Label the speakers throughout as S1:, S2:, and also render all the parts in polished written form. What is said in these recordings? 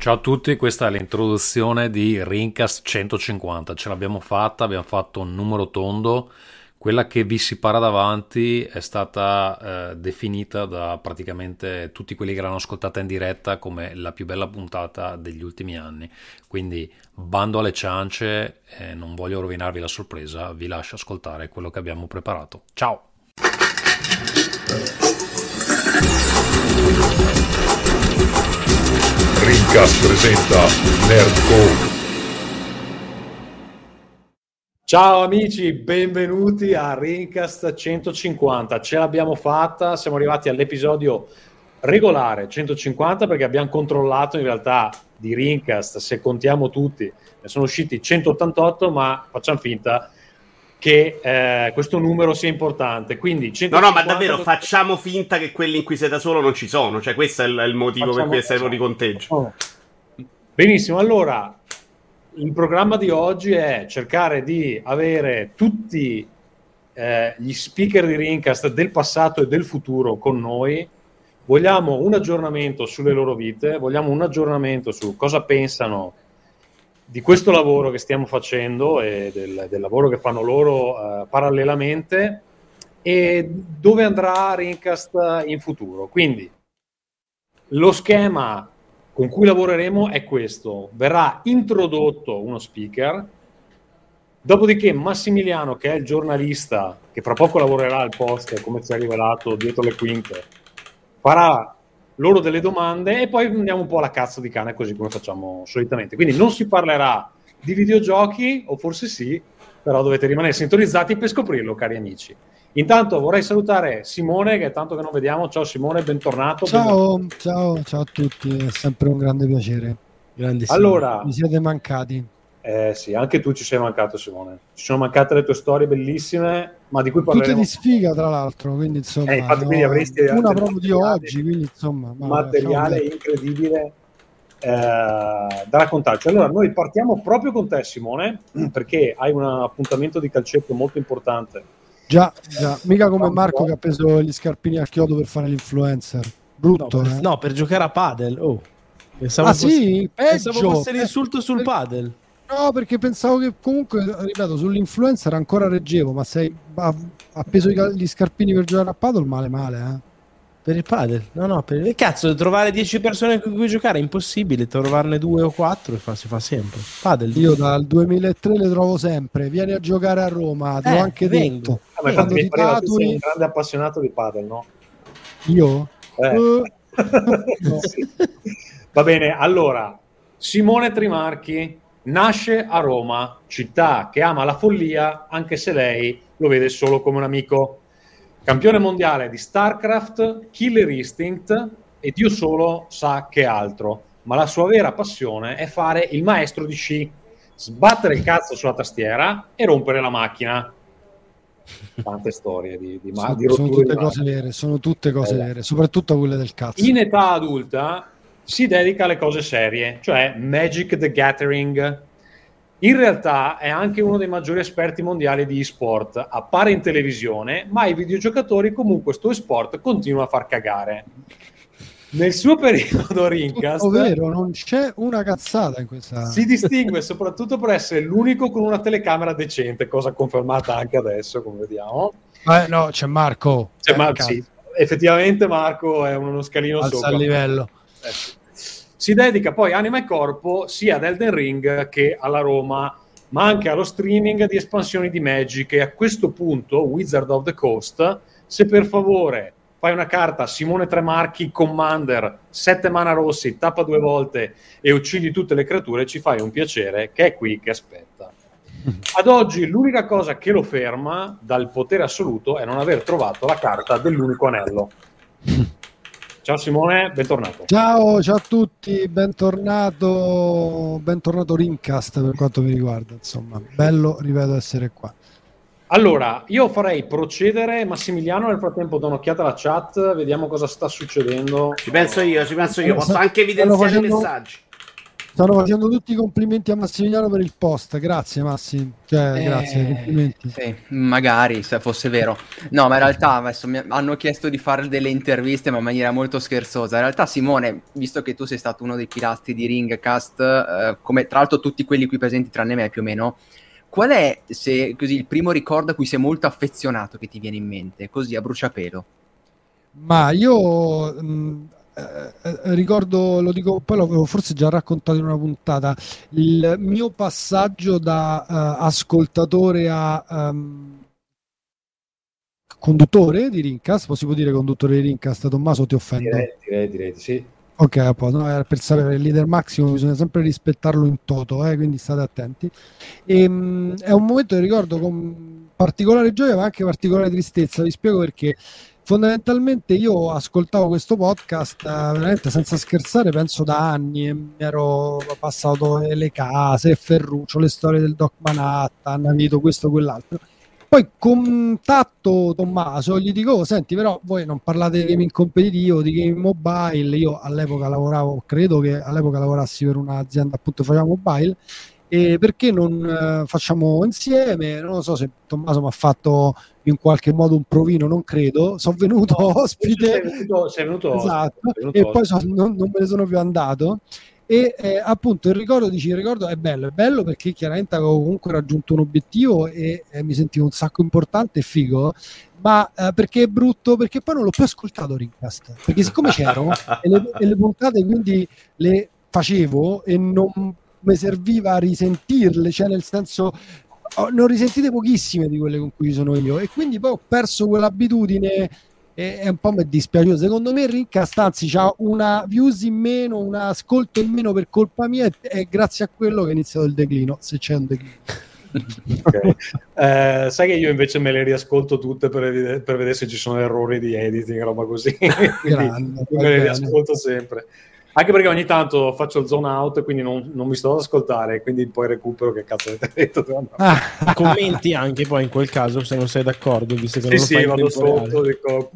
S1: Ciao a tutti, questa è l'introduzione di Rincast 150, ce l'abbiamo fatta, abbiamo fatto un numero tondo, quella che vi si para davanti è stata definita da praticamente tutti quelli che l'hanno ascoltata in diretta come la più bella puntata degli ultimi anni, quindi bando alle ciance, non voglio rovinarvi la sorpresa, vi lascio ascoltare quello che abbiamo preparato. Ciao!
S2: Rincast presenta Nerdcore.
S3: Ciao amici, benvenuti a Rincast 150. Ce l'abbiamo fatta, siamo arrivati all'episodio regolare 150 perché abbiamo controllato in realtà di Rincast, se contiamo tutti, ne sono usciti 188, ma facciamo finta che questo numero sia importante. Quindi 150...
S4: No, ma davvero facciamo finta che quelli in cui sei da solo non ci sono, cioè questo è il motivo per cui sei fuori conteggio.
S3: Benissimo, allora il programma di oggi è cercare di avere tutti gli speaker di Rincast del passato e del futuro con noi. Vogliamo un aggiornamento sulle loro vite, vogliamo un aggiornamento su cosa pensano di questo lavoro che stiamo facendo e del lavoro che fanno loro parallelamente, e dove andrà Rincast in futuro. Quindi lo schema con cui lavoreremo è questo: verrà introdotto uno speaker, dopodiché Massimiliano, che è il giornalista che fra poco lavorerà al post, come ci è rivelato dietro le quinte, farà loro delle domande e poi andiamo un po' alla cazzo di cane, così come facciamo solitamente. Quindi non si parlerà di videogiochi, o forse sì, però dovete rimanere sintonizzati per scoprirlo, cari amici. Intanto vorrei salutare Simone, che è tanto che non vediamo. Ciao Simone, bentornato.
S5: Ciao a tutti, è sempre un grande piacere.
S3: Allora,
S5: mi siete mancati.
S3: Sì, anche tu ci sei mancato, Simone. Ci sono mancate le tue storie bellissime, ma di cui parleremo.
S5: Tutte di sfiga, tra l'altro, quindi insomma,
S3: infatti, quindi avresti
S5: una proprio di oggi, quindi insomma,
S3: materiale incredibile da raccontarci. Allora, noi partiamo proprio con te, Simone, perché hai un appuntamento di calcetto molto importante.
S5: Già, mica come Marco che ha preso gli scarpini al chiodo per fare l'influencer. Brutto,
S6: no, per giocare a padel.
S5: Pensavo
S6: fosse l'insulto sul padel.
S5: No, perché pensavo che comunque, ripeto, sull'influencer ancora reggevo, ma sei appeso gli scarpini per giocare a padel, male,
S6: Per il padel? No, per cazzo, trovare 10 persone con cui giocare è impossibile, trovarne 2 o 4 si fa sempre. Padel.
S5: Io dal 2003 le trovo sempre. Vieni a giocare a Roma, te l'ho anche detto.
S3: Ma infatti mi pareva tu sei un grande appassionato di padel, no?
S5: Io?
S3: No. Sì. Va bene, allora, Simone Trimarchi nasce a Roma, città che ama la follia, anche se lei lo vede solo come un amico. Campione mondiale di StarCraft, Killer Instinct e Dio solo sa che altro. Ma la sua vera passione è fare il maestro di sci, sbattere il cazzo sulla tastiera e rompere la macchina. Tante storie di
S5: sono tutte cose vere, sono tutte cose vere, soprattutto quelle del cazzo.
S3: In età adulta si dedica alle cose serie, cioè Magic the Gathering. In realtà è anche uno dei maggiori esperti mondiali di e-sport. Appare in televisione, ma i videogiocatori comunque sto e-sport continua a far cagare. Nel suo periodo Rincast,
S5: ovvero non c'è una cazzata in questa.
S3: Si distingue soprattutto per essere l'unico con una telecamera decente, cosa confermata anche adesso, come vediamo.
S5: No, c'è Marco.
S3: Sì, effettivamente Marco è uno scalino
S5: alza
S3: sopra.
S5: Il livello.
S3: Sì. Si dedica poi anima e corpo sia ad Elden Ring che alla Roma, ma anche allo streaming di espansioni di Magic. E a questo punto, Wizard of the Coast, se per favore fai una carta Simone Tremarchi Commander, 7 mana rossi, tappa 2 volte e uccidi tutte le creature, ci fai un piacere, che è qui che aspetta. Ad oggi l'unica cosa che lo ferma dal potere assoluto è non aver trovato la carta dell'unico anello. Ciao Simone, bentornato.
S5: Ciao a tutti, bentornato Rincast per quanto mi riguarda, insomma, bello, ripeto, essere qua.
S3: Allora, io farei procedere, Massimiliano, nel frattempo do un'occhiata alla chat, vediamo cosa sta succedendo.
S4: Ci penso io, posso anche evidenziare i messaggi.
S5: Stanno facendo tutti i complimenti a Massimiliano per il post. Grazie Massi, grazie, complimenti.
S7: Sì, magari se fosse vero. No, ma in realtà adesso mi hanno chiesto di fare delle interviste, ma in maniera molto scherzosa. In realtà, Simone, visto che tu sei stato uno dei pilastri di Ringcast, come tra l'altro tutti quelli qui presenti tranne me più o meno, qual è, se così, il primo ricordo a cui sei molto affezionato che ti viene in mente, così a bruciapelo?
S5: Ma io ricordo, lo dico, poi l'avevo forse già raccontato in una puntata, il mio passaggio da ascoltatore a conduttore di Ringcast. Si può dire conduttore di Ringcast? Tommaso, ti offendo?
S3: Direi di sì.
S5: Ok, no, era per sapere, il leader massimo bisogna sempre rispettarlo in toto, quindi state attenti. È un momento che ricordo con particolare gioia ma anche particolare tristezza. Vi spiego perché. Fondamentalmente io ascoltavo questo podcast veramente senza scherzare, penso da anni, e mi ero passato le case, Ferruccio, le storie del Doc Manhattan, Vito, questo, quell'altro. Poi contatto Tommaso, gli dico: senti, però voi non parlate di gaming competitivo, di game mobile. Io all'epoca lavoravo, credo che all'epoca lavorassi per un'azienda appunto che faceva mobile, e perché non facciamo insieme? Non lo so se Tommaso mi ha fatto in qualche modo un provino, non credo. Sono venuto ospite,
S3: sei venuto
S5: esatto,
S3: ospite,
S5: e poi non me ne sono più andato. E appunto il ricordo è bello perché chiaramente avevo comunque raggiunto un obiettivo e mi sentivo un sacco importante e figo, ma perché è brutto? Perché poi non l'ho più ascoltato Ringcast, perché siccome c'ero e le puntate quindi le facevo e non mi serviva a risentirle, cioè nel senso ne ho risentite pochissime di quelle con cui sono io, e quindi poi ho perso quell'abitudine e un po' mi è dispiaciuto. Secondo me Ringcast anzi c'ha una views in meno, un ascolto in meno per colpa mia, e grazie a quello che è iniziato il declino, se c'è un declino.
S3: Okay. Sai che io invece me le riascolto tutte per vedere se ci sono errori di editing, roba così. Quindi me le riascolto sempre. Anche perché ogni tanto faccio il zone out, quindi non mi sto ad ascoltare, quindi poi recupero che cazzo avete detto.
S6: Commenti anche poi in quel caso se non sei d'accordo, visto che non lo fai in
S3: vado
S6: tempo
S3: sotto, dico,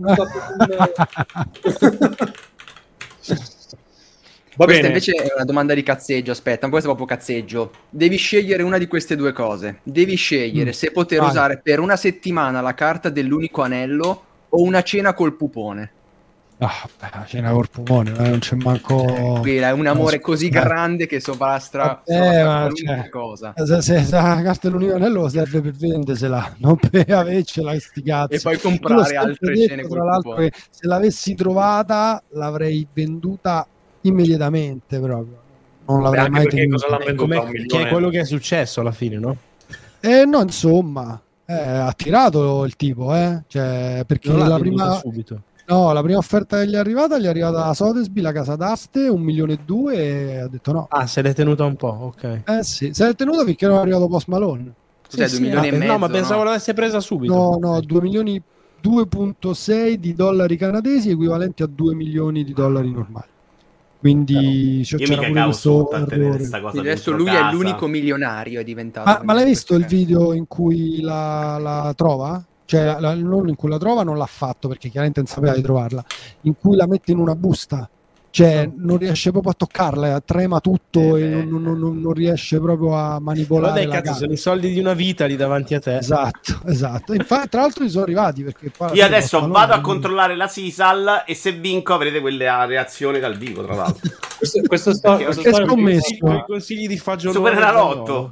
S3: Va
S7: Questa
S3: bene.
S7: invece è una domanda di cazzeggio, aspetta, questo è proprio cazzeggio. Devi scegliere una di queste due cose. Devi scegliere se poter usare per una settimana la carta dell'unico anello o una cena col pupone.
S5: La cena col pupone, non c'è manco.
S7: Qui è un amore così grande che sovrastra qualunque cosa.
S5: Se la carta dell'unico anello serve per vendersela, non per avercela, sti cazzi.
S7: E poi comprare altre cene col pupone.
S5: Se l'avessi trovata l'avrei venduta immediatamente, proprio non l'avrei mai tenuta.
S3: Cosa l'ha venduta?
S6: Che è quello che è successo alla fine, no?
S5: No, insomma, ha tirato il tipo, cioè, perché
S6: non
S5: la prima
S6: subito.
S5: No, la prima offerta che gli è arrivata da Sotheby, la casa d'aste, 1,2 milioni, e ha detto no.
S6: Ah, se l'è tenuta un po', ok.
S5: Sì, se l'è tenuta finché non è arrivato Post Malone.
S7: Cos'è, 2 milioni e mezzo?
S6: No, ma pensavo l'avesse presa subito.
S5: No, 2 milioni, 2,6 di dollari canadesi, equivalenti a 2 milioni di dollari normali. Quindi c'era pure questo errore.
S7: Adesso lui è l'unico milionario, è diventato.
S5: Ma l'hai visto il video in cui la trova? Cioè, non in cui la trova, non l'ha fatto perché chiaramente non sapeva di trovarla, in cui la mette in una busta, cioè non riesce proprio a toccarla, trema tutto e non riesce proprio a manipolare.
S6: Vabbè, cazzo, sono i soldi di una vita lì davanti a te.
S5: Esatto. Infatti, tra l'altro, gli sono arrivati perché
S4: io adesso vado a controllare la Sisal e se vinco avrete quelle reazioni dal vivo, tra l'altro.
S3: questo
S5: scommesso.
S6: I consigli di fagiolone.
S4: Superenalotto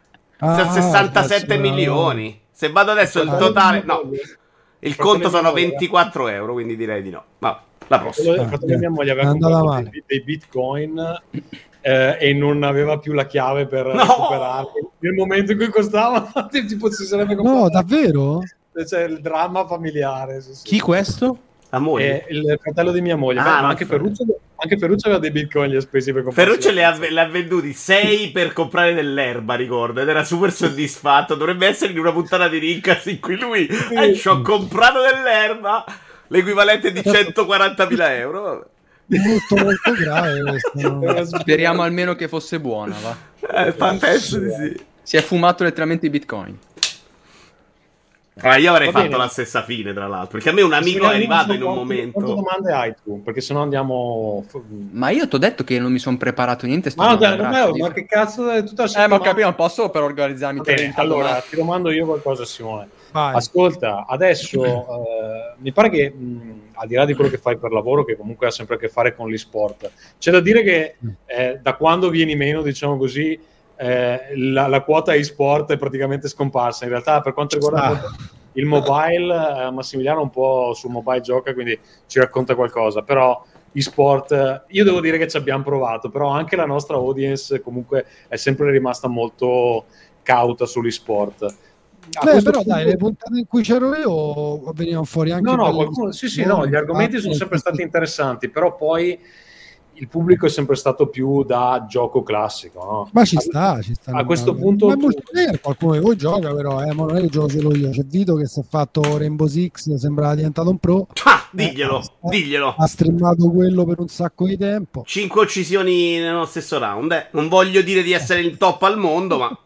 S4: 67 milioni. Se vado adesso il totale, no, il conto sono 24 euro, quindi direi di no. Ma la prossima.
S3: Il fatto che mia moglie aveva comprato dei bitcoin e non aveva più la chiave per recuperarli nel momento in cui costavano, tipo si sarebbe comprato.
S5: No, davvero?
S3: C'è il dramma familiare. Sì.
S6: Chi questo?
S3: Il fratello di mia moglie. Ma anche Ferruccio aveva dei bitcoin, li ha spesi per comprare.
S4: Ferruccio li ha venduti 6 per comprare dell'erba, ricordo, ed era super soddisfatto. Dovrebbe essere in una puntata di Ringcast in cui lui ci ho comprato dell'erba, l'equivalente di 140.000 euro.
S5: Molto grave.
S7: Speriamo almeno che fosse buona, va.
S4: Penso di sì.
S7: Si è fumato letteralmente i bitcoin.
S4: Allora, io avrei
S3: Va
S4: fatto
S3: bene.
S4: la stessa fine, tra l'altro, perché a me un amico è arrivato in un momento.
S3: Quante domande hai tu? Perché sennò andiamo...
S7: Ma io ti ho detto che non mi sono preparato niente. sto
S3: Ma,
S7: dando un braccio,
S3: ma che cazzo è tutta la
S7: ma ho
S3: settimana?
S7: capito, non posso per organizzarmi
S3: Va bene,
S7: 30
S3: allora
S7: domande.
S3: ti domando io qualcosa, Simone.
S5: Vai.
S3: Ascolta, adesso mi pare che al di là di quello che fai per lavoro, che comunque ha sempre a che fare con l'e-sport, c'è da dire che da quando vieni meno, diciamo così, la quota e-sport è praticamente scomparsa. In realtà, per quanto riguarda il mobile, Massimiliano un po' sul mobile gioca, quindi ci racconta qualcosa, però e-sport, io devo dire che ci abbiamo provato, però anche la nostra audience comunque è sempre rimasta molto cauta sull'e-sport.
S5: Però dai, le puntate in cui c'ero io venivano fuori anche
S3: qualcuno, gli argomenti sono sempre stati interessanti, però poi il pubblico è sempre stato più da gioco classico, no?
S5: Ma ci sta.
S3: A questo punto
S5: ma multiplayer qualcuno di voi gioca, però ma non è che gioco solo io. C'è Vito che si è fatto Rainbow Six, sembrava diventato un pro.
S4: Diglielo.
S5: Ha streamato quello per un sacco di tempo.
S4: 5 uccisioni nello stesso round. Non voglio dire di essere il top al mondo, ma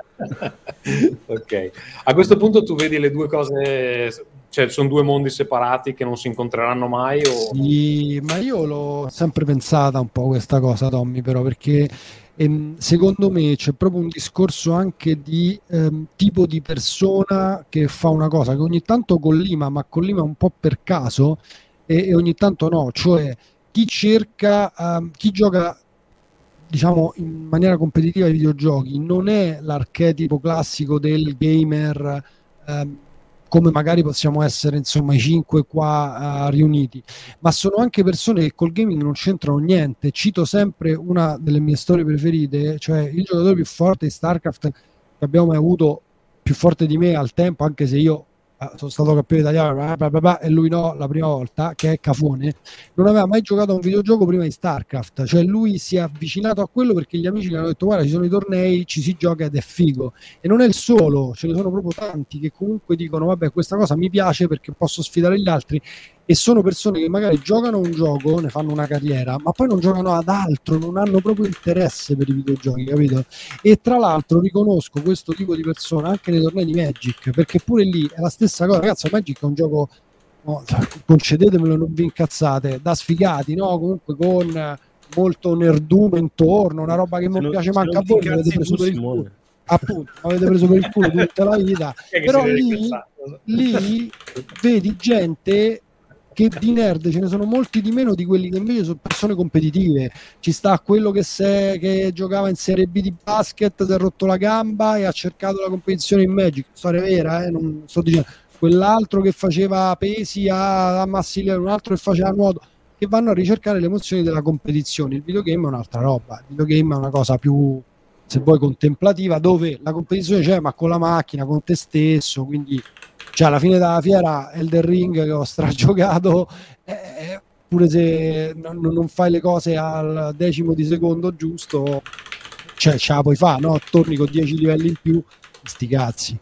S3: ok. A questo punto tu vedi le due cose, cioè sono due mondi separati che non si incontreranno mai? O...
S5: Sì, ma io l'ho sempre pensata un po' questa cosa, Tommy, però, perché secondo me c'è proprio un discorso anche di tipo di persona che fa una cosa che ogni tanto collima, ma collima un po' per caso e ogni tanto no, cioè chi cerca, chi gioca diciamo in maniera competitiva ai videogiochi non è l'archetipo classico del gamer come magari possiamo essere insomma i 5 qua riuniti, ma sono anche persone che col gaming non c'entrano niente. Cito sempre una delle mie storie preferite, cioè il giocatore più forte di StarCraft che abbiamo mai avuto, più forte di me al tempo, anche se io sono stato campione italiano e lui no, la prima volta, che è Cafone, non aveva mai giocato a un videogioco prima di StarCraft, cioè lui si è avvicinato a quello perché gli amici gli hanno detto guarda ci sono i tornei, ci si gioca ed è figo, e non è il solo, ce ne sono proprio tanti che comunque dicono vabbè questa cosa mi piace perché posso sfidare gli altri, e sono persone che magari giocano un gioco, ne fanno una carriera, ma poi non giocano ad altro, non hanno proprio interesse per i videogiochi, capito? E tra l'altro riconosco questo tipo di persona anche nei tornei di Magic, perché pure lì è la stessa cosa, ragazzi. Magic è un gioco, no, concedetemelo, non vi incazzate, da sfigati, no? Comunque con molto nerdume intorno, una roba che non piace manco a voi, mi avete preso per il culo. Appunto, avete preso per il culo tutta la vita. Però lì vedi gente che di nerd ce ne sono molti di meno di quelli che invece sono persone competitive. Ci sta quello che giocava in Serie B di basket, si è rotto la gamba e ha cercato la competizione in Magic, storia vera, non sto dicendo. Quell'altro che faceva pesi a Massigliano, un altro che faceva nuoto, che vanno a ricercare le emozioni della competizione. Il videogame è un'altra roba, il videogame è una cosa più, se vuoi, contemplativa, dove la competizione c'è ma con la macchina, con te stesso, quindi cioè alla fine della fiera Elden Ring che ho stragiocato, pure se non fai le cose al decimo di secondo giusto, cioè ce la puoi fare, no? Torni con 10 livelli in più, sti cazzi.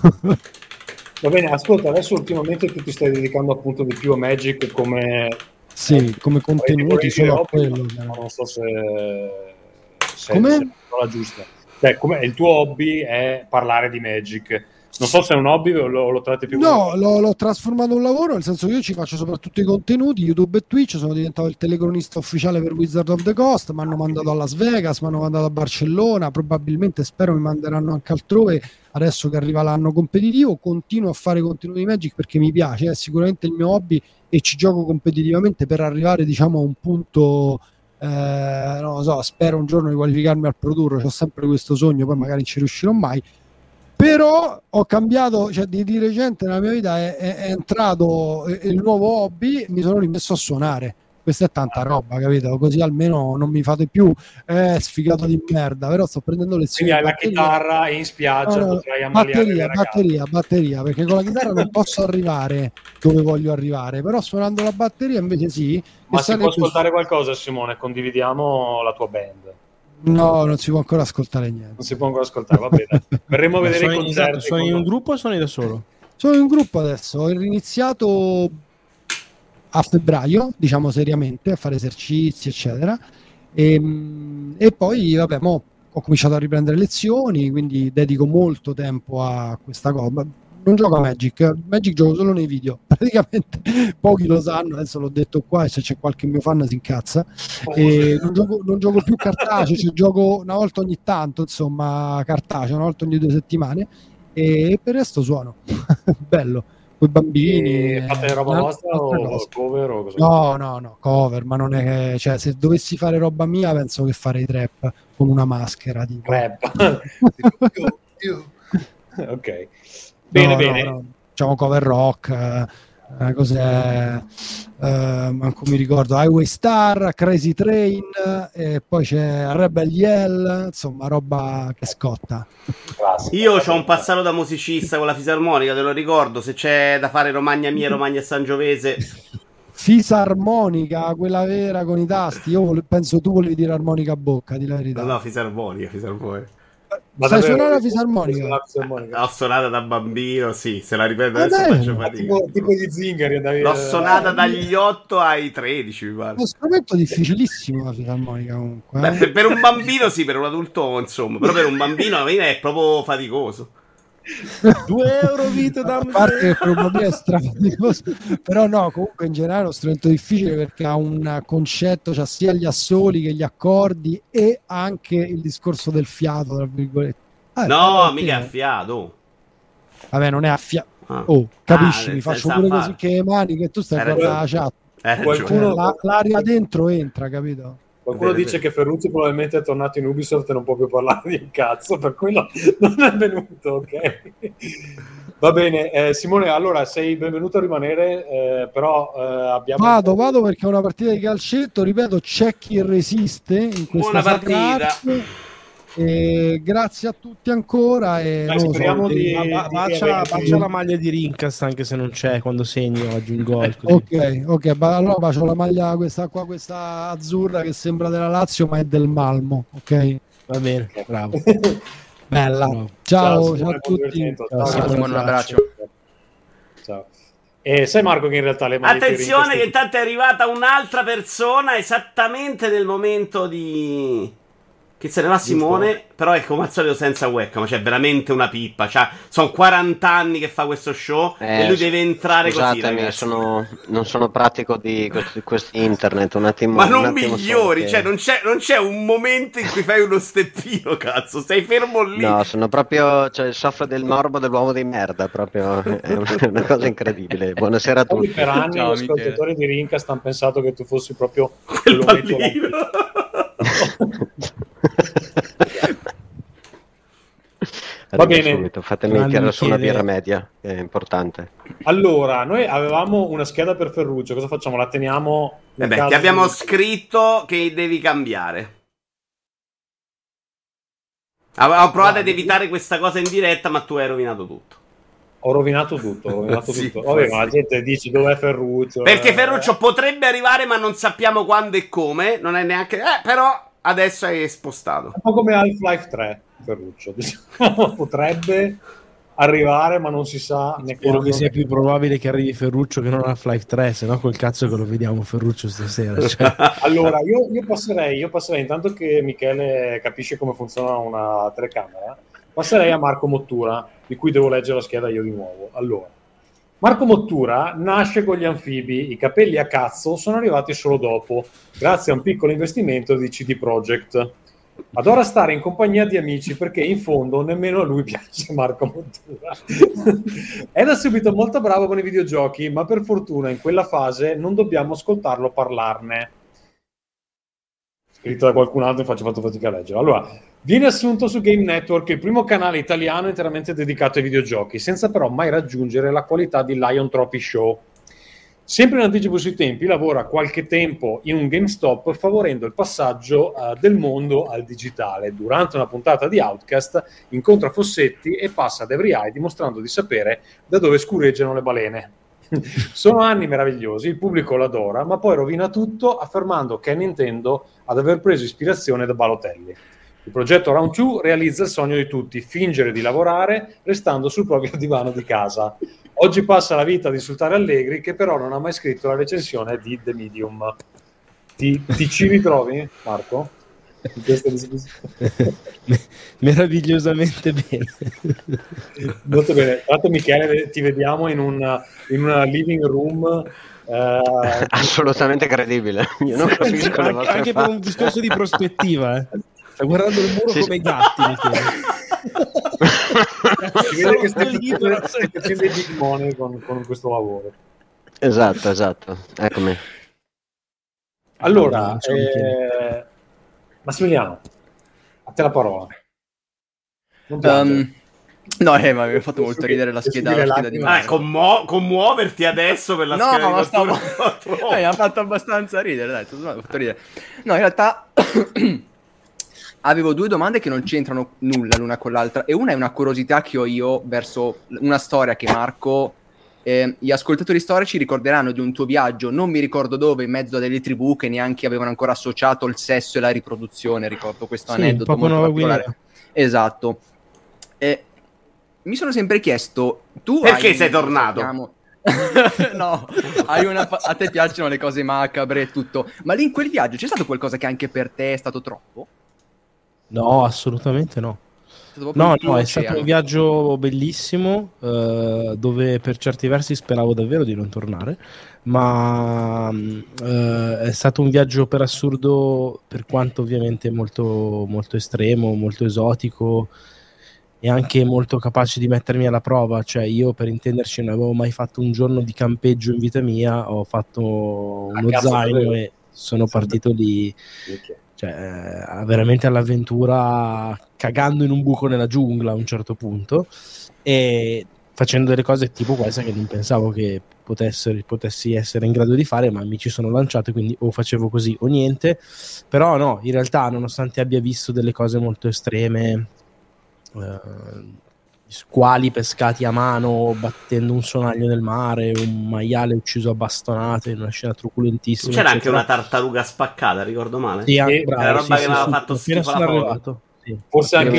S3: Va bene, ascolta, adesso ultimamente tu ti stai dedicando appunto di più a Magic come
S5: contenuti, solo a quello.
S3: Non so se
S5: come?
S3: è la giusta. Cioè, il tuo hobby è parlare di Magic. Non so se è un hobby o lo tratti più.
S5: No, l'ho trasformato in un lavoro, nel senso che io ci faccio soprattutto i contenuti, YouTube e Twitch, sono diventato il telecronista ufficiale per Wizard of the Coast, mi hanno mandato a Las Vegas, mi hanno mandato a Barcellona, probabilmente spero mi manderanno anche altrove, adesso che arriva l'anno competitivo. Continuo a fare contenuti di Magic perché mi piace, è sicuramente il mio hobby e ci gioco competitivamente per arrivare diciamo a un punto, non lo so, spero un giorno di qualificarmi al Pro Tour, ho sempre questo sogno, poi magari non ci riuscirò mai. Però ho cambiato, cioè di recente nella mia vita è entrato il nuovo hobby, mi sono rimesso a suonare. Questa è tanta roba, capito? Così almeno non mi fate più sfigato di merda, però sto prendendo lezioni.
S3: Quindi hai la chitarra in spiaggia, potrai ammaliare
S5: batteria, perché con la chitarra non posso arrivare dove voglio arrivare, però suonando la batteria invece sì.
S3: Ma si può ascoltare qualcosa, Simone? Condividiamo la tua band.
S5: No, non si può ancora ascoltare niente.
S3: Non si può ancora ascoltare, va bene. Verremo a vedere i concerti.
S6: Sono in un gruppo o sono da solo?
S5: Sono in un gruppo adesso, ho iniziato a febbraio, diciamo seriamente, a fare esercizi, eccetera. E poi, vabbè, mo ho cominciato a riprendere lezioni, quindi dedico molto tempo a questa cosa. non gioco a Magic gioco solo nei video, praticamente pochi lo sanno, adesso l'ho detto qua e se c'è qualche mio fan si incazza. E non gioco più cartaceo, cioè gioco una volta ogni tanto, insomma, cartaceo, una volta ogni 2 settimane, e per il resto suono. Bello, con i bambini.
S3: Fate roba vostra o cover o cosa?
S5: No, cover, ma non è, cioè, se dovessi fare roba mia penso che farei trap con una maschera tipo.
S3: Rap. Ok. Bene.
S5: No. Diciamo cover rock, cos'è? Manco mi ricordo, Highway Star, Crazy Train, e poi c'è Rebel Yell, insomma roba che scotta.
S4: Io ho un passato da musicista con la fisarmonica, te lo ricordo, se c'è da fare Romagna Mia, Romagna Sangiovese.
S5: Fisarmonica, quella vera con i tasti, io penso tu volevi dire armonica a bocca, di la verità.
S4: No, fisarmonica.
S5: Ma sai suonare la fisarmonica?
S4: L'ho suonata da bambino, sì, se la ripeto adesso faccio fatica.
S3: Tipo di zingari.
S4: L'ho suonata dagli 8 ai 13, mi pare.
S5: È uno strumento difficilissimo la fisarmonica comunque.
S4: Beh, per un bambino sì, per un adulto insomma, però per un bambino è proprio faticoso.
S6: 2 euro Vito da
S5: a parte che per un bambino è strafaticoso, però no, comunque in generale è uno strumento difficile perché ha un concetto, c'ha sia gli assoli che gli accordi e anche il discorso del fiato, tra virgolette.
S4: No, mica è fiato.
S5: Vabbè, non è a fiato. Capisci, mi faccio pure così che le mani che tu stai guardando la chat.
S3: Qualcuno
S5: l'aria dentro entra, capito?
S3: Qualcuno dice che Ferrucci probabilmente è tornato in Ubisoft e non può più parlare di un cazzo, per cui non è venuto, ok? Va bene, Simone, allora sei benvenuto a rimanere, però abbiamo...
S5: Vado perché è una partita di calcetto, ripeto, c'è chi resiste in questa
S4: buona partita.
S5: E grazie a tutti ancora e
S3: speriamo di
S6: bacia la maglia di Rincast anche se non c'è quando segno oggi un gol
S5: ok, allora bacio la maglia questa azzurra che sembra della Lazio ma è del Malmo, ok?
S6: Va bene, bravo.
S5: Bella,
S6: bravo.
S5: Ciao a tutti,
S7: un abbraccio.
S3: Ciao. E sai Marco che in realtà le maglie
S4: attenzione che intanto è arrivata un'altra persona esattamente nel momento di... che se ne va Simone, però è come al solito senza webcam, cioè veramente una pippa, cioè, sono 40 anni che fa questo show e lui deve entrare così, ragazzi.
S8: Non sono pratico di questi internet, un attimo.
S4: Ma non migliori, cioè non c'è un momento in cui fai uno steppino, cazzo, stai fermo lì.
S8: No, sono proprio, cioè, soffro del morbo dell'uomo di merda, proprio, è una cosa incredibile. Buonasera a tutti.
S3: Per anni
S8: Ciao,
S3: gli ascoltatori di Rincast hanno pensato che tu fossi proprio
S4: quel pallino.
S3: Va bene,
S8: subito. Fatemi tirare su una birra media, che è importante.
S3: Allora, noi avevamo una scheda per Ferruccio, cosa facciamo? La teniamo?
S4: Ti abbiamo scritto che devi cambiare. Avevamo provato ad evitare questa cosa in diretta, ma tu hai rovinato tutto.
S3: Ho rovinato tutto.
S4: Sì,
S3: Vabbè, ma la gente dice dov'è Ferruccio?
S4: Perché Ferruccio potrebbe arrivare, ma non sappiamo quando e come. Non è neanche. Però adesso è spostato.
S3: Un po' come Half-Life 3, Ferruccio. Diciamo, potrebbe arrivare, ma non si sa né
S6: spero che sia più probabile che arrivi Ferruccio che non Half-Life 3, se no col cazzo che lo vediamo Ferruccio stasera. Cioè.
S3: Allora, io passerei, intanto che Michele capisce come funziona una telecamera, passerei a Marco Mottura, di cui devo leggere la scheda io di nuovo. Allora, Marco Mottura nasce con gli anfibi, i capelli a cazzo sono arrivati solo dopo, grazie a un piccolo investimento di CD Projekt. Adora stare in compagnia di amici perché in fondo nemmeno a lui piace Marco Mottura. È da subito molto bravo con i videogiochi, ma per fortuna in quella fase non dobbiamo ascoltarlo parlarne. Scritto da qualcun altro, faccio fatto fatica a leggere. Allora, viene assunto su Game Network, il primo canale italiano interamente dedicato ai videogiochi, senza però mai raggiungere la qualità di Lion Trophy Show. Sempre in anticipo sui tempi, lavora qualche tempo in un GameStop favorendo il passaggio del mondo al digitale. Durante una puntata di Outcast incontra Fossetti e passa ad Every Eye dimostrando di sapere da dove scureggiano le balene. Sono anni meravigliosi, il pubblico l'adora, ma poi rovina tutto affermando che è Nintendo ad aver preso ispirazione da Balotelli. Il progetto Round 2 realizza il sogno di tutti, fingere di lavorare restando sul proprio divano di casa. Oggi passa la vita ad insultare Allegri, che però non ha mai scritto la recensione di The Medium. Ti ci ritrovi, Marco? in questa discussione.
S6: Meravigliosamente bene.
S3: Molto bene. Tra l'altro, Michele, ti vediamo in una living room.
S8: Assolutamente credibile. Io non capisco le vostre
S6: anche per un discorso di prospettiva. Sta guardando il muro come i gatti, Michele.
S3: Si vede che stai facendo dei big money con questo lavoro.
S8: Esatto. Eccomi.
S3: Allora, Massimiliano, a te la parola. Non piangere.
S7: No, ma mi ha fatto molto ridere la scheda di Marco.
S4: Commuoverti adesso per la scheda di cottura.
S7: Mi ha fatto abbastanza ridere, dai, mi ha fatto ridere. No, in realtà avevo due domande che non c'entrano nulla l'una con l'altra, e una è una curiosità che ho io verso una storia che Marco... gli ascoltatori storici ricorderanno di un tuo viaggio, non mi ricordo dove, in mezzo a delle tribù che neanche avevano ancora associato il sesso e la riproduzione. Ricordo questo aneddoto
S6: Papua
S7: molto
S6: Nuova
S7: particolare.
S6: Guinea.
S7: Esatto. Mi sono sempre chiesto, tu
S4: perché sei tornato?
S7: No, a te piacciono le cose macabre e tutto, ma lì in quel viaggio c'è stato qualcosa che anche per te è stato troppo?
S6: No, assolutamente no. No, è stato un viaggio bellissimo, dove per certi versi speravo davvero di non tornare, ma è stato un viaggio per assurdo, per quanto ovviamente molto, molto estremo, molto esotico e anche molto capace di mettermi alla prova. Cioè, io, per intenderci, non avevo mai fatto un giorno di campeggio in vita mia, ho fatto uno zaino e sono partito lì. Cioè, veramente all'avventura, cagando in un buco nella giungla a un certo punto, e facendo delle cose tipo questa che non pensavo che potessi essere in grado di fare, ma mi ci sono lanciato, quindi o facevo così o niente. Però no, in realtà, nonostante abbia visto delle cose molto estreme, squali pescati a mano battendo un sonaglio nel mare, un maiale ucciso a bastonate in una scena truculentissima,
S4: c'era
S6: eccetera.
S4: anche una tartaruga spaccata, ricordo male?
S6: Sì,
S4: era roba che aveva fatto
S6: appena
S4: schifo
S6: sono
S4: alla foto.
S6: arrivato. Sì.
S3: Forse anche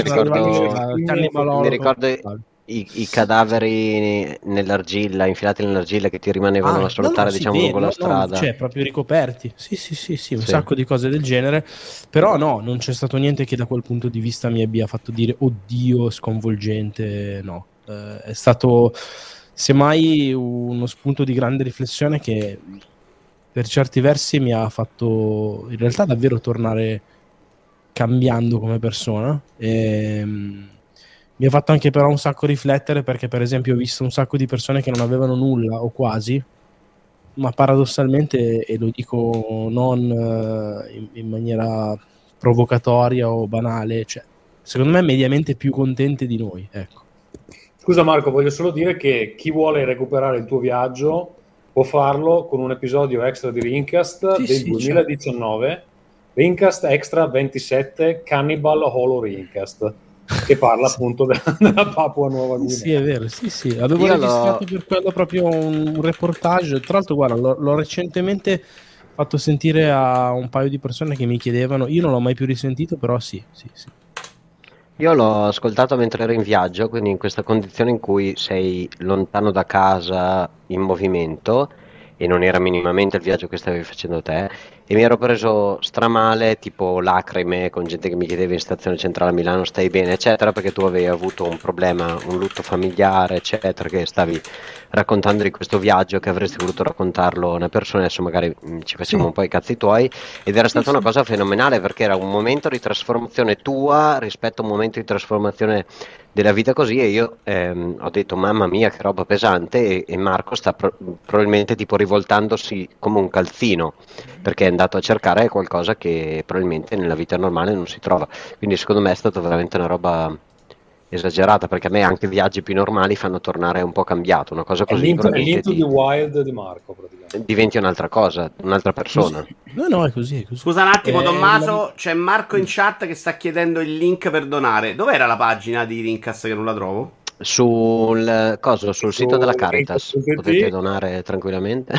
S8: mi ricordo i cadaveri nell'argilla, infilati nell'argilla, che ti rimanevano a salutare, lungo la strada.
S6: Cioè, proprio ricoperti. Sì, un sacco di cose del genere. Però no, non c'è stato niente che da quel punto di vista mi abbia fatto dire oddio, sconvolgente. No, è stato semmai uno spunto di grande riflessione che per certi versi mi ha fatto in realtà davvero tornare cambiando come persona. Mi ha fatto anche però un sacco riflettere, perché per esempio ho visto un sacco di persone che non avevano nulla o quasi, ma paradossalmente, e lo dico non in maniera provocatoria o banale, cioè secondo me mediamente più contente di noi, ecco.
S3: Scusa Marco, voglio solo dire che chi vuole recuperare il tuo viaggio può farlo con un episodio extra di Rincast del 2019, certo. Rincast Extra 27 Cannibal Holo Rincast, che parla appunto della Papua Nuova Guinea.
S6: Sì, è vero, sì. Avevo registrato per quello proprio un reportage. Tra l'altro, guarda, l'ho recentemente fatto sentire a un paio di persone che mi chiedevano. Io non l'ho mai più risentito, però sì.
S8: Io l'ho ascoltato mentre ero in viaggio, quindi in questa condizione in cui sei lontano da casa, in movimento, e non era minimamente il viaggio che stavi facendo te, e mi ero preso stramale, tipo lacrime, con gente che mi chiedeva in stazione centrale a Milano stai bene, eccetera, perché tu avevi avuto un problema, un lutto familiare, eccetera, che stavi raccontando di questo viaggio, che avresti voluto raccontarlo a una persona. Adesso magari ci facciamo un po' i cazzi tuoi, ed era stata una cosa fenomenale, perché era un momento di trasformazione tua rispetto a un momento di trasformazione della vita così, e io ho detto mamma mia che roba pesante, e Marco sta probabilmente tipo rivoltandosi come un calzino, perché è andato a cercare qualcosa che probabilmente nella vita normale non si trova. Quindi secondo me è stata veramente una roba esagerata, perché a me anche viaggi più normali fanno tornare un po' cambiato, una cosa così
S3: è l'Into the Wild di Marco, praticamente
S8: diventi un'altra cosa, un'altra persona.
S6: No, è così.
S4: Scusa un attimo, Tommaso, c'è Marco in chat che sta chiedendo il link per donare. Dov'era la pagina di Rincast che non la trovo?
S8: Sul sito della Caritas potete donare tranquillamente.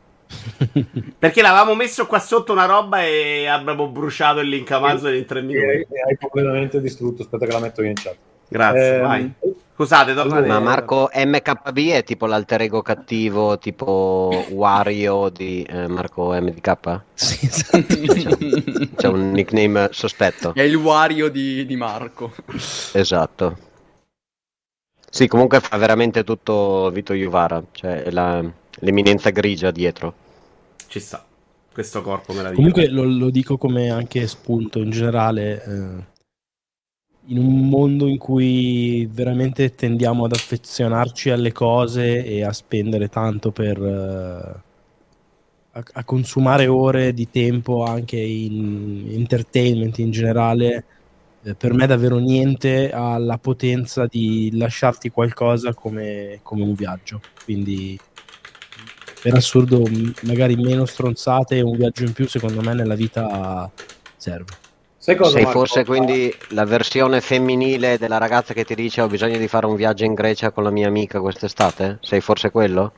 S4: Perché l'avevamo messo qua sotto una roba e abbiamo bruciato il link Amazon in 3 minuti.
S3: E hai completamente distrutto. Aspetta che la metto io in chat.
S4: Grazie, vai. Scusate, tornate.
S8: Ma Marco, MKB è tipo l'alter ego cattivo, tipo Wario di Marco MDK?
S7: Sì, esatto.
S8: C'è un nickname sospetto.
S7: È il Wario di Marco.
S8: Esatto. Sì, comunque fa veramente tutto Vito Juvara, cioè è l'eminenza grigia dietro.
S4: Ci sta. Questo corpo meraviglioso.
S6: Comunque lo dico come anche spunto in generale. In un mondo in cui veramente tendiamo ad affezionarci alle cose e a spendere tanto per a consumare ore di tempo anche in entertainment in generale, per me davvero niente ha la potenza di lasciarti qualcosa come un viaggio. Quindi per assurdo magari meno stronzate e un viaggio in più secondo me nella vita serve.
S8: Sei forse quindi la versione femminile della ragazza che ti dice ho bisogno di fare un viaggio in Grecia con la mia amica quest'estate? Sei forse quello?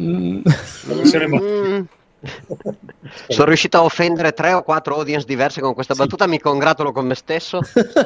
S8: Sono riuscito a offendere 3 o 4 audience diverse con questa battuta, mi congratulo con me stesso.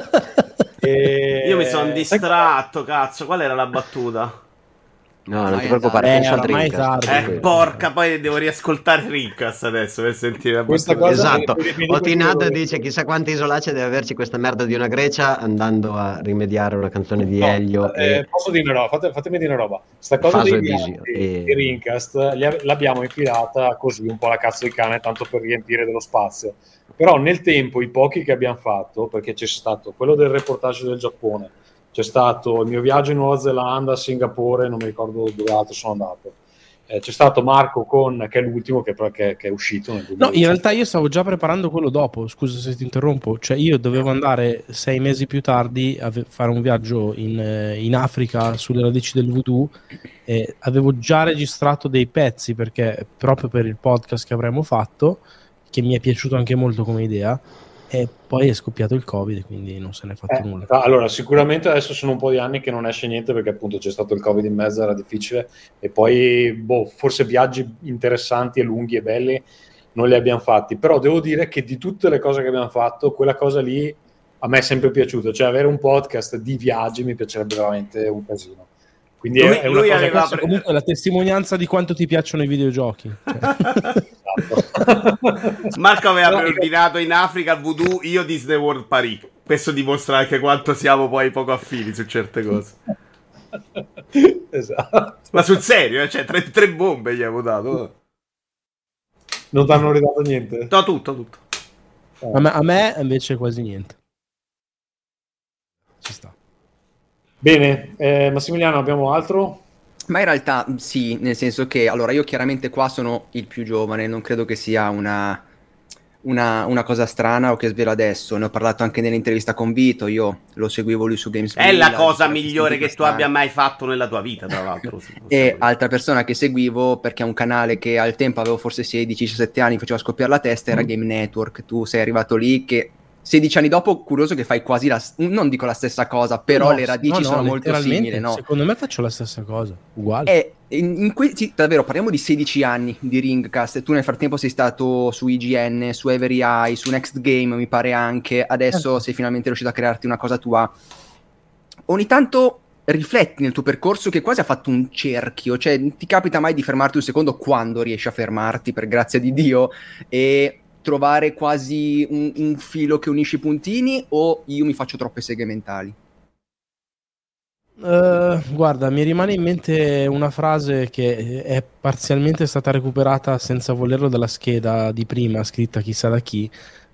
S4: Io mi sono distratto, cazzo, qual era la battuta?
S8: No, non ti preoccupare, penso al
S4: Rincast. Porca, poi devo riascoltare Rincast adesso per sentire
S8: questa cosa. Esatto. Otinad dice chissà quanti isolacci deve averci questa merda di una Grecia andando a rimediare una canzone di Elio.
S3: Posso dire una roba? Fatemi dire una roba. Sta cosa di Rincast l'abbiamo infilata così un po' la cazzo di cane, tanto per riempire dello spazio. Però nel tempo i pochi che abbiamo fatto, perché c'è stato quello del reportage del Giappone, c'è stato il mio viaggio in Nuova Zelanda, Singapore, non mi ricordo dove altro sono andato. C'è stato Marco che è l'ultimo che è uscito nel 2018.
S6: No, in realtà io stavo già preparando quello dopo, scusa se ti interrompo. Cioè io dovevo andare 6 mesi più tardi a fare un viaggio in Africa sulle radici del voodoo e avevo già registrato dei pezzi perché proprio per il podcast che avremmo fatto, che mi è piaciuto anche molto come idea. E poi è scoppiato il Covid, quindi non se ne è fatto nulla.
S3: Allora, sicuramente adesso sono un po' di anni che non esce niente perché appunto c'è stato il Covid in mezzo, era difficile. E poi, forse viaggi interessanti e lunghi e belli non li abbiamo fatti. Però devo dire che di tutte le cose che abbiamo fatto, quella cosa lì a me è sempre piaciuta. Cioè, avere un podcast di viaggi mi piacerebbe veramente un casino. Quindi è una cosa che
S6: comunque la testimonianza di quanto ti piacciono i videogiochi.
S4: Marco aveva preordinato in Africa il voodoo, io Disney World Paris. Questo dimostra anche quanto siamo poi poco affini su certe cose.
S3: Esatto.
S4: Ma sul serio, cioè tre bombe gli avevo dato.
S3: Non ti hanno ridato niente?
S4: No, tutto.
S6: A me invece quasi niente. Ci sta.
S3: Bene, Massimiliano, abbiamo altro?
S7: Ma in realtà sì, nel senso che allora io chiaramente qua sono il più giovane, non credo che sia una cosa strana o che svelo adesso, ne ho parlato anche nell'intervista con Vito, io lo seguivo lui su Games
S4: È la cosa migliore che tu abbia mai fatto nella tua vita, tra l'altro.
S7: E altra persona che seguivo, perché è un canale che al tempo avevo forse 16-17 anni, faceva scoppiare la testa, era Game Network. Tu sei arrivato lì che 16 anni dopo, curioso che fai quasi non dico la stessa cosa, però le radici sono molto simili, no?
S6: Secondo me faccio la stessa cosa, uguale.
S7: Sì, davvero, parliamo di 16 anni di Ringcast, e tu nel frattempo sei stato su IGN, su Every Eye, su Next Game, mi pare anche, adesso sei finalmente riuscito a crearti una cosa tua. Ogni tanto rifletti nel tuo percorso che quasi ha fatto un cerchio, cioè ti capita mai di fermarti un secondo quando riesci a fermarti, per grazia di Dio, e trovare quasi un filo che unisce i puntini, o io mi faccio troppe seghe mentali?
S6: Guarda, mi rimane in mente una frase che è parzialmente stata recuperata senza volerlo dalla scheda di prima, scritta chissà da chi.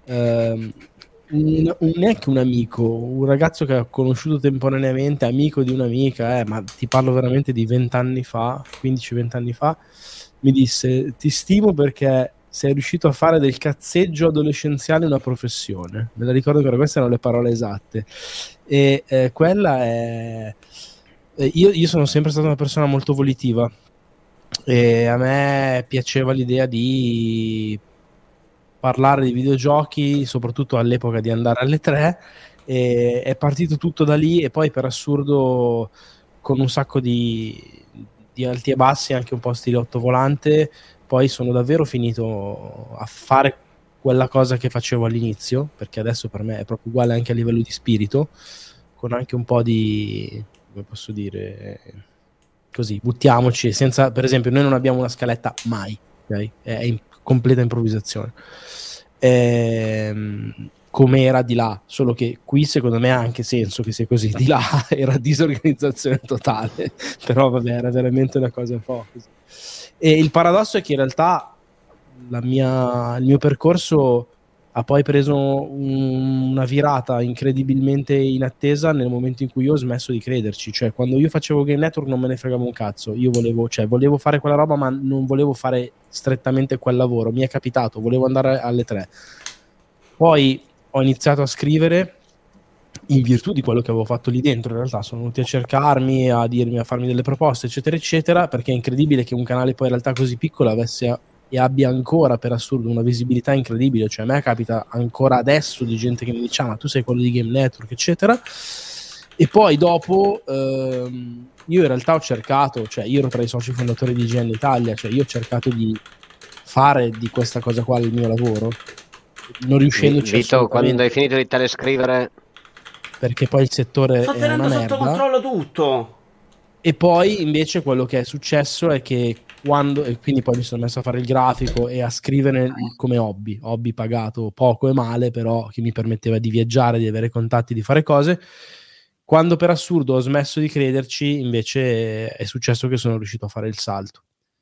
S6: Neanche un amico, un ragazzo che ho conosciuto temporaneamente, amico di un'amica, ma ti parlo veramente di 20 anni fa, 15-20 anni fa, mi disse: ti stimo perché sei riuscito a fare del cazzeggio adolescenziale una professione. Me la ricordo ancora, queste erano le parole esatte. E quella è... Io sono sempre stata una persona molto volitiva e a me piaceva l'idea di parlare di videogiochi, soprattutto all'epoca di andare alle 3, e è partito tutto da lì, e poi per assurdo con un sacco di alti e bassi, anche un po' stile ottovolante, poi sono davvero finito a fare quella cosa che facevo all'inizio, perché adesso per me è proprio uguale anche a livello di spirito, con anche un po' di come posso dire, così, buttiamoci, senza, per esempio, noi non abbiamo una scaletta mai, okay? È in completa improvvisazione. Come era di là, solo che qui secondo me ha anche senso che sia così, di là era disorganizzazione totale, però vabbè, era veramente una cosa un po' così. E il paradosso è che in realtà il mio percorso ha poi preso una virata incredibilmente inattesa nel momento in cui io ho smesso di crederci. Cioè, quando io facevo Game Network non me ne fregavo un cazzo, io volevo fare quella roba, ma non volevo fare strettamente quel lavoro. Mi è capitato, volevo andare alle 3. Poi ho iniziato a scrivere in virtù di quello che avevo fatto lì dentro. In realtà sono venuti a cercarmi, a dirmi, a farmi delle proposte, eccetera eccetera, perché è incredibile che un canale poi in realtà così piccolo avesse e abbia ancora, per assurdo, una visibilità incredibile. Cioè a me capita ancora adesso di gente che mi dice ma tu sei quello di Game Network, eccetera. E poi dopo io in realtà ho cercato, cioè io ero tra i soci fondatori di IGN Italia, cioè io ho cercato di fare di questa cosa qua il mio lavoro, non riuscendoci.
S8: Vito, quando hai finito di telescrivere,
S6: perché poi il settore
S4: sto
S6: è una merda,
S4: sotto controllo tutto.
S6: E poi invece quello che è successo è che e quindi poi mi sono messo a fare il grafico e a scrivere come hobby pagato poco e male, però che mi permetteva di viaggiare, di avere contatti, di fare cose. Quando per assurdo ho smesso di crederci, invece è successo che sono riuscito a fare il salto.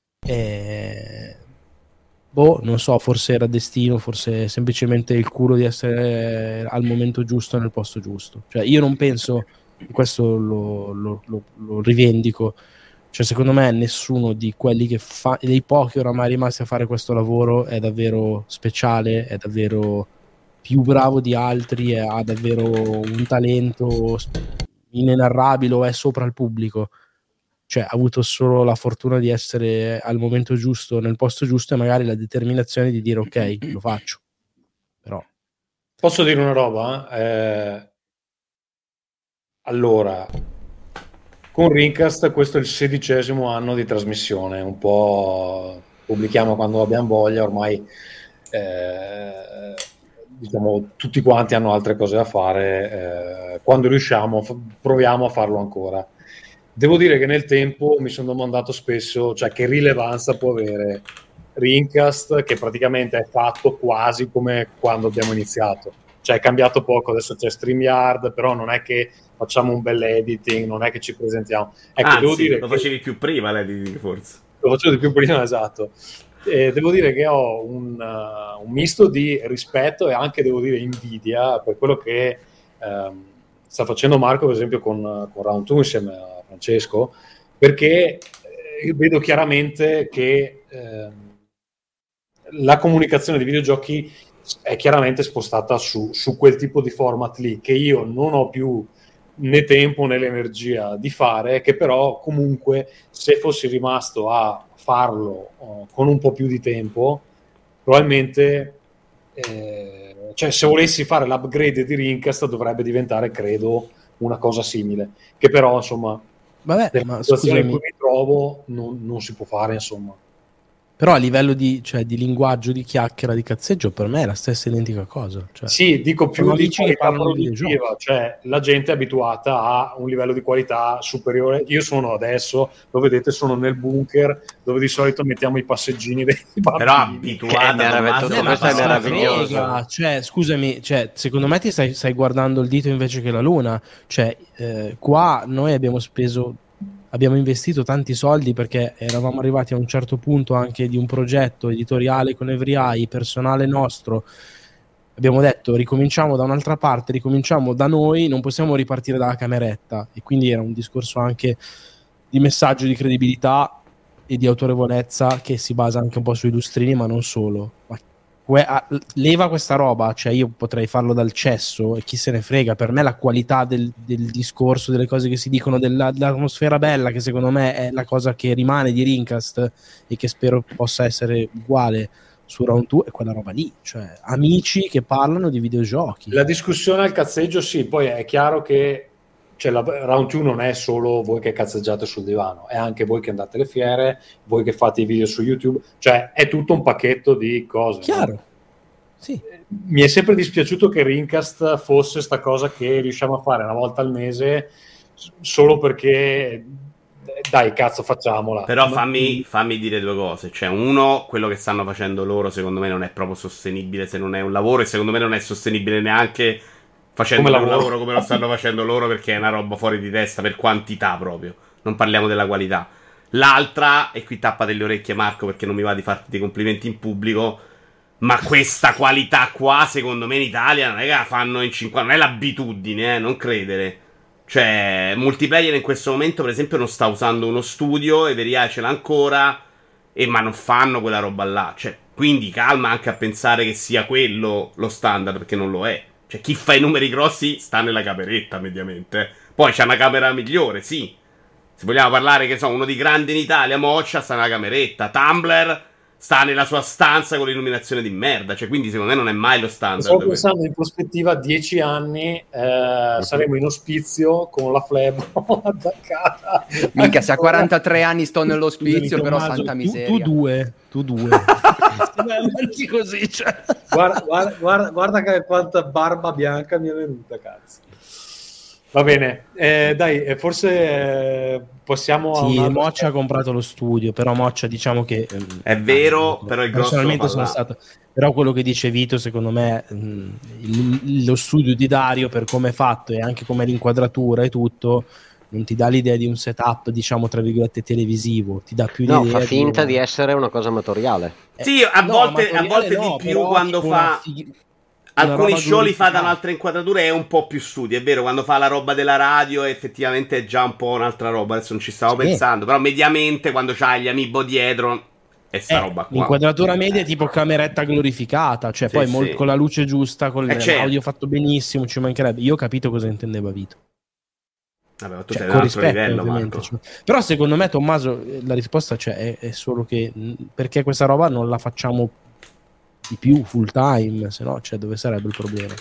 S6: Non so, forse era destino, forse semplicemente il culo di essere al momento giusto nel posto giusto. Cioè io non penso, questo lo rivendico, cioè secondo me nessuno di quelli che dei pochi oramai rimasti a fare questo lavoro è davvero speciale, è davvero più bravo di altri, ha davvero un talento inenarrabile o è sopra il pubblico. Cioè ha avuto solo la fortuna di essere al momento giusto, nel posto giusto, e magari la determinazione di dire ok, lo faccio. Però
S3: posso dire una roba? Allora, con Rincast questo è il 16° anno di trasmissione, un po' pubblichiamo quando abbiamo voglia, ormai diciamo tutti quanti hanno altre cose da fare, quando riusciamo proviamo a farlo ancora. Devo dire che nel tempo mi sono domandato spesso, cioè, che rilevanza può avere Rincast, che praticamente è fatto quasi come quando abbiamo iniziato. Cioè è cambiato poco, adesso c'è StreamYard, però non è che facciamo un bel editing, non è che ci presentiamo. Ecco,
S4: anzi,
S3: devo dire
S4: lo facevi più prima l'editing, forse.
S3: Lo facevo di più prima, esatto. Devo dire che ho un misto di rispetto e anche, devo dire, invidia per quello che sta facendo Marco, per esempio, con Round 2 insieme a Francesco, perché vedo chiaramente che la comunicazione di videogiochi è chiaramente spostata su quel tipo di format lì, che io non ho più né tempo né l'energia di fare, che però comunque se fossi rimasto a farlo con un po' più di tempo, probabilmente cioè se volessi fare l'upgrade di Rincast dovrebbe diventare, credo, una cosa simile, che però insomma nella situazione in cui mi trovo non si può fare, insomma.
S6: Però a livello di linguaggio, di chiacchiera, di cazzeggio, per me è la stessa identica cosa. Cioè,
S3: sì, dico più di qualità produttiva, cioè la gente è abituata a un livello di qualità superiore. Io sono adesso, lo vedete, sono nel bunker dove di solito mettiamo i passeggini dei bambini.
S4: Però abituata,
S8: questo è meraviglioso.
S6: Cioè, scusami, cioè, secondo me ti stai guardando il dito invece che la luna. Cioè, qua noi abbiamo investito tanti soldi perché eravamo arrivati a un certo punto anche di un progetto editoriale con Every Eye, personale nostro. Abbiamo detto ricominciamo da un'altra parte, ricominciamo da noi, non possiamo ripartire dalla cameretta, e quindi era un discorso anche di messaggio, di credibilità e di autorevolezza che si basa anche un po' sui lustrini, ma non solo. Leva questa roba, cioè io potrei farlo dal cesso e chi se ne frega. Per me la qualità del discorso, delle cose che si dicono, dell'atmosfera bella, che secondo me è la cosa che rimane di Rincast e che spero possa essere uguale su Round 2, è quella roba lì, cioè amici che parlano di videogiochi.
S3: La discussione al cazzeggio, sì, poi è chiaro che cioè, la Round 2 non è solo voi che cazzeggiate sul divano, è anche voi che andate alle fiere, voi che fate i video su YouTube, cioè è tutto un pacchetto di cose.
S6: Chiaro,
S3: no?
S6: Sì.
S3: Mi è sempre dispiaciuto che Rincast fosse sta cosa che riusciamo a fare una volta al mese solo perché dai, cazzo, facciamola.
S4: Però fammi dire due cose. Cioè, uno, quello che stanno facendo loro, secondo me, non è proprio sostenibile se non è un lavoro, e secondo me non è sostenibile neanche facendo un lavoro come lo stanno facendo loro, perché è una roba fuori di testa per quantità proprio. Non parliamo della qualità. L'altra, e qui tappate le orecchie Marco perché non mi va di farti dei complimenti in pubblico, ma questa qualità qua, secondo me in Italia non è che la fanno in 50, non è l'abitudine, non credere. Cioè, Multiplayer in questo momento, per esempio, non sta usando uno studio, e Veria ce l'ha ancora, ma non fanno quella roba là. Cioè, quindi calma anche a pensare che sia quello lo standard, perché non lo è. Cioè, chi fa i numeri grossi sta nella cameretta, mediamente. Poi c'è una camera migliore, sì. Se vogliamo parlare, che so, uno di grandi in Italia, Moccia sta nella cameretta, Tumblr sta nella sua stanza con l'illuminazione di merda. Cioè, quindi secondo me non è mai lo standard.
S3: Sto pensando in prospettiva 10 anni saremo in ospizio con la Flebo attaccata.
S7: Minchia, se a 43 anni sto nell'ospizio, però santa miseria.
S6: Tu due.
S5: Avanti così, cioè.
S3: Guarda quanta barba bianca mi è venuta, cazzo. Va bene, dai, forse possiamo...
S6: Sì, Moccia ha comprato lo studio, però Moccia, diciamo che...
S4: È vero, però il grosso
S6: personalmente sono stato... Però quello che dice Vito, secondo me, lo studio di Dario, per come è fatto e anche come l'inquadratura e tutto, non ti dà l'idea di un setup, diciamo, tra virgolette, televisivo. Ti dà più l'idea
S8: fa finta di essere una cosa amatoriale.
S4: Sì, a volte di più quando fa... Alcuni show li fa da un'altra inquadratura e è un po' più studio, è vero, quando fa la roba della radio effettivamente è già un po' un'altra roba, adesso non ci stavo pensando, però mediamente quando c'hai gli amiibo dietro è sta roba qua.
S6: L'inquadratura media è tipo cameretta glorificata, cioè
S4: sì,
S6: poi con la luce giusta, con l'audio
S4: certo.
S6: fatto benissimo, ci mancherebbe. Io ho capito cosa intendeva Vito.
S4: Vabbè, tu
S6: cioè,
S4: sei
S6: con
S4: un altro
S6: rispetto,
S4: livello,
S6: ovviamente.
S4: Marco.
S6: Però secondo me, Tommaso, la risposta è solo che perché questa roba non la facciamo di più full time, se no, cioè, dove sarebbe il problema?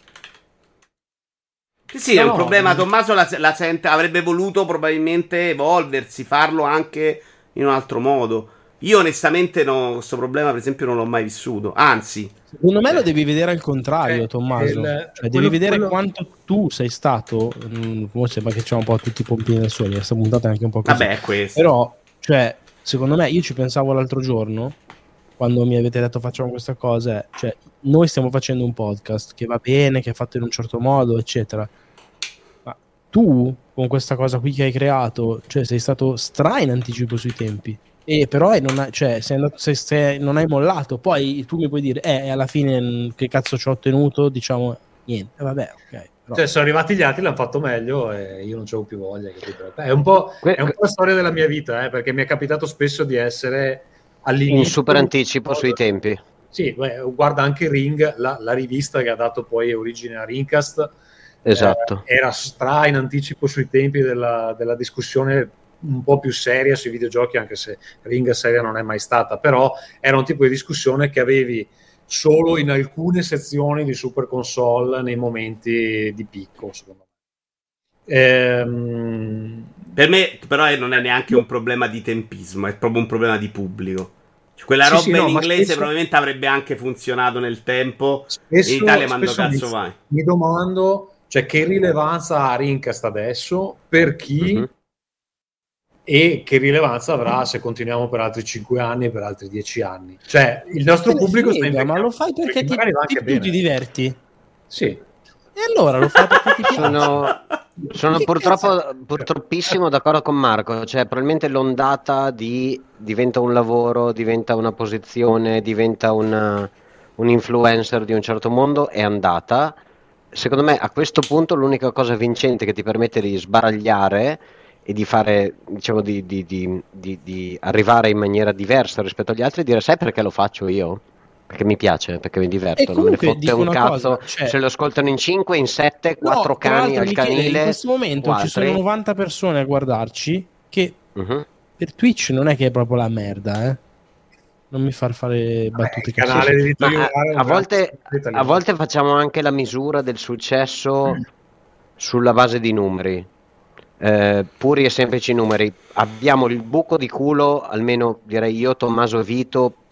S4: Sì, è un problema. Tommaso la sente, avrebbe voluto probabilmente evolversi, farlo anche in un altro modo. Io onestamente questo problema per esempio non l'ho mai vissuto, anzi
S6: secondo me lo devi vedere al contrario, Tommaso, devi vedere quanto tu sei stato, sembra che c'è un po' tutti i pompini del sole, questa puntata è anche un po' così.
S4: Vabbè, questo.
S6: Però, cioè, secondo me, io ci pensavo l'altro giorno quando mi avete detto facciamo questa cosa, cioè noi stiamo facendo un podcast che va bene, che è fatto in un certo modo, eccetera, ma tu con questa cosa qui che hai creato, cioè sei stato in anticipo sui tempi, e però non hai mollato. Poi tu mi puoi dire alla fine che cazzo ci ho ottenuto, diciamo niente, vabbè, ok. Però...
S3: Cioè sono arrivati gli altri, l'hanno fatto meglio e io non c'avevo più voglia, capito? È un po' la storia della mia vita, perché mi è capitato spesso di essere all'inizio
S8: in super anticipo sui tempi.
S3: Sì, guarda anche Ring, la rivista che ha dato poi origine a Ringcast,
S8: esatto,
S3: era in anticipo sui tempi della discussione un po' più seria sui videogiochi, anche se Ring seria non è mai stata, però era un tipo di discussione che avevi solo in alcune sezioni di Super Console nei momenti di picco, secondo me.
S4: Per me però non è neanche un problema di tempismo, è proprio un problema di pubblico. Cioè, quella roba in inglese spesso, probabilmente avrebbe anche funzionato nel tempo,
S3: spesso,
S4: in Italia mando cazzo vai.
S3: Mi domando, cioè, che rilevanza ha Ringcast adesso, per chi e che rilevanza avrà se continuiamo per altri 5 anni e per altri 10 anni. Cioè, il nostro pubblico sta invecchiando,
S6: ma lo fai perché tu ti diverti?
S3: Sì.
S6: E allora lo fai perché ti piace?
S8: Sono purtroppissimo d'accordo con Marco, cioè probabilmente l'ondata diventa un lavoro, diventa una posizione, diventa un influencer di un certo mondo è andata. Secondo me a questo punto l'unica cosa vincente che ti permette di sbaragliare e di fare, diciamo, di arrivare in maniera diversa rispetto agli altri, dire sai perché lo faccio io? Perché mi piace, perché mi diverto, non me ne fotte un cazzo, se lo ascoltano in 5, in 7, 4 cani al canile.
S6: In questo momento 4. Ci sono 90 persone a guardarci che per Twitch non è che è proprio la merda, non mi far fare battute
S3: canale
S8: a volte facciamo anche la misura del successo sulla base di numeri, puri e semplici numeri. Abbiamo il buco di culo, almeno direi io, Tommaso e Vito,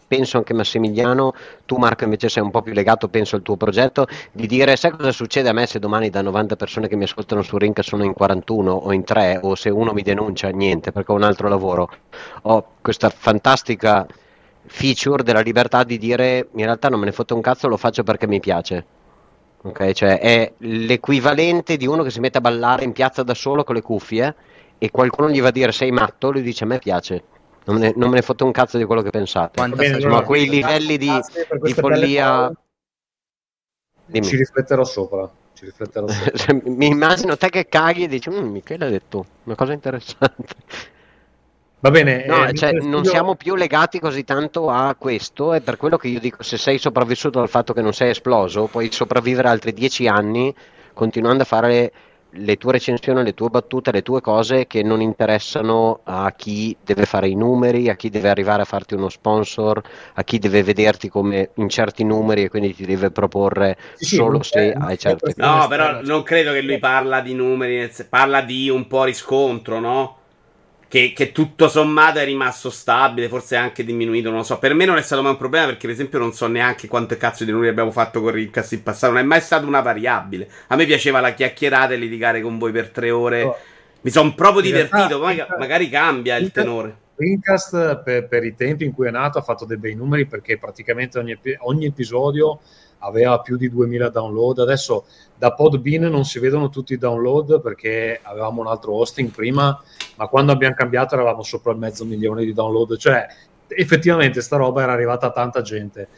S8: penso anche Massimiliano, tu Marco invece sei un po' più legato, penso, al tuo progetto, di dire: sai cosa succede a me se domani da 90 persone che mi ascoltano su Ring sono in 41 o in 3, o se uno mi denuncia, niente, perché ho un altro lavoro. Ho questa fantastica feature della libertà di dire: in realtà non me ne fotte un cazzo, lo faccio perché mi piace. Ok, cioè è l'equivalente di uno che si mette a ballare in piazza da solo con le cuffie e qualcuno gli va a dire sei matto, lui dice a me piace, non me ne fotte un cazzo di quello che pensate. Ma quei livelli di follia,
S3: ci rifletterò sopra.
S8: Mi immagino te che caghi e dici Michele ha detto una cosa interessante.
S3: Va bene,
S8: no, cioè, non siamo più legati così tanto a questo, è per quello che io dico: se sei sopravvissuto al fatto che non sei esploso, puoi sopravvivere altri 10 anni continuando a fare le tue recensioni, le tue battute, le tue cose che non interessano a chi deve fare i numeri, a chi deve arrivare a farti uno sponsor, a chi deve vederti come in certi numeri e quindi ti deve proporre solo se hai certi.
S4: No, però non credo che lui parla di numeri, parla di un po' riscontro, no? Che tutto sommato è rimasto stabile, forse è anche diminuito, non lo so. Per me non è stato mai un problema, perché per esempio non so neanche quanto cazzo di numeri abbiamo fatto con Rincast in passato, non è mai stata una variabile. A me piaceva la chiacchierata e litigare con voi per 3 ore. Mi sono proprio divertito, magari cambia il tenore.
S3: Rincast per i tempi in cui è nato ha fatto dei bei numeri, perché praticamente ogni episodio aveva più di 2000 download. Adesso da Podbean non si vedono tutti i download perché avevamo un altro hosting prima, ma quando abbiamo cambiato eravamo sopra il 500.000 di download, cioè effettivamente sta roba era arrivata a tanta gente.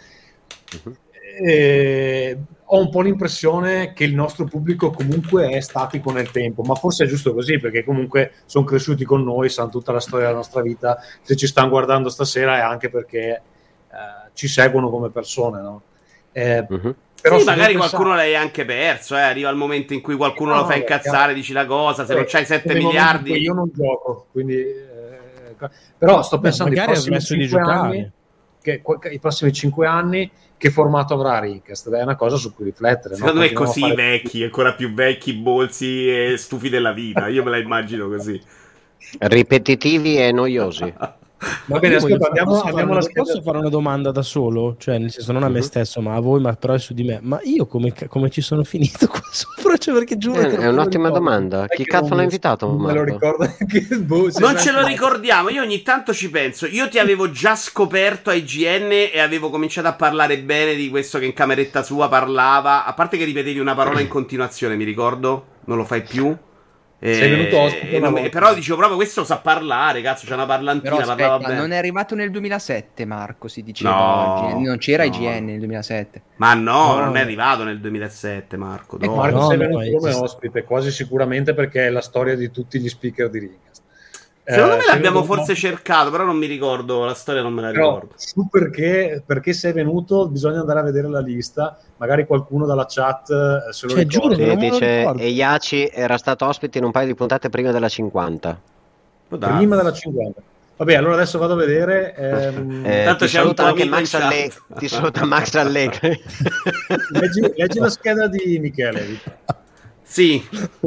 S3: Ho un po' l'impressione che il nostro pubblico comunque è statico nel tempo, ma forse è giusto così, perché comunque sono cresciuti con noi, sanno tutta la storia della nostra vita. Se ci stanno guardando stasera è anche perché ci seguono come persone, no?
S4: Però sì, magari qualcuno l'hai anche perso, arriva il momento in cui qualcuno lo fa incazzare, dici la cosa, se non c'hai 7 miliardi.
S3: Io non gioco, quindi però sto pensando ai prossimi 5 anni, i prossimi 5 anni che formato avrà Rincast? È una cosa su cui riflettere.
S4: Secondo me così vecchi, ancora più vecchi, bolsi e stufi della vita, io me la immagino così.
S8: Ripetitivi e noiosi.
S3: Va bene, ascolta, andiamo alla scheda.
S6: Posso fare una domanda da solo? Cioè, nel senso, non a me stesso, ma a voi, ma però è su di me. Ma io come ci sono finito qua sopra? Cioè, perché giuro che
S8: è un'ottima domanda. Chi cazzo l'ha invitato?
S3: Me lo ricordo anche.
S4: Non ce lo ricordiamo, io ogni tanto ci penso. Io ti avevo già scoperto a IGN e avevo cominciato a parlare bene di questo che in cameretta sua parlava. A parte che ripetevi una parola in continuazione, mi ricordo. Non lo fai più.
S3: Sei venuto ospite,
S4: però dicevo proprio questo sa parlare, cazzo, c'è una parlantina.
S7: Però aspetta,
S4: parlava bene.
S7: Non è arrivato nel 2007, Marco, si diceva oggi. Non c'era IGN nel 2007.
S4: Ma no, non è arrivato nel 2007, Marco.
S3: Marco, sei venuto come ospite, quasi sicuramente, perché è la storia di tutti gli speaker di Rincast.
S4: Secondo me l'abbiamo forse cercato, però non mi ricordo, la storia non me la ricordo.
S3: Su perché sei venuto, bisogna andare a vedere la lista, magari qualcuno dalla chat se lo ricorda.
S8: Dice Eiaci era stato ospite in un paio di puntate prima della 50.
S3: Prima della 50. Vabbè, allora adesso vado a vedere.
S4: Tanto
S8: ti saluta anche Max Allegri. Ti saluta Max Allegri.
S3: leggi la scheda di Michele.
S4: Sì.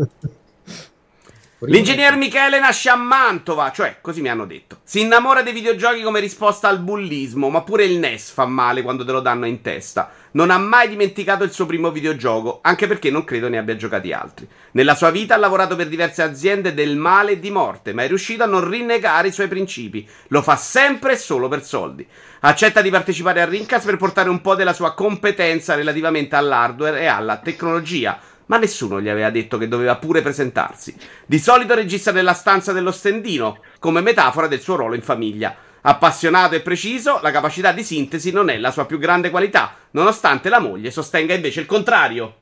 S4: L'ingegner Michele nasce a Mantova, cioè, così mi hanno detto. Si innamora dei videogiochi come risposta al bullismo, ma pure il NES fa male quando te lo danno in testa. Non ha mai dimenticato il suo primo videogioco, anche perché non credo ne abbia giocati altri. Nella sua vita ha lavorato per diverse aziende del male e di morte, ma è riuscito a non rinnegare i suoi principi. Lo fa sempre e solo per soldi. Accetta di partecipare a Rincast per portare un po' della sua competenza relativamente all'hardware e alla tecnologia, ma nessuno gli aveva detto che doveva pure presentarsi. Di solito registra nella stanza dello stendino, come metafora del suo ruolo in famiglia. Appassionato e preciso, la capacità di sintesi non è la sua più grande qualità, nonostante la moglie sostenga invece il contrario.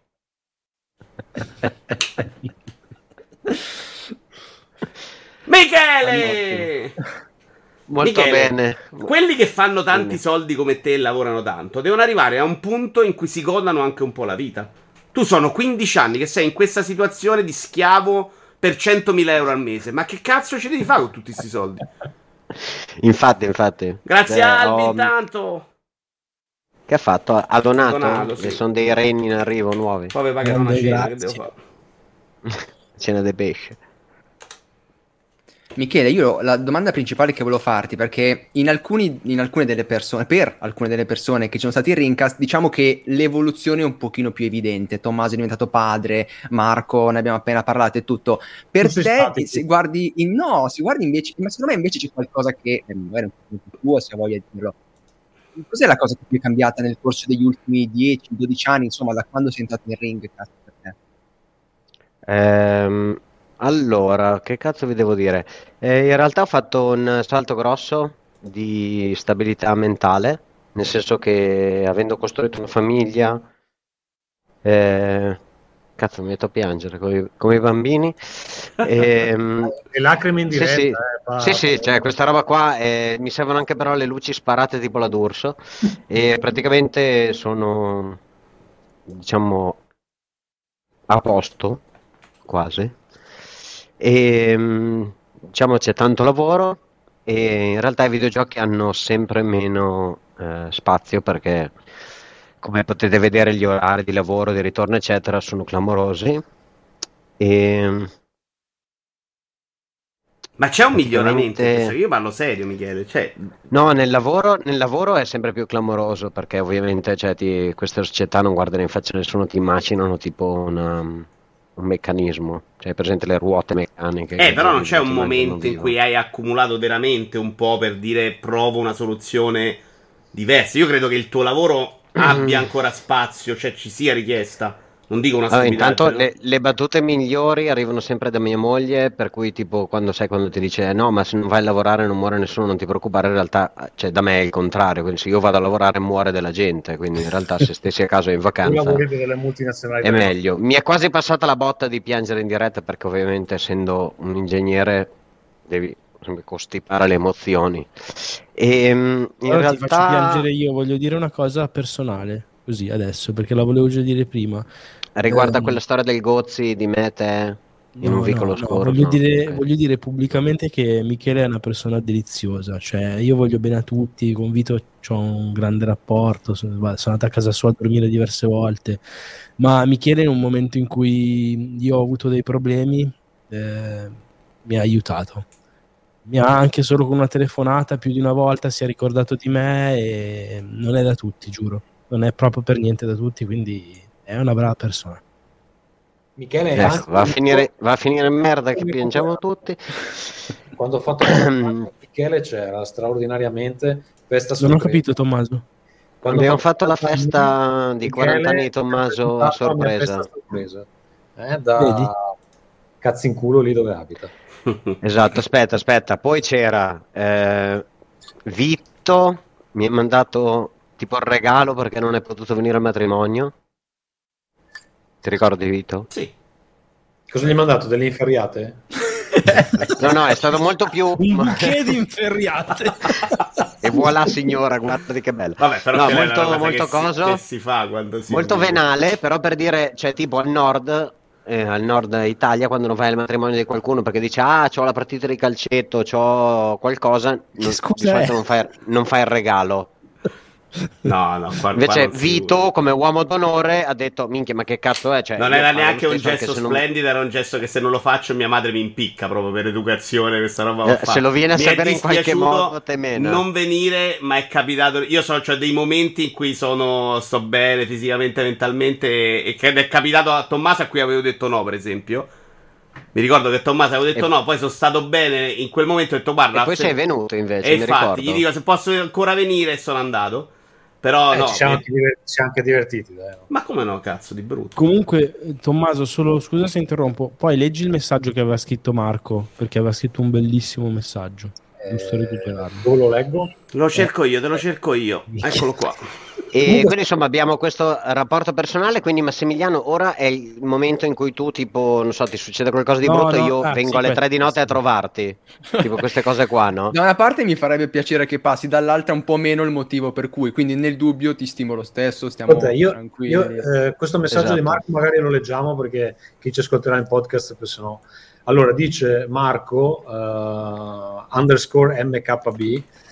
S4: Michele!
S8: Molto bene.
S4: Quelli che fanno tanti soldi come te e lavorano tanto devono arrivare a un punto in cui si godano anche un po' la vita. Tu sono 15 anni che sei in questa situazione di schiavo per 100.000 euro al mese. Ma che cazzo ci devi fare con tutti questi soldi?
S8: Infatti.
S4: Grazie Albi, intanto.
S8: Che ha fatto? Ha donato? Sì. Sono dei reni in arrivo nuovi.
S4: Poi mi pagano una cena, che devo fare?
S8: Cena de pesce.
S7: Michele, io la domanda principale che volevo farti, perché in alcune delle persone, per alcune delle persone che ci sono stati in Rincast, diciamo che l'evoluzione è un pochino più evidente. Tommaso è diventato padre, Marco ne abbiamo appena parlato e tutto. Per te, se guardi invece, ma secondo me invece c'è qualcosa che magari un po' più tuo, se voglio dirlo. Cos'è la cosa che più è cambiata nel corso degli ultimi 10-12 anni, insomma, da quando sei entrato in Rincast per te?
S8: Allora, che cazzo vi devo dire? In realtà ho fatto un salto grosso di stabilità mentale, nel senso che avendo costruito una famiglia, cazzo mi metto a piangere come i bambini.
S3: Le lacrime in diretta.
S8: Sì, cioè questa roba qua, mi servono anche però le luci sparate tipo la D'Urso, e praticamente sono, diciamo, a posto, quasi. E diciamo c'è tanto lavoro e in realtà i videogiochi hanno sempre meno spazio, perché come potete vedere gli orari di lavoro, di ritorno eccetera sono clamorosi.
S4: Ma c'è un miglioramento? Io parlo serio, Michele.
S8: No, nel lavoro è sempre più clamoroso, perché ovviamente queste società non guardano in faccia a nessuno, ti immaginano tipo un meccanismo, cioè presente le ruote meccaniche.
S4: Però non c'è un momento in cui hai accumulato veramente un po' per dire provo una soluzione diversa. Io credo che il tuo lavoro abbia ancora spazio, cioè ci sia richiesta. Non dico una stupidaggine.
S8: Intanto le battute migliori arrivano sempre da mia moglie, per cui tipo quando ti dice no, ma se non vai a lavorare non muore nessuno, non ti preoccupare, in realtà cioè, da me è il contrario, quindi se io vado a lavorare muore della gente, quindi in realtà se stessi a caso in vacanza
S3: delle multinazionali
S8: è meglio. Mi è quasi passata la botta di piangere in diretta, perché ovviamente essendo un ingegnere devi sempre costipare le emozioni. E in realtà
S6: ti faccio piangere io, voglio dire una cosa personale così adesso, perché la volevo già dire prima.
S8: Riguarda quella storia del Gozzi di me te in un vicolo scuro.
S6: Voglio dire pubblicamente che Michele è una persona deliziosa, cioè io voglio bene a tutti, con Vito ho un grande rapporto, sono andato a casa sua a dormire diverse volte, ma Michele in un momento in cui io ho avuto dei problemi mi ha aiutato, mi ha anche solo con una telefonata più di una volta si è ricordato di me, e non è da tutti, giuro, non è proprio per niente da tutti, quindi è una brava persona.
S3: Michele
S8: va a finire in merda che piangiamo tutti.
S3: Quando ho fatto Michele c'era straordinariamente festa sorpresa.
S6: Non ho capito, Tommaso.
S8: Quando abbiamo fatto la festa di 40 anni di Tommaso a sorpresa.
S3: Da cazzo in culo lì dove abita.
S8: Esatto, aspetta, poi c'era Vitto, mi ha mandato tipo il regalo perché non è potuto venire al matrimonio. Ti ricordi, Vito?
S4: Sì.
S3: Cosa gli hai mandato? Delle inferriate?
S8: No, è stato molto più
S6: un bouquet di inferriate.
S8: E voilà signora, guardate che bello.
S4: Vabbè, però
S8: molto coso
S4: che si fa quando si
S8: molto venale, però per dire, cioè tipo al nord Italia, quando non vai al matrimonio di qualcuno perché dice c'ho la partita di calcetto, c'ho qualcosa, di solito non fai il regalo.
S4: No,
S8: invece Vito come uomo d'onore ha detto minchia, ma che cazzo è, cioè,
S4: non era neanche un gesto splendido, era un gesto che se non lo faccio mia madre mi impicca proprio per educazione, questa roba
S8: se lo viene a sapere in qualche modo te mena.
S4: Non venire, ma è capitato, io so, cioè dei momenti in cui sto bene fisicamente, mentalmente, e che è capitato a Tommaso, a cui avevo detto no, per esempio. Mi ricordo che Tommaso avevo detto no, poi sono stato bene in quel momento, ho detto guarda,
S8: e poi sei venuto invece,
S4: e infatti gli dico se posso ancora venire, e sono andato. Però no,
S3: ci siamo anche divertiti, dai.
S4: Ma come no, cazzo, di brutto.
S6: Comunque, Tommaso, scusa se interrompo, poi leggi il messaggio che aveva scritto Marco, perché aveva scritto un bellissimo messaggio. Giusto recuperarlo.
S3: Dove lo leggo?
S4: Lo cerco io, te lo cerco io. Eccolo qua.
S8: E quindi insomma abbiamo questo rapporto personale, quindi Massimiliano ora è il momento in cui tu tipo, non so, ti succede qualcosa di brutto e io vengo alle 3 di notte a trovarti, tipo queste cose qua, no?
S7: Da una parte mi farebbe piacere che passi, dall'altra un po' meno il motivo per cui, quindi nel dubbio ti stimo lo stesso, stiamo tranquilli.
S3: Questo messaggio di Marco magari lo leggiamo perché chi ci ascolterà in podcast, se no. Allora dice Marco _MKB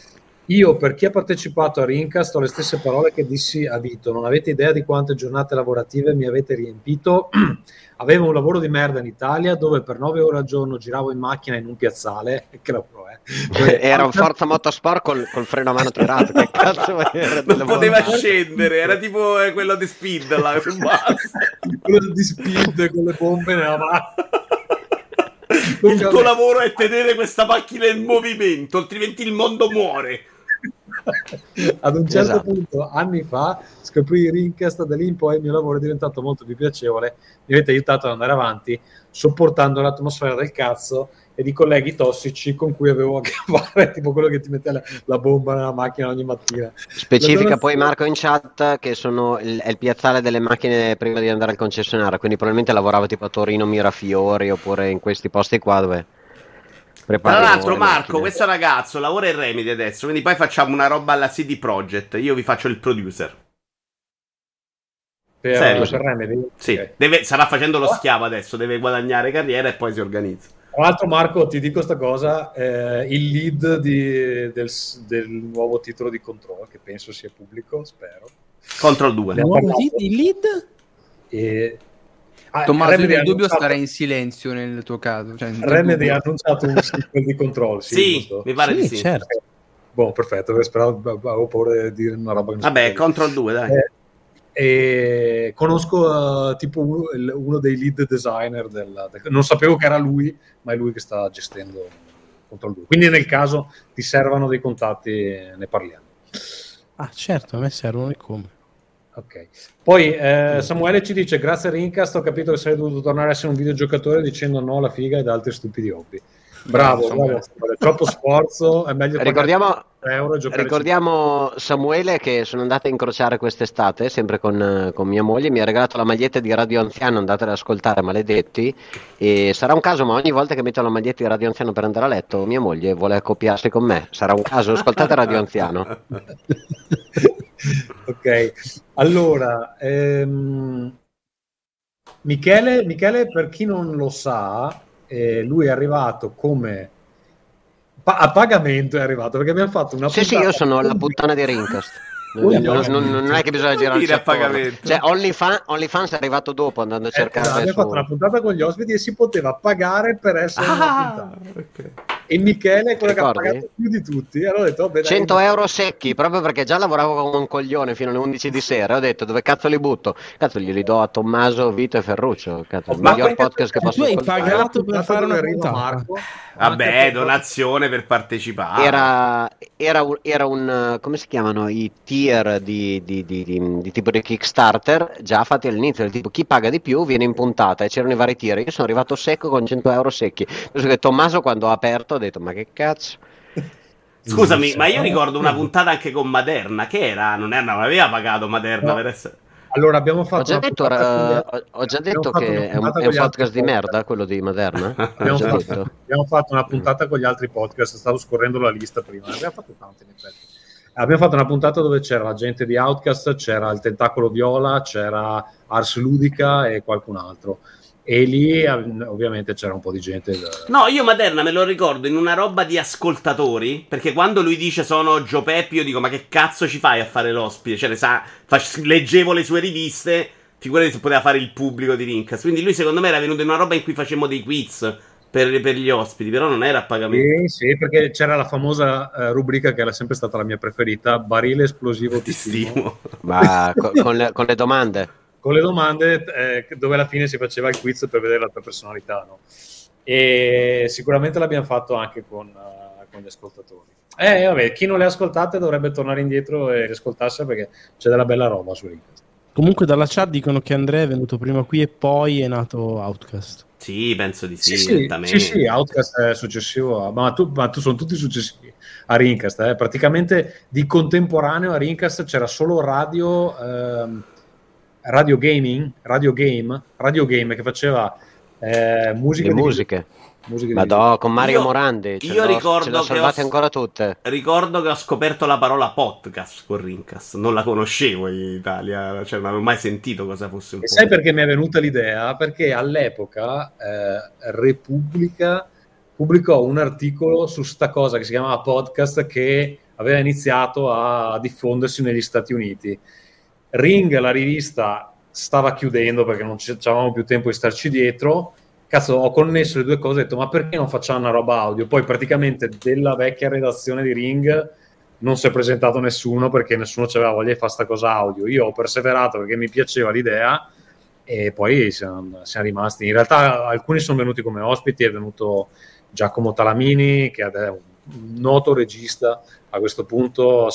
S3: Io, per chi ha partecipato a Rincast, ho le stesse parole che dissi a Vito. Non avete idea di quante giornate lavorative mi avete riempito. Avevo un lavoro di merda in Italia dove per 9 ore al giorno giravo in macchina in un piazzale. Che lavoro è?
S8: Era un Forza Motorsport col freno a mano tirato. Che cazzo era?
S4: Non poteva scendere, era tipo quello di Speed là, sul basso.
S3: Quello di Speed con le bombe nella mano.
S4: Il tuo lavoro è tenere questa macchina in movimento, altrimenti il mondo muore.
S3: Ad un certo punto, anni fa, scoprì Rincast, da lì in poi il mio lavoro è diventato molto più piacevole, mi avete aiutato ad andare avanti sopportando l'atmosfera del cazzo e di colleghi tossici con cui avevo a che fare, tipo quello che ti mette la bomba nella macchina ogni mattina.
S8: Specifica poi Marco in chat che è il piazzale delle macchine prima di andare al concessionario, quindi probabilmente lavorava tipo a Torino, Mirafiori oppure in questi posti qua dove
S4: tra l'altro Marco, questo ragazzo lavora in Remedy adesso, quindi poi facciamo una roba alla CD Projekt, io vi faccio il producer.
S3: Per Remedy?
S4: Sì, okay. Sarà facendo lo schiavo adesso, deve guadagnare carriera e poi si organizza.
S3: Tra l'altro Marco, ti dico questa cosa, il lead del nuovo titolo di Control, che penso sia pubblico, spero.
S4: Control 2.
S5: Il lead?
S7: Tommaso, nel dubbio starei in silenzio nel tuo caso. Cioè,
S3: Remedy ha annunciato un sequel di Control.
S4: Sì, mi pare di sì.
S5: Certo.
S3: Boh, perfetto, avevo paura di dire una roba che non
S4: vabbè, Control 2, dai.
S3: E conosco tipo uno dei lead designer non sapevo che era lui, ma è lui che sta gestendo Control 2. Quindi nel caso ti servano dei contatti, ne parliamo.
S5: Ah, certo, a me servono e come.
S3: Ok. Poi Samuele ci dice: grazie a Rincast ho capito che sarei dovuto tornare a essere un videogiocatore dicendo no alla figa ed altri stupidi hobby. Bravo, troppo sforzo, è meglio
S8: ricordiamo Samuele che sono andato a incrociare quest'estate sempre con mia moglie, mi ha regalato la maglietta di Radio Anziano, andate ad ascoltare maledetti, e sarà un caso, ma ogni volta che metto la maglietta di Radio Anziano per andare a letto mia moglie vuole accoppiarsi con me, sarà un caso, ascoltate Radio Anziano.
S3: Ok, allora Michele, per chi non lo sa, lui è arrivato come a pagamento, è arrivato perché abbiamo fatto una
S8: puntata. Sì, io sono la puttana di Rincast. Non è che bisogna girare a pagamento. Cioè, OnlyFans è arrivato dopo andando a cercare.
S3: Abbiamo fatto una puntata con gli ospiti e si poteva pagare per essere una puntata. Okay. E Michele è quello che ha pagato più di tutti. Allora ho detto,
S8: 100 euro secchi, proprio perché già lavoravo come un coglione fino alle 11 di sera. Ho detto, dove cazzo li butto? Cazzo, glieli do a Tommaso, Vito e Ferruccio. Cazzo, il miglior podcast che posso ascoltare.
S5: Tu hai pagato per fare una puntata.
S4: Vabbè, donazione per partecipare.
S8: Era un come si chiamano i tier di tipo di Kickstarter già fatti all'inizio, del tipo chi paga di più viene in puntata, e c'erano i vari tier. Io sono arrivato secco con 100 euro secchi. Penso che Tommaso, quando ha aperto, ha detto: ma che cazzo.
S4: Scusami, ma io ricordo una puntata anche con Maderna che non aveva pagato Maderna per essere.
S3: Allora abbiamo fatto
S8: ho già detto che è un podcast di merda quello di Maderna.
S3: Abbiamo fatto una puntata con gli altri podcast, stavo scorrendo la lista prima, abbiamo fatto tante in effetti. Abbiamo fatto una puntata dove c'era la gente di Outcast, c'era il Tentacolo Viola, c'era Ars Ludica e qualcun altro. E lì ovviamente c'era un po' di gente.
S4: No, io Maderna me lo ricordo in una roba di ascoltatori, perché quando lui dice sono Gio Peppi, io dico: ma che cazzo ci fai a fare l'ospite? Cioè, leggevo le sue riviste, figurati se poteva fare il pubblico di Rincast. Quindi lui secondo me era venuto in una roba in cui facevamo dei quiz per gli ospiti, però non era a pagamento.
S3: Sì, perché c'era la famosa rubrica che era sempre stata la mia preferita, barile esplosivo ti stimo.
S8: Ma con le domande.
S3: Con le domande dove alla fine si faceva il quiz per vedere la tua personalità, no? E sicuramente l'abbiamo fatto anche con gli ascoltatori. Vabbè, chi non le ha ascoltate dovrebbe tornare indietro e riascoltarsi, perché c'è della bella roba su Rincast.
S5: Comunque dalla chat dicono che Andrea è venuto prima qui e poi è nato Outcast.
S4: Sì, penso di sì.
S3: Sì, Outcast è successivo, ma tu sono tutti successivi a Rincast. Praticamente di contemporaneo a Rincast c'era solo Radio Game che faceva musiche.
S8: Con Mario Morandi ce l'ho salvate ancora tutte.
S4: Ricordo che ho scoperto la parola podcast con Rincast, non la conoscevo in Italia, cioè non avevo mai sentito cosa fosse un
S3: podcast. Sai perché mi è venuta l'idea? Perché all'epoca Repubblica pubblicò un articolo su sta cosa che si chiamava podcast, che aveva iniziato a diffondersi negli Stati Uniti. Ring, la rivista, stava chiudendo perché non avevamo più tempo di starci dietro. Cazzo, ho connesso le due cose e ho detto, ma perché non facciamo una roba audio? Poi praticamente della vecchia redazione di Ring non si è presentato nessuno perché nessuno aveva voglia di fare sta cosa audio. Io ho perseverato perché mi piaceva l'idea e poi siamo rimasti. In realtà alcuni sono venuti come ospiti, è venuto Giacomo Talamini, che è un noto regista a questo punto,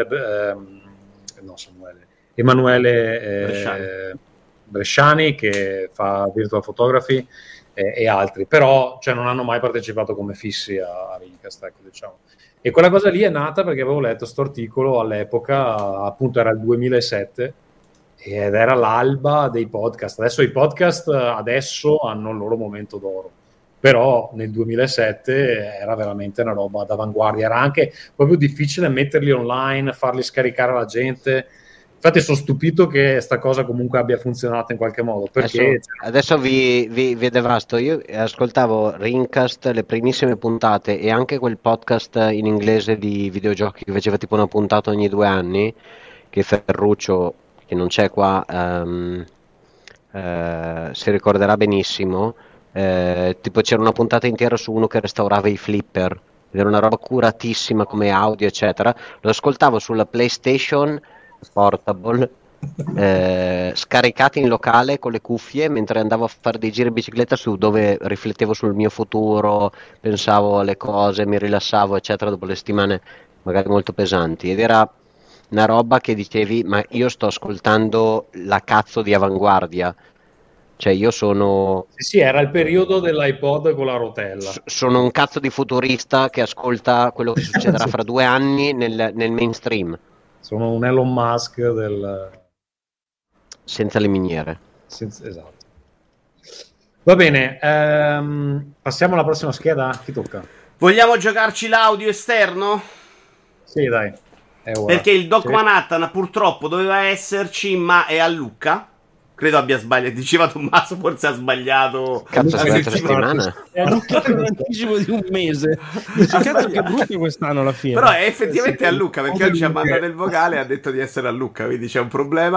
S3: Emanuele Bresciani, che fa virtual photography, e altri, però non hanno mai partecipato come fissi a Rincast, ecco, diciamo. E quella cosa lì è nata perché avevo letto sto articolo all'epoca, appunto era il 2007, ed era l'alba dei podcast. Adesso i podcast hanno il loro momento d'oro, però nel 2007 era veramente una roba d'avanguardia, era anche proprio difficile metterli online, farli scaricare alla gente. Infatti sono stupito che sta cosa comunque abbia funzionato in qualche modo, perché
S8: adesso vi devasto. Io ascoltavo Rincast, le primissime puntate, e anche quel podcast in inglese di videogiochi che faceva tipo una puntata ogni 2 anni, che Ferruccio, che non c'è qua, si ricorderà benissimo. Tipo c'era una puntata intera su uno che restaurava i flipper, era una roba curatissima come audio eccetera. Lo ascoltavo sulla PlayStation Portable, scaricati in locale con le cuffie mentre andavo a fare dei giri in bicicletta, su dove riflettevo sul mio futuro, pensavo alle cose, mi rilassavo eccetera dopo le settimane magari molto pesanti, ed era una roba che dicevi, ma io sto ascoltando la cazzo di avanguardia. Cioè io sono...
S3: Sì, era il periodo dell'iPod con la rotella.
S8: Sono un cazzo di futurista che ascolta quello che succederà fra 2 anni nel mainstream.
S3: Sono un Elon Musk
S8: senza le miniere.
S3: Esatto. Va bene, passiamo alla prossima scheda. Chi tocca?
S4: Vogliamo giocarci l'audio esterno?
S3: Sì, dai.
S4: Perché il Doc Manhattan purtroppo doveva esserci, ma è a Lucca. Credo abbia sbagliato. Diceva Tommaso, forse ha sbagliato.
S8: Cazzo, è una settimana.
S6: È a Lucca per un anticipo di un mese. Cazzo, che brutto quest'anno alla fine.
S4: Però è effettivamente a Lucca, perché oggi ha mandato il vocale e ha detto di essere a Lucca, quindi c'è un problema.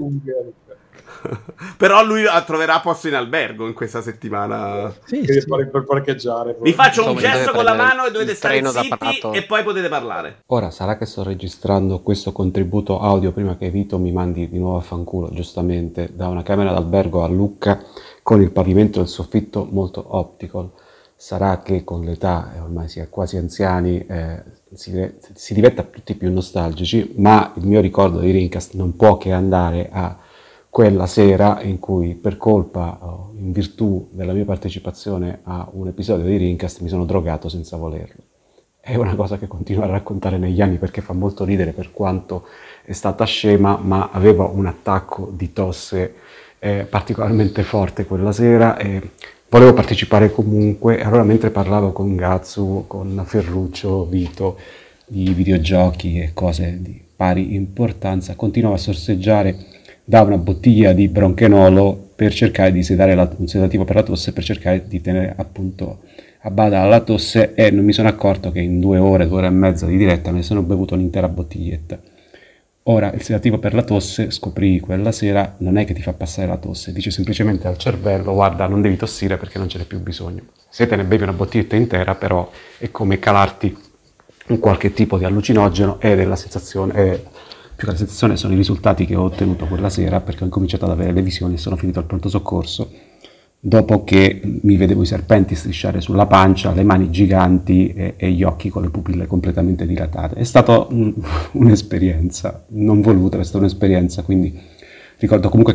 S4: Però lui troverà posto in albergo in questa settimana.
S3: Sì. Per parcheggiare.
S4: Vi faccio un gesto con la mano e dovete stare zitti e poi potete parlare.
S9: Ora sarà che sto registrando questo contributo audio prima che Vito mi mandi di nuovo a fanculo, giustamente, da una camera d'albergo a Lucca con il pavimento e il soffitto molto optical. Sarà che con l'età, ormai si è quasi anziani, si diventa tutti più nostalgici, ma il mio ricordo di Rincast non può che andare a quella sera in cui, per colpa o in virtù della mia partecipazione a un episodio di Rincast, mi sono drogato senza volerlo. È una cosa che continuo a raccontare negli anni perché fa molto ridere, per quanto è stata scema, ma avevo un attacco di tosse particolarmente forte quella sera e volevo partecipare comunque. Allora, mentre parlavo con Gatsu, con Ferruccio, Vito, di videogiochi e cose di pari importanza, continuavo a sorseggiare da una bottiglia di bronchenolo per cercare di sedare un sedativo per la tosse, per cercare di tenere appunto a bada la tosse, e non mi sono accorto che in 2 ore e mezza di diretta me ne sono bevuto un'intera bottiglietta. Ora, il sedativo per la tosse, scoprì quella sera, non è che ti fa passare la tosse, dice semplicemente al cervello: guarda, non devi tossire perché non ce n'è più bisogno. Se te ne bevi una bottiglietta intera, però, è come calarti un qualche tipo di allucinogeno, ed è la sensazione... Più che la sensazione sono i risultati che ho ottenuto quella sera, perché ho incominciato ad avere le visioni e sono finito al pronto soccorso dopo che mi vedevo i serpenti strisciare sulla pancia, le mani giganti e gli occhi con le pupille completamente dilatate. È stata un'esperienza non voluta, è stata un'esperienza, quindi ricordo comunque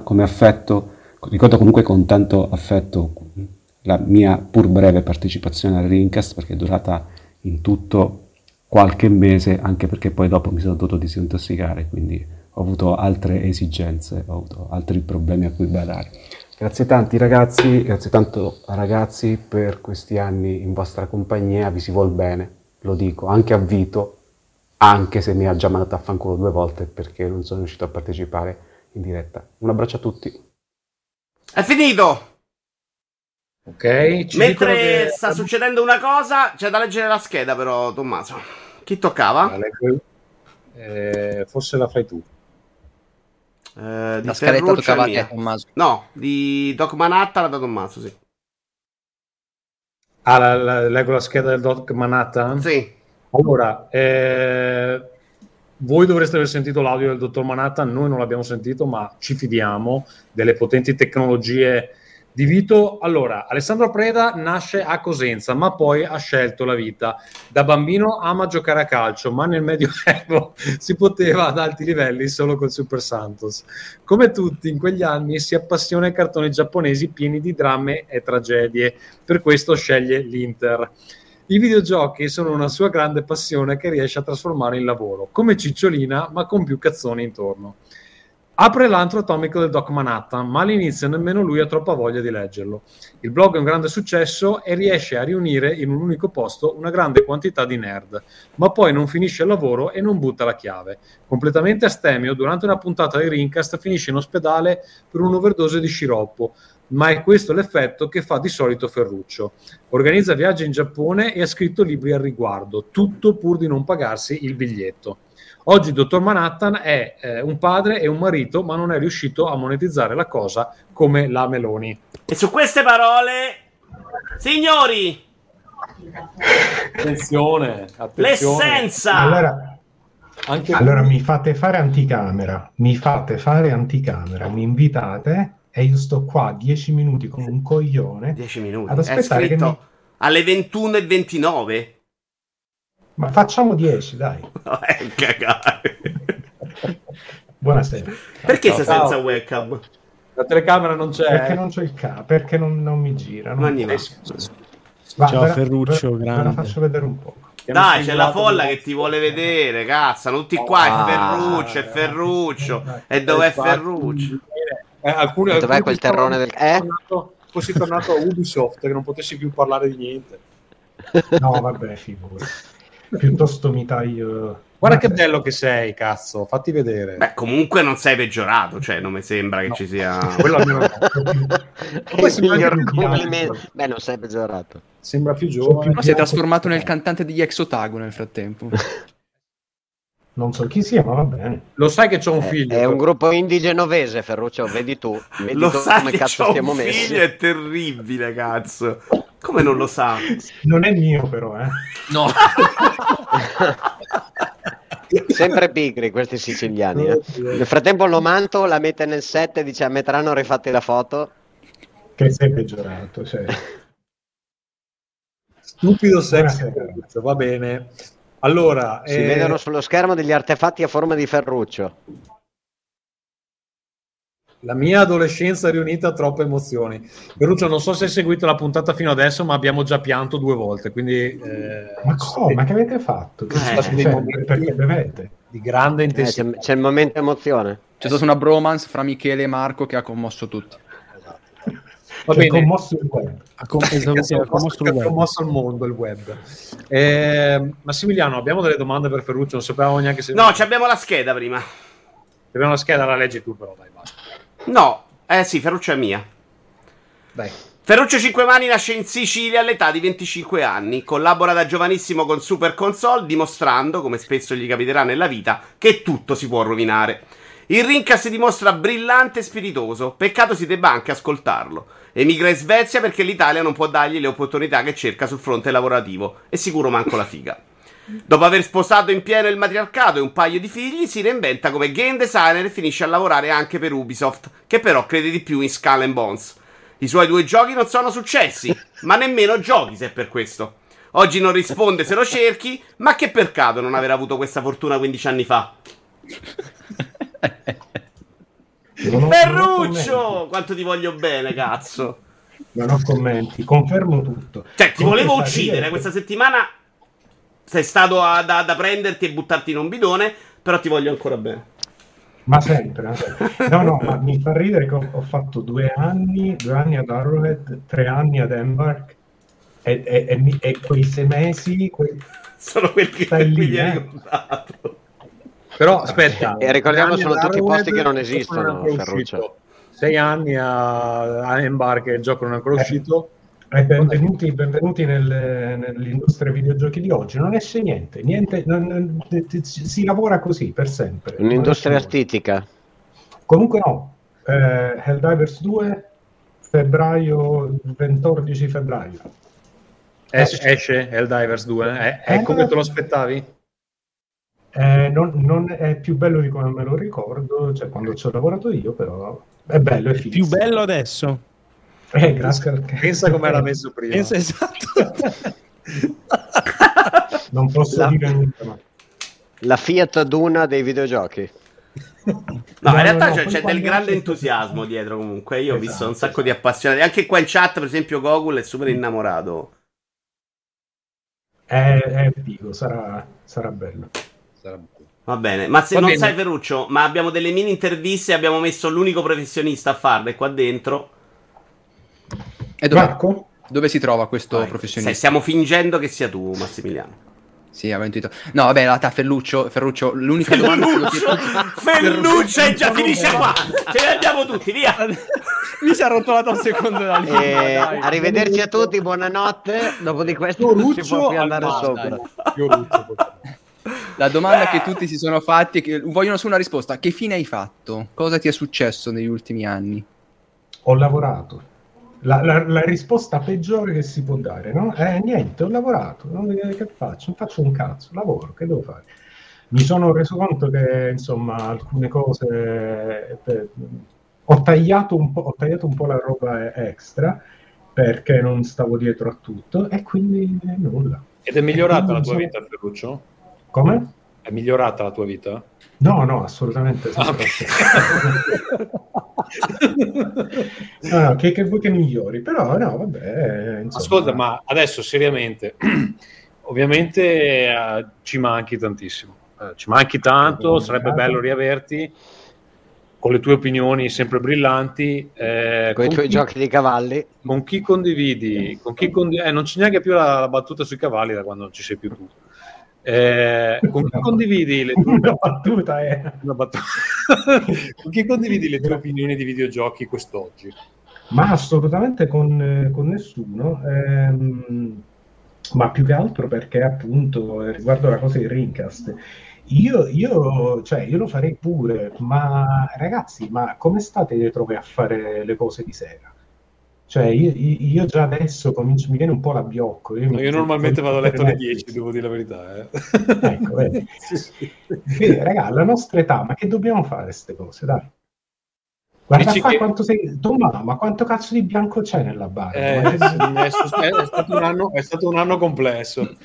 S9: ricordo comunque con tanto affetto la mia pur breve partecipazione al Rincast, perché è durata in tutto qualche mese, anche perché poi dopo mi sono dovuto disintossicare, quindi ho avuto altre esigenze, ho avuto altri problemi a cui badare. Grazie tanti ragazzi, grazie tanto ragazzi per questi anni in vostra compagnia, vi si vuol bene, lo dico, anche a Vito, anche se mi ha già mandato a fanculo 2 volte perché non sono riuscito a partecipare in diretta. Un abbraccio a tutti.
S4: È finito!
S3: Ok.
S4: Mentre sta succedendo una cosa, c'è da leggere la scheda però, Tommaso. Chi toccava?
S3: Forse la fai tu.
S4: Di
S7: La scaletta
S4: Ferruccio
S7: toccava
S4: è
S7: a te,
S4: mia.
S7: Tommaso.
S4: No, di Doc Manhattan da Tommaso, sì.
S3: Leggo la scheda del Doc Manhattan?
S4: Sì.
S3: Allora, voi dovreste aver sentito l'audio del Dottor Manhattan, noi non l'abbiamo sentito, ma ci fidiamo delle potenti tecnologie di Vito. Allora, Alessandro Preda nasce a Cosenza, ma poi ha scelto la vita. Da bambino ama giocare a calcio, ma nel Medioevo si poteva ad alti livelli solo col Super Santos. Come tutti in quegli anni si appassiona ai cartoni giapponesi pieni di drammi e tragedie, per questo sceglie l'Inter. I videogiochi sono una sua grande passione che riesce a trasformare in lavoro, come Cicciolina, ma con più cazzoni intorno. Apre l'antro atomico del Doc Manhattan, ma all'inizio nemmeno lui ha troppa voglia di leggerlo. Il blog è un grande successo e riesce a riunire in un unico posto una grande quantità di nerd, ma poi non finisce il lavoro e non butta la chiave. Completamente astemio, durante una puntata di Rincast finisce in ospedale per un'overdose di sciroppo, ma è questo l'effetto che fa di solito Ferruccio. Organizza viaggi in Giappone e ha scritto libri al riguardo, tutto pur di non pagarsi il biglietto. Oggi il Dottor Manhattan è un padre e un marito, ma non è riuscito a monetizzare la cosa come la Meloni.
S4: E su queste parole, signori,
S3: attenzione.
S4: L'essenza.
S10: Allora mi fate fare anticamera, mi invitate e io sto qua 10 minuti con un coglione
S4: 10 minuti
S10: ad aspettare che mi...
S4: alle 21:29.
S10: Ma facciamo 10, dai.
S4: Cagare.
S10: Buonasera.
S4: Perché sei senza webcam?
S3: La telecamera non c'è.
S10: Perché non c'ho il perché non mi gira.
S6: Ciao Ferruccio, grande.
S10: Ve la faccio vedere un po'.
S4: Dai, c'è la folla che ti vuole vedere, cazzo. Tutti qua, è Ferruccio. E dov'è Ferruccio?
S8: Dov'è quel terrone del...
S3: Fossi tornato a Ubisoft, che non potessi più parlare di niente.
S10: No, vabbè, figurati. Piuttosto mi taglio...
S3: Guarda che bello che sei, cazzo, fatti vedere.
S4: Beh, comunque non sei peggiorato, cioè non mi sembra che ci sia...
S3: Quello almeno no.
S8: Beh, non sei peggiorato.
S3: Sembra più giovane.
S7: Ma si è trasformato nel cantante degli Ex-Otago nel frattempo.
S10: Non so chi sia, ma va bene.
S3: Lo sai che c'ho un figlio.
S8: È un gruppo indie genovese, Ferruccio, vedi tu. Vedi
S4: Lo
S8: tu
S4: sai
S8: come
S4: che
S8: cazzo
S4: c'ho
S8: stiamo
S4: un
S8: messi.
S4: figlio, è terribile, cazzo. Come non lo sa?
S10: Non è mio, però,
S3: No.
S8: Sempre pigri questi siciliani. Nel frattempo lo manto, la mette nel set e dice: a metà hanno rifatti la foto.
S10: Che sei peggiorato, cioè.
S3: Stupido sex, va bene. Allora,
S8: si vedono sullo schermo degli artefatti a forma di Ferruccio.
S3: La mia adolescenza riunita a troppe emozioni. Ferruccio, non so se hai seguito la puntata fino adesso, ma abbiamo già pianto 2 volte, quindi...
S10: Ma come? Ma che avete fatto? Perché bevete?
S3: Di grande intensità.
S8: C'è il momento emozione.
S7: C'è stata una bromance fra Michele e Marco che ha commosso tutti.
S3: Va bene.
S10: Commosso il web.
S3: Ha commosso il mondo, il web. Massimiliano, abbiamo delle domande per Ferruccio, non sapevamo neanche se...
S4: No, abbiamo la scheda prima.
S3: Abbiamo la scheda, la leggi tu però, dai, basta.
S4: No, sì, Ferruccio è mia.
S3: Dai.
S4: Ferruccio Cinquemani nasce in Sicilia all'età di 25 anni, collabora da giovanissimo con Super Console, dimostrando, come spesso gli capiterà nella vita, che tutto si può rovinare. Il Rincast si dimostra brillante e spiritoso, peccato si debba anche ascoltarlo. Emigra in Svezia perché l'Italia non può dargli le opportunità che cerca sul fronte lavorativo, e sicuro manco la figa. Dopo aver sposato in pieno il matriarcato e un paio di figli, si reinventa come game designer e finisce a lavorare anche per Ubisoft, che però crede di più in Skull and Bones. I suoi 2 giochi non sono successi, ma nemmeno giochi se è per questo. Oggi non risponde se lo cerchi, ma che peccato non aver avuto questa fortuna 15 anni fa. Ferruccio! Quanto ti voglio bene, cazzo!
S10: Non ho commenti, confermo tutto.
S4: Cioè, ti volevo uccidere questa settimana. Sei stato da prenderti e buttarti in un bidone, però ti voglio ancora bene.
S10: Ma sempre. No, ma mi fa ridere che ho fatto 2 anni ad Arrowhead, 3 anni ad Embark e quei 6 mesi
S4: sono quelli che mi hai ricordato.
S3: Però aspetta,
S8: e ricordiamo sono tutti i posti che non esistono, Ferruccio.
S3: 6 anni a Embark e il gioco non è ancora uscito.
S10: Benvenuti nell'industria videogiochi di oggi. Non esce niente, si lavora così per sempre.
S8: Un'industria artitica.
S10: Comunque no, Helldivers 2, febbraio, 14 febbraio.
S3: Esce Helldivers 2? È come te lo aspettavi?
S10: Non è più bello di come me lo ricordo, cioè quando ci ho lavorato io, però è bello, è
S6: più bello adesso.
S10: Grazie.
S3: Pensa come era messo prima.
S6: Esatto.
S10: Non posso dire niente. Ma...
S8: La Fiat Duna dei videogiochi.
S4: No, in realtà c'è del grande entusiasmo dietro comunque. Io ho visto un sacco di appassionati. Anche qua in chat, per esempio, Gogol è super innamorato.
S10: È figo, sarà bello.
S4: Va bene, ma se non sai Ferruccio, ma abbiamo delle mini interviste, abbiamo messo l'unico professionista a farle qua dentro.
S7: E dove si trova questo professionista?
S4: Stiamo fingendo che sia tu, Massimiliano.
S7: Sì, avevo intuito. No, vabbè, la Ferruccio, l'unica domanda
S4: Ferruccio è già finisce qua. Ce ne andiamo tutti, via.
S7: Mi si è rotolato un secondo da lì.
S8: Arrivederci a tutti, buonanotte. Dopo di questo non si può più andare sopra.
S7: La domanda che tutti si sono fatti, che vogliono solo una risposta: che fine hai fatto? Cosa ti è successo negli ultimi anni?
S10: Ho lavorato. La risposta peggiore che si può dare, no? Niente, ho lavorato. Che faccio? Non faccio un cazzo, lavoro, che devo fare? Mi sono reso conto che, insomma, alcune cose... Ho tagliato un po' la roba extra, perché non stavo dietro a tutto, e quindi nulla.
S3: Ed è migliorata la tua vita, Ferruccio?
S10: Come?
S3: È migliorata la tua vita?
S10: No, assolutamente. No, che vuoi che migliori, però no, vabbè. Insomma.
S3: Ascolta, ma adesso seriamente, ovviamente ci manchi tantissimo, ci manchi tanto, sarebbe bello riaverti con le tue opinioni sempre brillanti,
S8: con i tuoi giochi di cavalli,
S3: con chi condividi, non c'è neanche più la battuta sui cavalli da quando non ci sei più tu. Con chi condividi le tue con chi condividi le tue opinioni di videogiochi quest'oggi?
S10: Ma assolutamente con nessuno, ma più che altro perché appunto riguardo la cosa di Rincast io lo farei pure, ma ragazzi, ma come state dietro a fare le cose di sera? Cioè io già adesso mi viene un po' l'abbiocco.
S3: Io normalmente vado a letto alle 10, devo dire la verità.
S10: Ecco, vedi. Raga, la nostra età, ma che dobbiamo fare queste cose, dai? Guarda qua quanto sei... ma quanto cazzo di bianco c'è nella barra?
S3: È stato un anno complesso.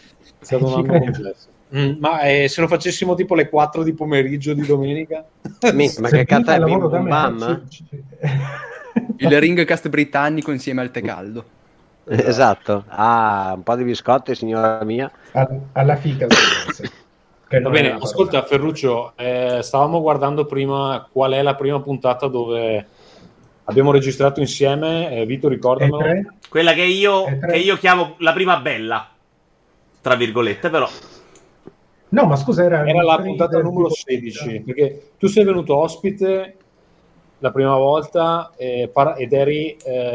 S3: Ma se lo facessimo tipo le 4 di pomeriggio di domenica?
S8: Ma che cazzo è bim bum bam?
S7: Il Ringcast britannico insieme al tè caldo.
S8: Esatto. Un po' di biscotti, signora mia.
S10: Alla fica.
S3: Va bene, ascolta Ferruccio, stavamo guardando prima qual è la prima puntata dove abbiamo registrato insieme. Vito, ricordamelo.
S4: Quella che io chiamo la prima bella, tra virgolette, però.
S3: No, ma scusa, era la puntata numero 16, perché tu sei venuto ospite la prima volta ed eri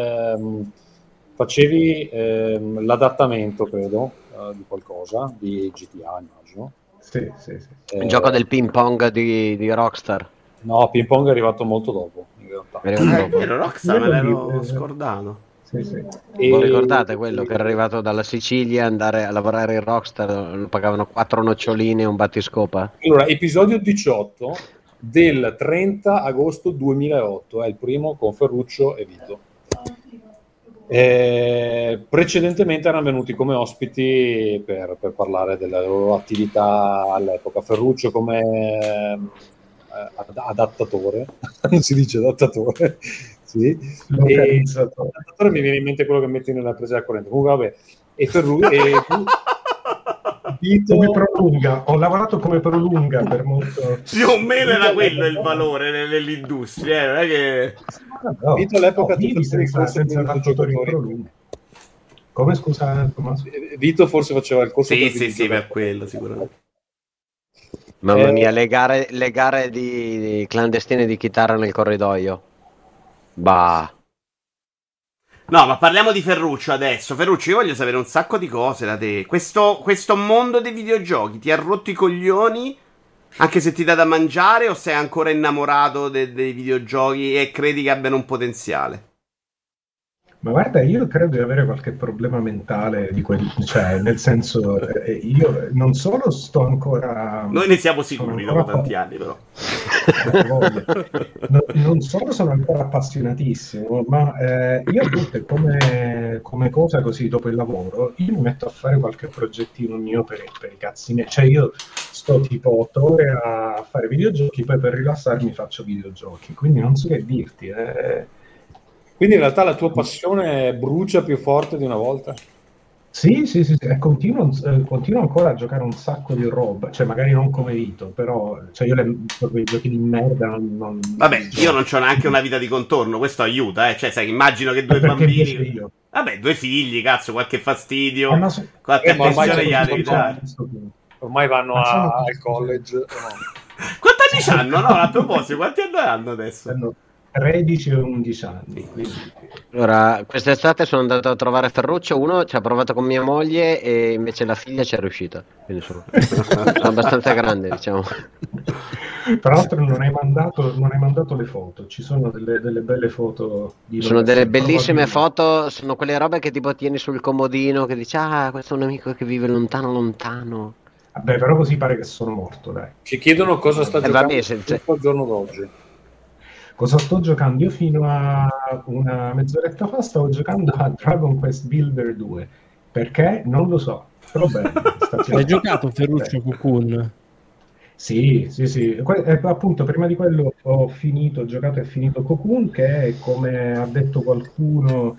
S3: facevi l'adattamento, credo, di qualcosa, di GTA, immagino.
S10: Sì.
S8: Il gioco del ping pong di Rockstar.
S3: No, ping pong è arrivato molto dopo, in realtà.
S4: Rockstar me l'ero scordato.
S10: Sì.
S8: E... ricordate quello che era arrivato dalla Sicilia, andare a lavorare in Rockstar, lo pagavano 4 noccioline e un battiscopa?
S3: Allora, episodio 18 del 30 agosto 2008, è il primo con Ferruccio e Vito. Precedentemente erano venuti come ospiti per parlare della loro attività all'epoca. Ferruccio come adattatore, si dice adattatore, sì. E adattatore mi viene in mente quello che metti nella presa da corrente. Comunque vabbè, e Ferruccio
S10: Vito... come prolunga, ho lavorato come prolunga per molto.
S4: Più o meno era quello il valore nell'industria, non è che
S3: Vito all'epoca
S10: senza prolunga. Come, scusa, Tommaso?
S3: Vito forse faceva il corso
S4: per quello sicuramente.
S8: Mamma mia, le gare di clandestine di chitarra nel corridoio. Bah.
S4: No, ma parliamo di Ferruccio adesso. Ferruccio, io voglio sapere un sacco di cose da te. Questo mondo dei videogiochi ti ha rotto i coglioni? Anche se ti dà da mangiare, o sei ancora innamorato dei videogiochi e credi che abbiano un potenziale?
S10: Ma guarda, io credo di avere qualche problema mentale cioè, nel senso, io non solo sto ancora...
S4: Noi ne siamo sicuri dopo tanti anni, però.
S10: Non solo sono ancora appassionatissimo, ma io a volte come cosa così dopo il lavoro, io mi metto a fare qualche progettino mio per i cazzi miei. Cioè io sto tipo 8 ore a fare videogiochi, poi per rilassarmi faccio videogiochi, quindi non so che dirti.
S3: Quindi in realtà la tua passione brucia più forte di una volta?
S10: Sì, e continuo ancora a giocare un sacco di roba, cioè magari non come Vito, però cioè io quei giochi di merda non
S4: Vabbè, io non c'ho neanche una vita di contorno, questo aiuta, cioè sai, immagino che due bambini... Vabbè, 2 figli, cazzo, qualche fastidio, qualche attenzione gli ha devi dare.
S3: Ormai vanno al college. No.
S4: Quanti anni c'hanno? No, a proposito, quanti anni hanno adesso?
S10: 13 o 11 anni.
S8: Allora, quest'estate sono andato a trovare Ferruccio, uno ci ha provato con mia moglie e invece la figlia ci è riuscita, quindi sono abbastanza grande, diciamo.
S10: Tra l'altro non hai mandato le foto, ci sono delle belle foto
S8: sono delle bellissime foto, sono quelle robe che tipo tieni sul comodino, che dici questo è un amico che vive lontano lontano.
S10: Vabbè, però così pare che sono morto, dai.
S3: Ci chiedono cosa sta giocando il giorno d'oggi.
S10: Cosa sto giocando? Io fino a una mezz'oretta fa stavo giocando a Dragon Quest Builder 2. Perché? Non lo so. Però bene.
S6: Hai giocato Ferruccio Cocoon?
S10: Sì. Appunto, prima di quello ho giocato e finito Cocoon, che è, come ha detto qualcuno,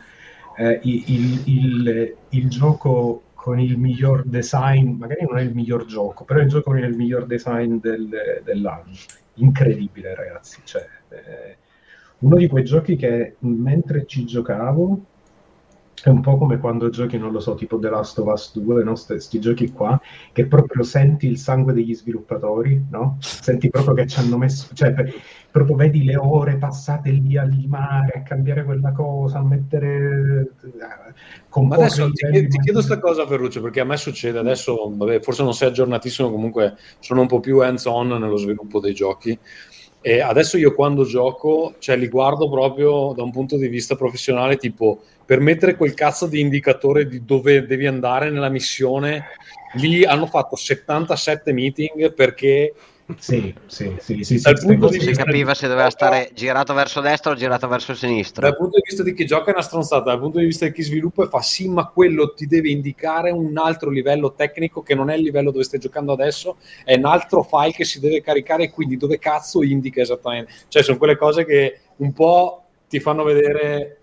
S10: il gioco con il miglior design. Magari non è il miglior gioco, però è il gioco con il miglior design dell'anno. Incredibile, ragazzi, cioè uno di quei giochi che mentre ci giocavo è un po' come quando giochi, non lo so, tipo The Last of Us 2, no? Sti giochi qua, che proprio senti il sangue degli sviluppatori, no? Senti proprio che ci hanno messo, cioè proprio vedi le ore passate lì a limare, a cambiare quella cosa, a mettere...
S3: Ma adesso ti chiedo sta cosa, Ferruccio, perché a me succede adesso, vabbè, forse non sei aggiornatissimo, comunque sono un po' più hands-on nello sviluppo dei giochi. E adesso io quando gioco, cioè li guardo proprio da un punto di vista professionale, tipo per mettere quel cazzo di indicatore di dove devi andare nella missione, lì hanno fatto 77 meeting perché
S10: sì.
S8: Dal punto di vista si capiva se doveva stare girato verso destra o girato verso sinistra.
S3: Dal punto di vista di chi gioca è una stronzata, dal punto di vista di chi sviluppa fa sì, ma quello ti deve indicare un altro livello tecnico che non è il livello dove stai giocando adesso, è un altro file che si deve caricare, quindi dove cazzo indica esattamente? Cioè sono quelle cose che un po' ti fanno vedere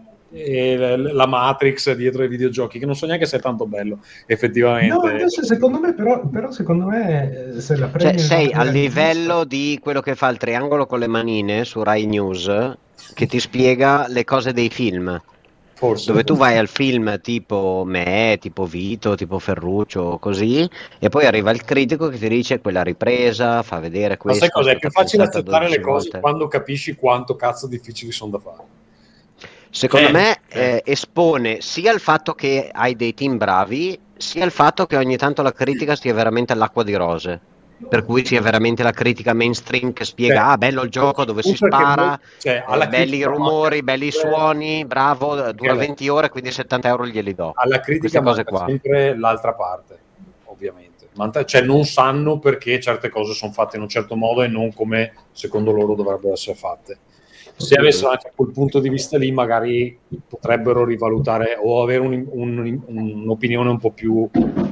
S3: la Matrix dietro ai videogiochi, che non so neanche se è tanto bello effettivamente.
S10: No, invece secondo me però secondo me se la prendi,
S8: cioè, sei al livello di quello che fa il triangolo con le manine su Rai News, che ti spiega le cose dei film. Forse. Dove tu vai al film tipo me, tipo Vito, tipo Ferruccio, così, e poi arriva il critico che ti dice quella ripresa, fa vedere questo.
S3: Ma sai cosa? È più facile accettare le cose quando capisci quanto cazzo difficili sono da fare.
S8: Secondo me espone sia il fatto che hai dei team bravi, sia il fatto che ogni tanto la critica sia veramente all'acqua di rose. Per cui sia veramente la critica mainstream che spiega bello il gioco dove si spara, belli i rumori, belli i suoni, bravo, dura 20 ore, quindi 70 euro glieli do.
S3: Alla critica manca sempre l'altra parte, ovviamente. Cioè non sanno perché certe cose sono fatte in un certo modo e non come secondo loro dovrebbero essere fatte. Se avessero anche quel punto di vista lì, magari potrebbero rivalutare o avere un'opinione un po' più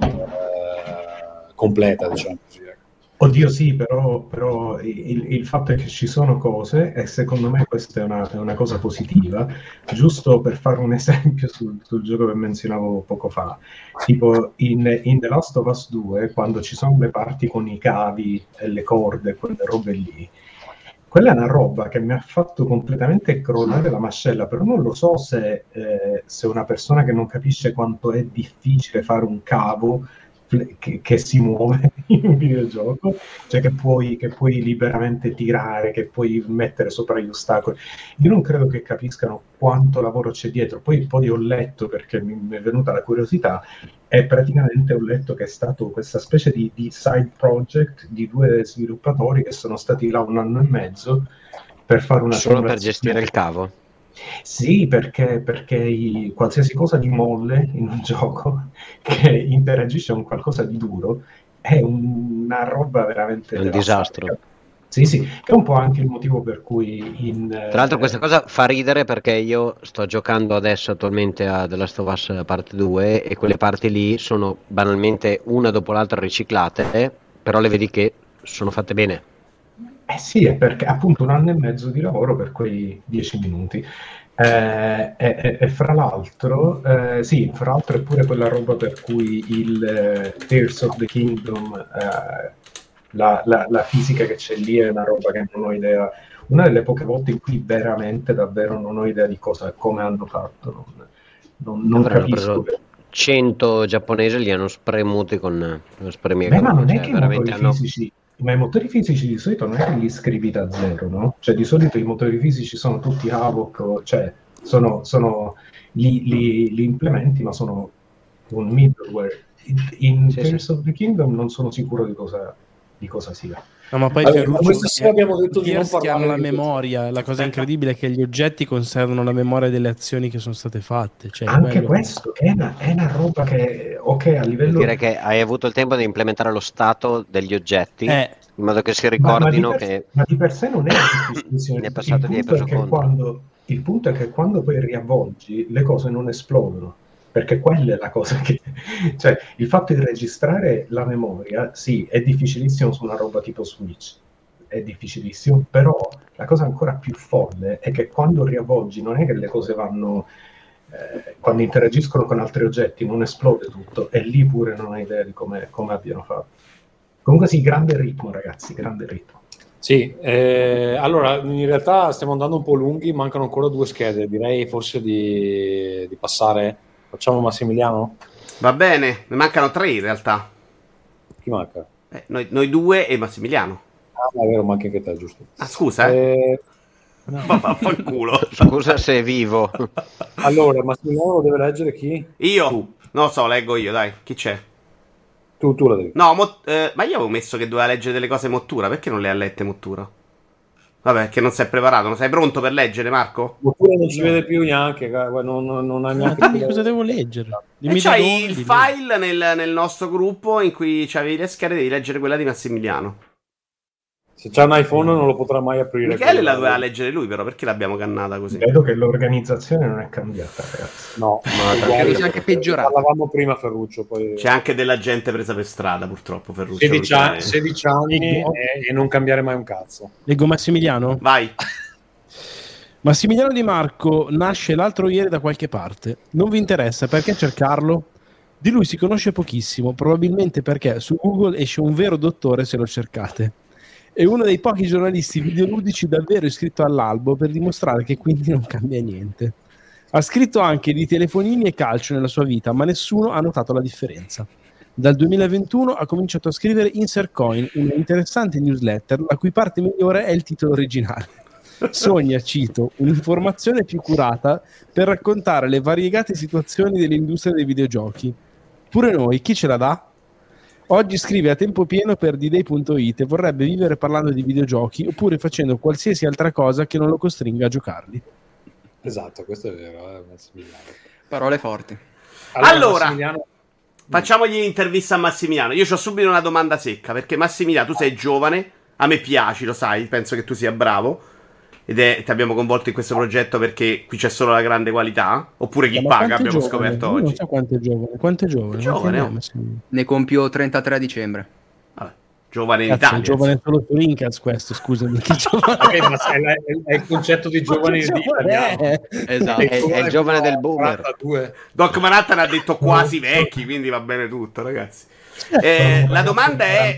S3: completa, diciamo così.
S10: Oddio sì, però il fatto è che ci sono cose, e secondo me questa è una cosa positiva, giusto per fare un esempio sul gioco che menzionavo poco fa, tipo in The Last of Us 2, quando ci sono le parti con i cavi e le corde, quelle robe lì, quella è una roba che mi ha fatto completamente crollare la mascella, però non lo so se una persona che non capisce quanto è difficile fare un cavo che si muove in un videogioco, cioè che puoi liberamente tirare, che puoi mettere sopra gli ostacoli. Io non credo che capiscano quanto lavoro c'è dietro. Poi ho letto, perché mi è venuta la curiosità, e praticamente ho letto che è stato questa specie di side project di 2 sviluppatori che sono stati là 1 anno e mezzo per fare una
S8: solo per gestire il cavo.
S10: Sì, perché qualsiasi cosa di molle in un gioco che interagisce con qualcosa di duro è una roba veramente
S8: È un disastro.
S10: Sì, che è un po' anche il motivo per cui
S8: Tra l'altro questa cosa fa ridere perché io sto giocando adesso attualmente a The Last of Us parte 2 e quelle parti lì sono banalmente una dopo l'altra riciclate, però le vedi che sono fatte bene.
S10: Sì, è perché appunto 1 anno e mezzo di lavoro per quei 10 minuti. E fra l'altro è pure quella roba per cui il Tears of the Kingdom, la fisica che c'è lì è una roba che non ho idea. Una delle poche volte in cui veramente davvero non ho idea di come hanno fatto. Non capisco.
S8: 100 giapponesi li hanno spremuti con lo spremiere.
S10: Ma non è che i motori fisici di solito non è che li scrivi da zero, no? Cioè di solito i motori fisici sono tutti Havok, cioè li implementi, ma sono un middleware. In Tears of the Kingdom non sono sicuro di cosa sia.
S6: No, ma poi
S3: questa sera abbiamo detto di non parlare
S6: hanno la
S3: di
S6: memoria. La cosa incredibile è che gli oggetti conservano la memoria delle azioni che sono state fatte. Cioè,
S10: anche questo è una roba che, ok, a livello...
S8: Vuol dire che hai avuto il tempo di implementare lo stato degli oggetti in modo che si ricordino
S10: ma di per sé non è difficilissimo.
S8: Ne è passato di preso conto.
S10: Il punto è che quando poi riavvolgi le cose non esplodono, perché quella è la cosa che... cioè, il fatto di registrare la memoria, sì, è difficilissimo su una roba tipo Switch, è difficilissimo, però la cosa ancora più folle è che quando riavvolgi non è che le cose vanno... quando interagiscono con altri oggetti non esplode tutto, e lì pure non hai idea di come abbiano fatto. Comunque sì, grande ritmo, ragazzi, grande ritmo.
S3: Sì, allora in realtà stiamo andando un po' lunghi, mancano ancora 2 schede, direi forse di passare. Facciamo Massimiliano?
S4: Va bene, ne mancano 3 in realtà.
S3: Chi manca?
S4: Noi 2 e Massimiliano.
S3: Ah, è vero, manca anche te, giusto?
S4: Ah, scusa,
S3: No.
S4: Ma vaffanculo.
S8: Scusa se è vivo.
S3: Allora, Massimiliano lo deve leggere chi?
S4: Io? Non lo so, leggo io, dai. Chi c'è?
S3: Tu la devi.
S4: No, ma io avevo messo che doveva leggere delle cose Mottura. Perché non le ha lette Mottura? Vabbè, che non sei preparato. Non sei pronto per leggere, Marco?
S3: Mottura non ci vede più neanche. Non ha neanche...
S6: cosa devo leggere?
S4: E c'hai il file nel nostro gruppo in cui c'avevi le schede, devi leggere quella di Massimiliano.
S3: Se c'ha un iPhone non lo potrà mai aprire.
S4: Michele la doveva leggere lui, però perché l'abbiamo cannata così?
S10: Vedo che l'organizzazione non è cambiata, ragazzi.
S3: No,
S7: credo sia anche peggiorato.
S3: Parlavamo prima, Ferruccio. Poi...
S4: C'è anche della gente presa per strada, purtroppo, Ferruccio.
S3: 16 anni e non cambiare mai un cazzo.
S6: Leggo Massimiliano?
S4: Vai.
S6: Massimiliano Di Marco nasce l'altro ieri da qualche parte. Non vi interessa, perché cercarlo? Di lui si conosce pochissimo, probabilmente perché su Google esce un vero dottore se lo cercate. È uno dei pochi giornalisti videoludici davvero iscritto all'albo, per dimostrare che quindi non cambia niente. Ha scritto anche di telefonini e calcio nella sua vita, ma nessuno ha notato la differenza. Dal 2021 ha cominciato a scrivere Insert Coin, una interessante newsletter la cui parte migliore è il titolo originale. Sogna, cito, un'informazione più curata per raccontare le variegate situazioni dell'industria dei videogiochi. Pure noi, chi ce la dà? Oggi scrive a tempo pieno per D-Day.it e vorrebbe vivere parlando di videogiochi oppure facendo qualsiasi altra cosa che non lo costringa a giocarli.
S3: Esatto, questo è vero, Massimiliano.
S7: Parole forti.
S4: Allora, facciamogli l'intervista a Massimiliano. Io ho subito una domanda secca, perché Massimiliano, tu sei giovane, a me piaci, lo sai, penso che tu sia bravo. Ti abbiamo coinvolto in questo progetto perché qui c'è solo la grande qualità? Oppure chi paga, abbiamo scoperto oggi.
S6: Non so quanto è giovane. Quanto è giovane?
S4: Giovane,
S7: ne compio 33 a dicembre.
S4: Vabbè, giovane in
S6: Cazzo,
S4: Italia.
S6: Giovane solo su Rincas questo, scusami.
S3: Okay, ma è il concetto di giovane italiano.
S7: Esatto.
S8: È il giovane del boomer.
S3: 42.
S4: Doc Manhattan ha detto quasi vecchi, quindi va bene tutto, ragazzi. La domanda è...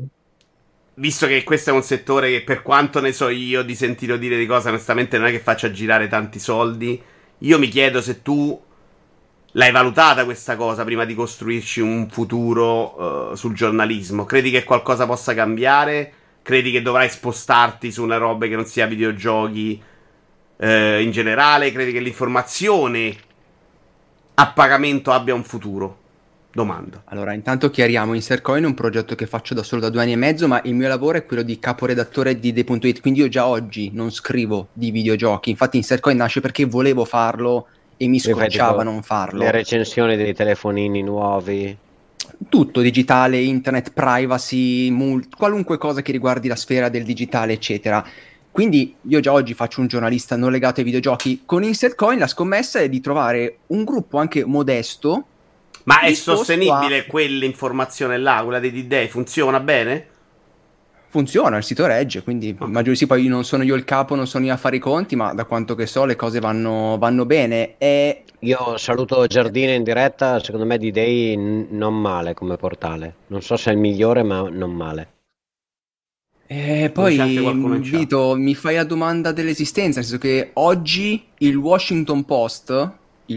S4: Visto che questo è un settore che, per quanto ne so io, di sentito dire di cose, onestamente non è che faccia girare tanti soldi. Io mi chiedo se tu L'hai valutata questa cosa prima di costruirci un futuro sul giornalismo? Credi che qualcosa possa cambiare? Credi che dovrai spostarti su una roba che non sia videogiochi in generale? Credi che l'informazione a pagamento abbia un futuro? Domanda.
S7: Allora, intanto chiariamo, Insercoin è un progetto che faccio da solo da 2 anni e mezzo, ma il mio lavoro è quello di caporedattore di The.it, quindi io già oggi non scrivo di videogiochi. Infatti Insercoin nasce perché volevo farlo e mi scocciava non farlo.
S8: Le recensioni dei telefonini nuovi.
S7: Tutto, digitale, internet, privacy, qualunque cosa che riguardi la sfera del digitale, eccetera. Quindi io già oggi faccio un giornalista non legato ai videogiochi. Con Insercoin la scommessa è di trovare un gruppo anche modesto.
S4: Ma è sostenibile quell'informazione là, quella dei D-Day? Funziona bene?
S7: Funziona, il sito regge, quindi immagino sì, poi non sono io il capo, non sono io a fare i conti, ma da quanto che so le cose vanno bene. E
S8: io saluto Giardina in diretta, secondo me D-Day non male come portale. Non so se è il migliore, ma non male.
S7: E poi Vito, mi fai la domanda dell'esistenza, nel senso che oggi il Washington Post,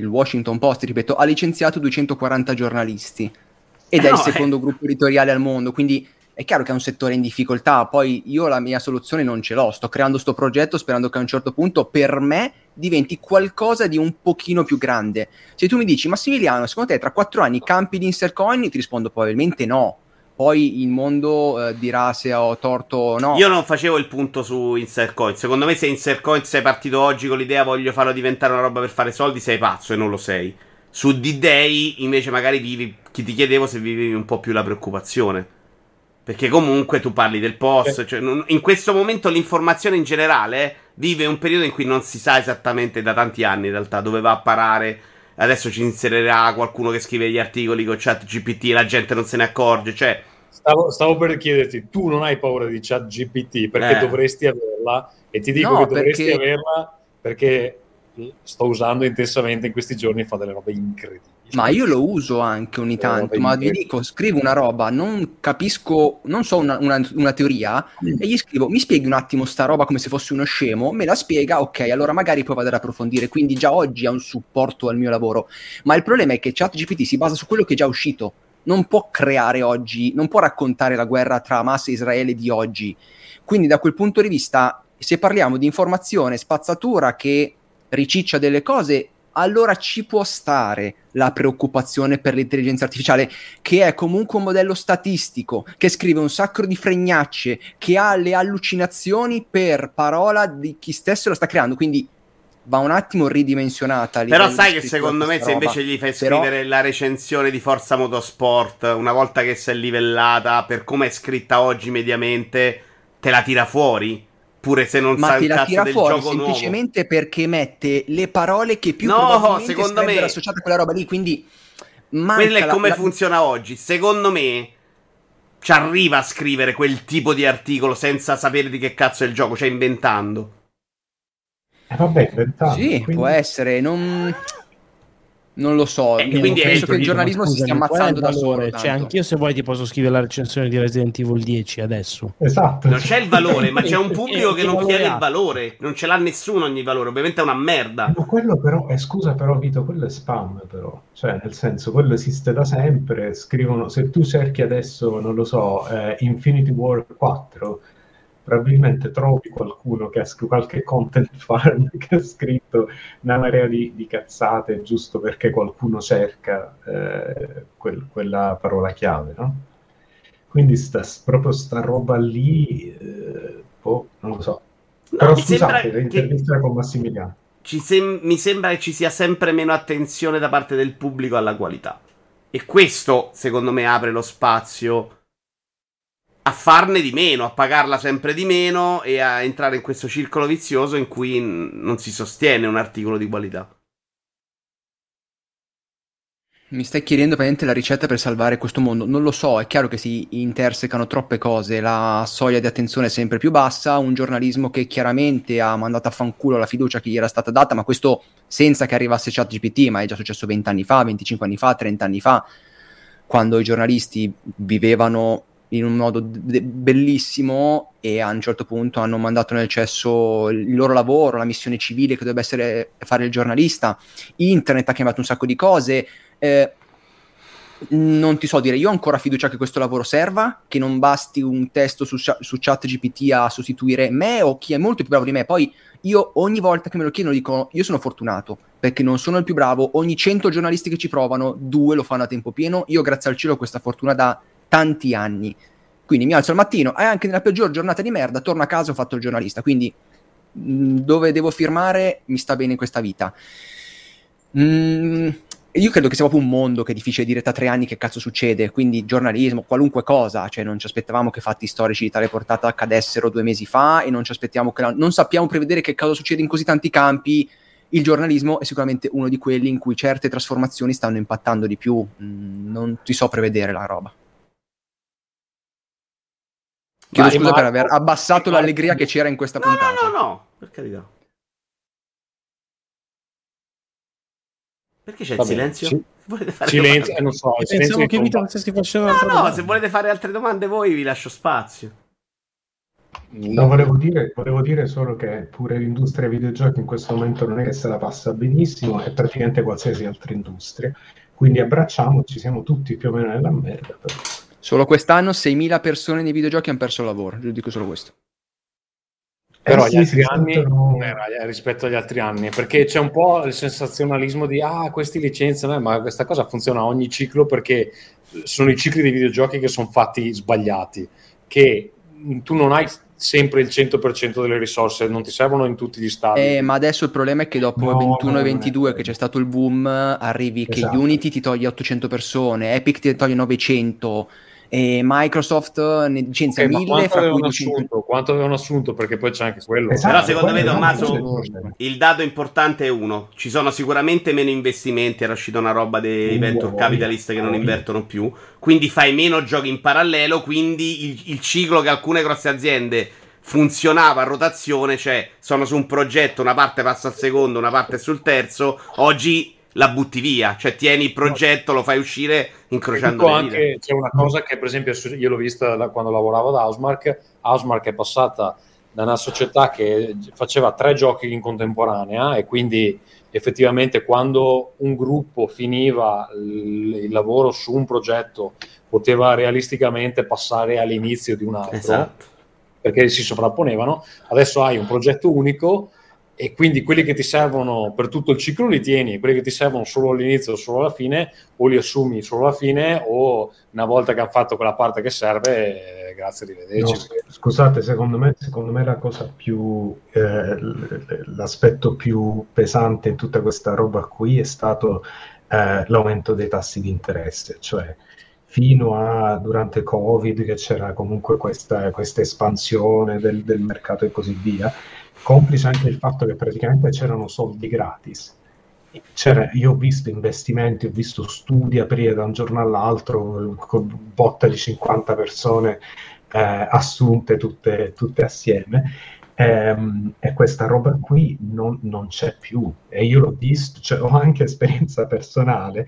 S7: ripeto, ha licenziato 240 giornalisti ed è il secondo gruppo editoriale al mondo, quindi è chiaro che è un settore in difficoltà. Poi io la mia soluzione non ce l'ho, sto creando sto progetto sperando che a un certo punto per me diventi qualcosa di un pochino più grande. Se tu mi dici Massimiliano, secondo te tra 4 anni campi di Insercoin, ti rispondo probabilmente no. Poi il mondo dirà se ho torto o no.
S4: Io non facevo il punto su Insercoin. Secondo me se Insercoin sei partito oggi con l'idea voglio farlo diventare una roba per fare soldi, sei pazzo e non lo sei. Su D-Day invece magari vivi, chi ti chiedevo se vivevi un po' più la preoccupazione. Perché comunque tu parli del post, cioè, in questo momento l'informazione in generale vive un periodo in cui non si sa esattamente da tanti anni in realtà dove va a parare. Adesso ci inserirà qualcuno che scrive gli articoli con ChatGPT e la gente non se ne accorge, cioè...
S3: Stavo per chiederti, tu non hai paura di ChatGPT perché dovresti averla, e ti dico che dovresti averla perché sto usando intensamente in questi giorni e fa delle robe incredibili.
S7: Ma io lo uso anche ogni tanto, ma vi dico, scrivo una roba, non capisco, non so una teoria, e gli scrivo, mi spieghi un attimo sta roba come se fossi uno scemo, me la spiega, ok, allora magari poi vado ad approfondire, quindi già oggi ha un supporto al mio lavoro. Ma il problema è che ChatGPT si basa su quello che è già uscito, non può creare oggi, non può raccontare la guerra tra Hamas e Israele di oggi. Quindi da quel punto di vista, se parliamo di informazione, spazzatura che riciccia delle cose, allora ci può stare la preoccupazione per l'intelligenza artificiale, che è comunque un modello statistico, che scrive un sacco di fregnacce, che ha le allucinazioni per parola di chi stesso lo sta creando, quindi va un attimo ridimensionata.
S4: Però sai che secondo me se invece gli fai scrivere la recensione di Forza Motorsport, una volta che si è livellata per come è scritta oggi mediamente, te la tira fuori? Pure se non sa il cazzo del gioco
S7: semplicemente
S4: nuovo.
S7: Perché mette le parole che più probabilmente
S4: secondo me
S7: associate a quella roba lì, quindi
S4: quello è come funziona oggi. Secondo me ci arriva a scrivere quel tipo di articolo senza sapere di che cazzo è il gioco, cioè inventando.
S10: Vabbè, inventando.
S7: Sì, quindi... può essere, non lo so,
S4: quindi
S7: penso che il giornalismo si stia ammazzando da solo.
S6: Cioè, anch'io se vuoi ti posso scrivere la recensione di Resident Evil 10 adesso.
S10: Esatto.
S4: Non c'è il valore, ma c'è un pubblico che non chiede il valore. Non ce l'ha nessuno ogni valore, ovviamente è una merda.
S10: Ma quello però, scusa però Vito, quello è spam però. Cioè, nel senso, quello esiste da sempre. Scrivono, se tu cerchi adesso, non lo so, Infinity War 4... probabilmente trovi qualcuno che ha scritto qualche content farm che ha scritto una marea di cazzate giusto perché qualcuno cerca quella parola chiave, no? Quindi proprio sta roba lì non lo so.
S4: No,
S10: però scusate, l'intervista con Massimiliano
S4: mi sembra che ci sia sempre meno attenzione da parte del pubblico alla qualità, e questo secondo me apre lo spazio a farne di meno, a pagarla sempre di meno e a entrare in questo circolo vizioso in cui non si sostiene un articolo di qualità.
S7: Mi stai chiedendo praticamente la ricetta per salvare questo mondo? Non lo so, è chiaro che si intersecano troppe cose, la soglia di attenzione è sempre più bassa, un giornalismo che chiaramente ha mandato a fanculo la fiducia che gli era stata data, ma questo senza che arrivasse ChatGPT, ma è già successo 20 anni fa, 25 anni fa, 30 anni fa, quando i giornalisti vivevano in un modo bellissimo, e a un certo punto hanno mandato nel cesso il loro lavoro, la missione civile che dovrebbe essere fare il giornalista. Internet ha chiamato un sacco di cose, non ti so dire, io ho ancora fiducia che questo lavoro serva, che non basti un testo su ChatGPT a sostituire me o chi è molto più bravo di me. Poi io ogni volta che me lo chiedono dico, io sono fortunato perché non sono il più bravo, ogni 100 giornalisti che ci provano 2 lo fanno a tempo pieno, io grazie al cielo ho questa fortuna da tanti anni, quindi mi alzo al mattino e anche nella peggior giornata di merda torno a casa e ho fatto il giornalista, quindi dove devo firmare mi sta bene in questa vita. Io credo che sia proprio un mondo che è difficile dire da 3 anni che cazzo succede, quindi giornalismo, qualunque cosa, cioè non ci aspettavamo che fatti storici di tale portata accadessero 2 mesi fa, e non ci aspettiamo che non sappiamo prevedere che cosa succede in così tanti campi. Il giornalismo è sicuramente uno di quelli in cui certe trasformazioni stanno impattando di più, non ti so prevedere la roba. Chiedo scusa per aver abbassato l'allegria che c'era in questa puntata.
S4: No, per carità. Perché c'è il silenzio?
S3: Silenzio, non so.
S6: Pensavo che Vito stessi facendo un'altra domanda.
S4: No, se volete fare altre domande voi vi lascio spazio.
S10: No, volevo dire solo che pure l'industria videogiochi in questo momento non è che se la passa benissimo, è praticamente qualsiasi altra industria, quindi abbracciamoci, siamo tutti più o meno nella merda. Però.
S7: Solo quest'anno 6.000 persone nei videogiochi hanno perso il lavoro, io dico solo questo.
S3: Però gli altri anni non era rispetto agli altri anni, perché c'è un po' il sensazionalismo di questi licenziano, ma questa cosa funziona a ogni ciclo, perché sono i cicli dei videogiochi che sono fatti sbagliati, che tu non hai sempre il 100% delle risorse, non ti servono in tutti gli stati.
S7: Ma adesso il problema è che dopo 21 e 22 che c'è stato il boom, arrivi che Unity ti toglie 800 persone, Epic ti toglie 900, e Microsoft ne licenzia 1000, fra cui 200.
S3: Quanto avevano assunto, perché poi c'è anche quello.
S4: Però secondo me, Tommaso, il dato importante è uno: ci sono sicuramente meno investimenti, era uscita una roba dei venture capitalist che non invertono più, quindi fai meno giochi in parallelo, quindi il ciclo che alcune grosse aziende funzionava a rotazione, cioè sono su un progetto, una parte passa al secondo, una parte sul terzo, oggi la butti via, cioè tieni il progetto, lo fai uscire incrociando le dita.
S3: Anche c'è una cosa che per esempio io l'ho vista quando lavoravo ad Housemarque è passata da una società che faceva 3 giochi in contemporanea, e quindi effettivamente quando un gruppo finiva il lavoro su un progetto poteva realisticamente passare all'inizio di un altro, perché si sovrapponevano. Adesso hai un progetto unico e quindi quelli che ti servono per tutto il ciclo li tieni, quelli che ti servono solo all'inizio o solo alla fine, o li assumi solo alla fine, o una volta che hanno fatto quella parte che serve, grazie, arrivederci.
S10: No, scusate, secondo me la cosa più l'aspetto più pesante in tutta questa roba qui è stato l'aumento dei tassi di interesse, cioè fino a durante Covid, che c'era comunque questa espansione del mercato e così via, complice anche il fatto che praticamente c'erano soldi gratis. Io ho visto investimenti, ho visto studi aprire da un giorno all'altro con botta di 50 persone assunte tutte assieme, e questa roba qui non c'è più, e io l'ho visto, cioè, ho anche esperienza personale.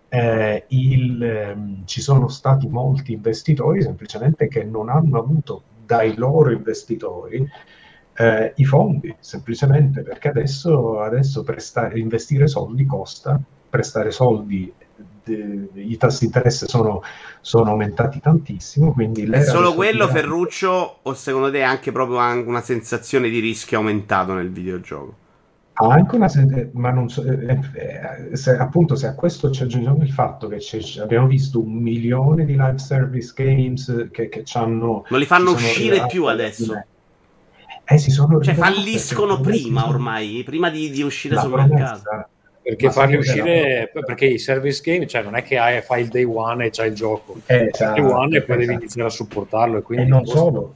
S10: Ci sono stati molti investitori semplicemente che non hanno avuto dai loro investitori i fondi, semplicemente perché adesso investire soldi costa, prestare soldi, i tassi di interesse sono aumentati tantissimo, quindi
S4: è solo quello, Ferruccio, o secondo te anche proprio una sensazione di rischio aumentato nel videogioco?
S10: Ha anche una ma non so, se a questo ci aggiungiamo il fatto che abbiamo visto 1 milione di live service games che non
S4: li fanno uscire più adesso. Cioè falliscono prima ormai, prima di uscire sul mercato.
S3: Perché farli uscire, perché i service game, cioè non è che fai il day one e c'hai il gioco, il day one e poi devi iniziare a supportarlo, e quindi
S10: non solo.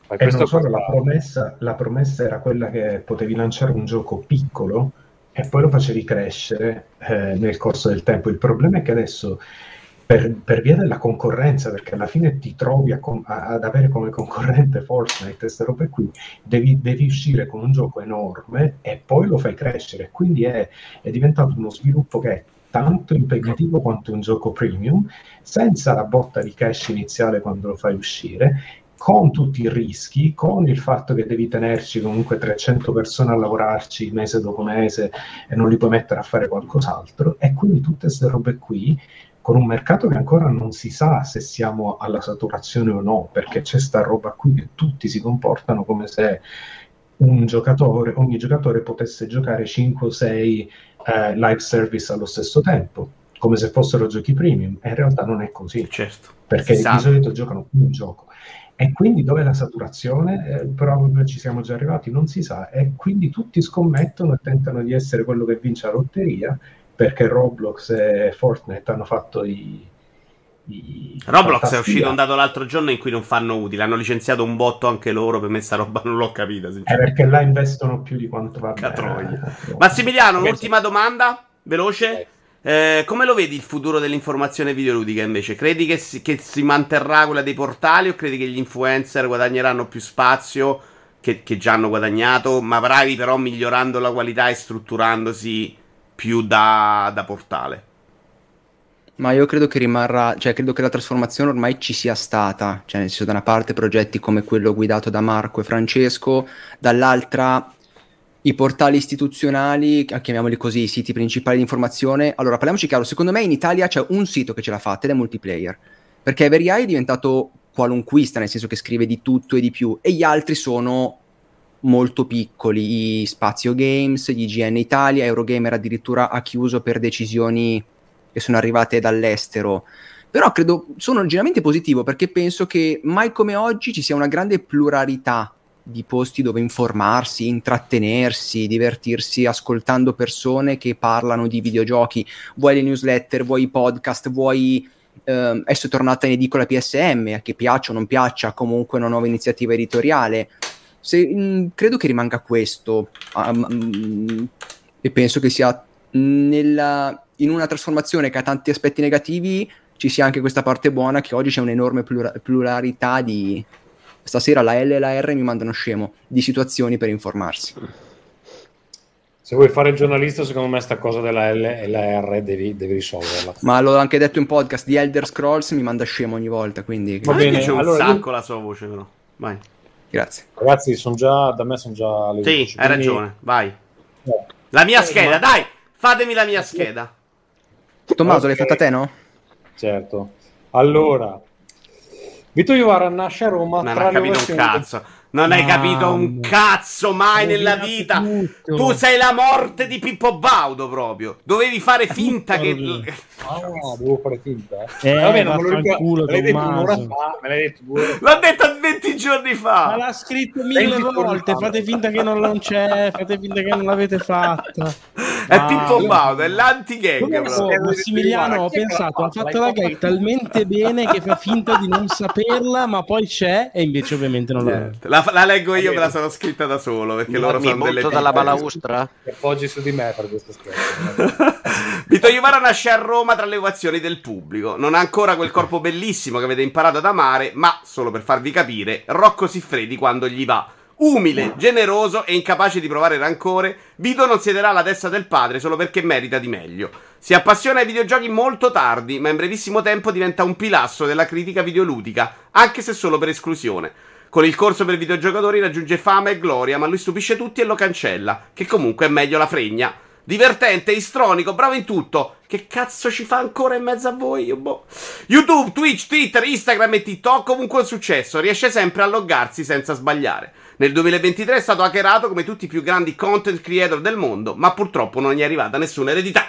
S10: La promessa era quella che potevi lanciare un gioco piccolo e poi lo facevi crescere nel corso del tempo. Il problema è che adesso, per via della concorrenza, perché alla fine ti trovi ad avere come concorrente Fortnite e queste robe qui, devi uscire con un gioco enorme e poi lo fai crescere, quindi è diventato uno sviluppo che è tanto impegnativo quanto un gioco premium, senza la botta di cash iniziale quando lo fai uscire, con tutti i rischi, con il fatto che devi tenerci comunque 300 persone a lavorarci mese dopo mese e non li puoi mettere a fare qualcos'altro, e quindi tutte queste robe qui, con un mercato che ancora non si sa se siamo alla saturazione o no, perché c'è sta roba qui che tutti si comportano come se ogni giocatore potesse giocare 5 o 6 live service allo stesso tempo, come se fossero giochi premium, e in realtà non è così,
S4: certo,
S10: perché di solito giocano più un gioco. E quindi dov'è la saturazione? Però ci siamo già arrivati, non si sa, e quindi tutti scommettono e tentano di essere quello che vince la lotteria, perché Roblox e Fortnite hanno fatto
S4: Roblox è uscito un dato l'altro giorno in cui non fanno utile, hanno licenziato un botto anche loro, per me sta roba non l'ho capita,
S10: perché là investono più di quanto va bene.
S4: Massimiliano, un'ultima domanda veloce. Come lo vedi il futuro dell'informazione videoludica invece? Credi che si manterrà quella dei portali, o credi che gli influencer guadagneranno più spazio, che già hanno guadagnato, ma bravi però migliorando la qualità e strutturandosi più da portale?
S7: Ma io credo che rimarrà, cioè credo che la trasformazione ormai ci sia stata, cioè nel senso, da una parte progetti come quello guidato da Marco e Francesco, dall'altra i portali istituzionali, chiamiamoli così, i siti principali di informazione. Allora, parliamoci chiaro, secondo me in Italia c'è un sito che ce l'ha fatta ed è Multiplayer, perché Everyeye è diventato qualunquista, nel senso che scrive di tutto e di più, e gli altri sono molto piccoli, i Spazio Games, gli IGN Italia, Eurogamer addirittura ha chiuso per decisioni che sono arrivate dall'estero. Però credo, sono leggermente positivo, perché penso che mai come oggi ci sia una grande pluralità di posti dove informarsi, intrattenersi, divertirsi ascoltando persone che parlano di videogiochi, vuoi le newsletter, vuoi i podcast, vuoi adesso è tornata in edicola PSM, a chi piaccia o non piaccia, comunque una nuova iniziativa editoriale. Credo che rimanga questo, e penso che sia in una trasformazione che ha tanti aspetti negativi ci sia anche questa parte buona, che oggi c'è un'enorme pluralità di... Stasera la L e la R mi mandano scemo di situazioni per informarsi.
S3: Se vuoi fare il giornalista, secondo me sta cosa della L e la R devi risolverla.
S7: Ma l'ho anche detto in podcast, di Elder Scrolls mi manda scemo ogni volta, quindi...
S4: Va bene, c'è un sacco la sua voce però. Vai.
S7: Grazie.
S3: Ragazzi, da me sono già le 11.
S4: Sì, hai ragione, vai. La mia scheda, dai, fatemi la mia scheda.
S7: Tommaso, l'hai fatta te, no?
S3: Certo. Allora, Vito Iovara nasce a Roma.
S4: Non hai capito un cazzo. Non hai capito un cazzo mai nella vita.
S6: Tutto.
S4: Tu sei la morte di Pippo Baudo proprio. Dovevi fare finta che...
S3: devo fare finta?
S6: Vabbè,
S3: non me lo ricordo. Me l'hai detto un'ora fa. Me l'hai detto 2 ore fa.
S4: L'ho detto 20 giorni fa.
S6: Ma l'ha scritto 1000 volte. Fate finta che non c'è. Fate finta che non l'avete fatta.
S4: È Pippo Baudo, è l'anti-gag.
S6: Massimiliano, ho pensato, ha fatto la gag talmente bene che fa finta di non saperla, ma poi c'è, e invece ovviamente non l'ha.
S4: La leggo io, me la sono scritta da solo, perché loro sono delle
S8: pippe. Dalla balaustra?
S3: Ti appoggi su di me per questo scherzo.
S4: Vito Iovara nasce a Roma tra le ovazioni del pubblico. Non ha ancora quel corpo bellissimo che avete imparato ad amare, ma, solo per farvi capire, Rocco Siffredi quando gli va. Umile, generoso e incapace di provare rancore, Vito non siederà alla testa del padre solo perché merita di meglio. Si appassiona ai videogiochi molto tardi, ma in brevissimo tempo diventa un pilastro della critica videoludica, anche se solo per esclusione. Con il corso per videogiocatori raggiunge fama e gloria, ma lui stupisce tutti e lo cancella, che comunque è meglio la fregna. Divertente, istronico, bravo in tutto. Che cazzo ci fa ancora in mezzo a voi? YouTube, Twitch, Twitter, Instagram e TikTok, ovunque è un successo. Riesce sempre a loggarsi senza sbagliare. Nel 2023 è stato hackerato come tutti i più grandi content creator del mondo, ma purtroppo non gli è arrivata nessuna eredità.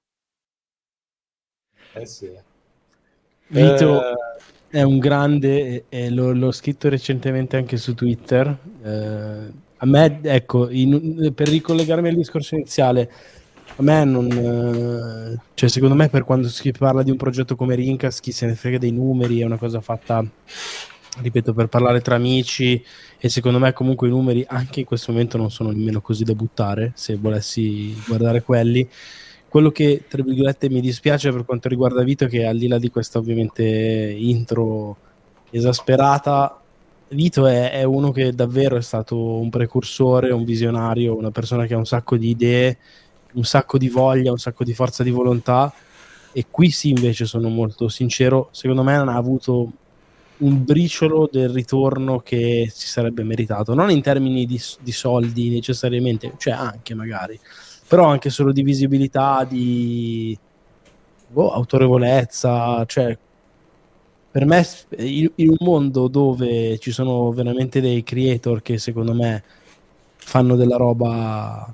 S3: Sì.
S6: Vito è un grande, e l'ho scritto recentemente anche su Twitter. A me, ecco, per ricollegarmi al discorso iniziale, a me non... cioè, secondo me, per quando si parla di un progetto come Rincast, chi se ne frega dei numeri, è una cosa fatta, ripeto, per parlare tra amici, e secondo me comunque i numeri anche in questo momento non sono nemmeno così da buttare, se volessi guardare quelli. Quello che, tra virgolette, mi dispiace per quanto riguarda Vito è che, al di là di questa ovviamente intro esasperata, Vito è uno che davvero è stato un precursore, un visionario, una persona che ha un sacco di idee, un sacco di voglia, un sacco di forza di volontà, e qui sì invece sono molto sincero, secondo me non ha avuto un briciolo del ritorno che si sarebbe meritato, non in termini di soldi necessariamente, cioè anche magari, però anche solo di visibilità, di autorevolezza, cioè per me in un mondo dove ci sono veramente dei creator che secondo me fanno della roba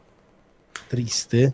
S6: triste,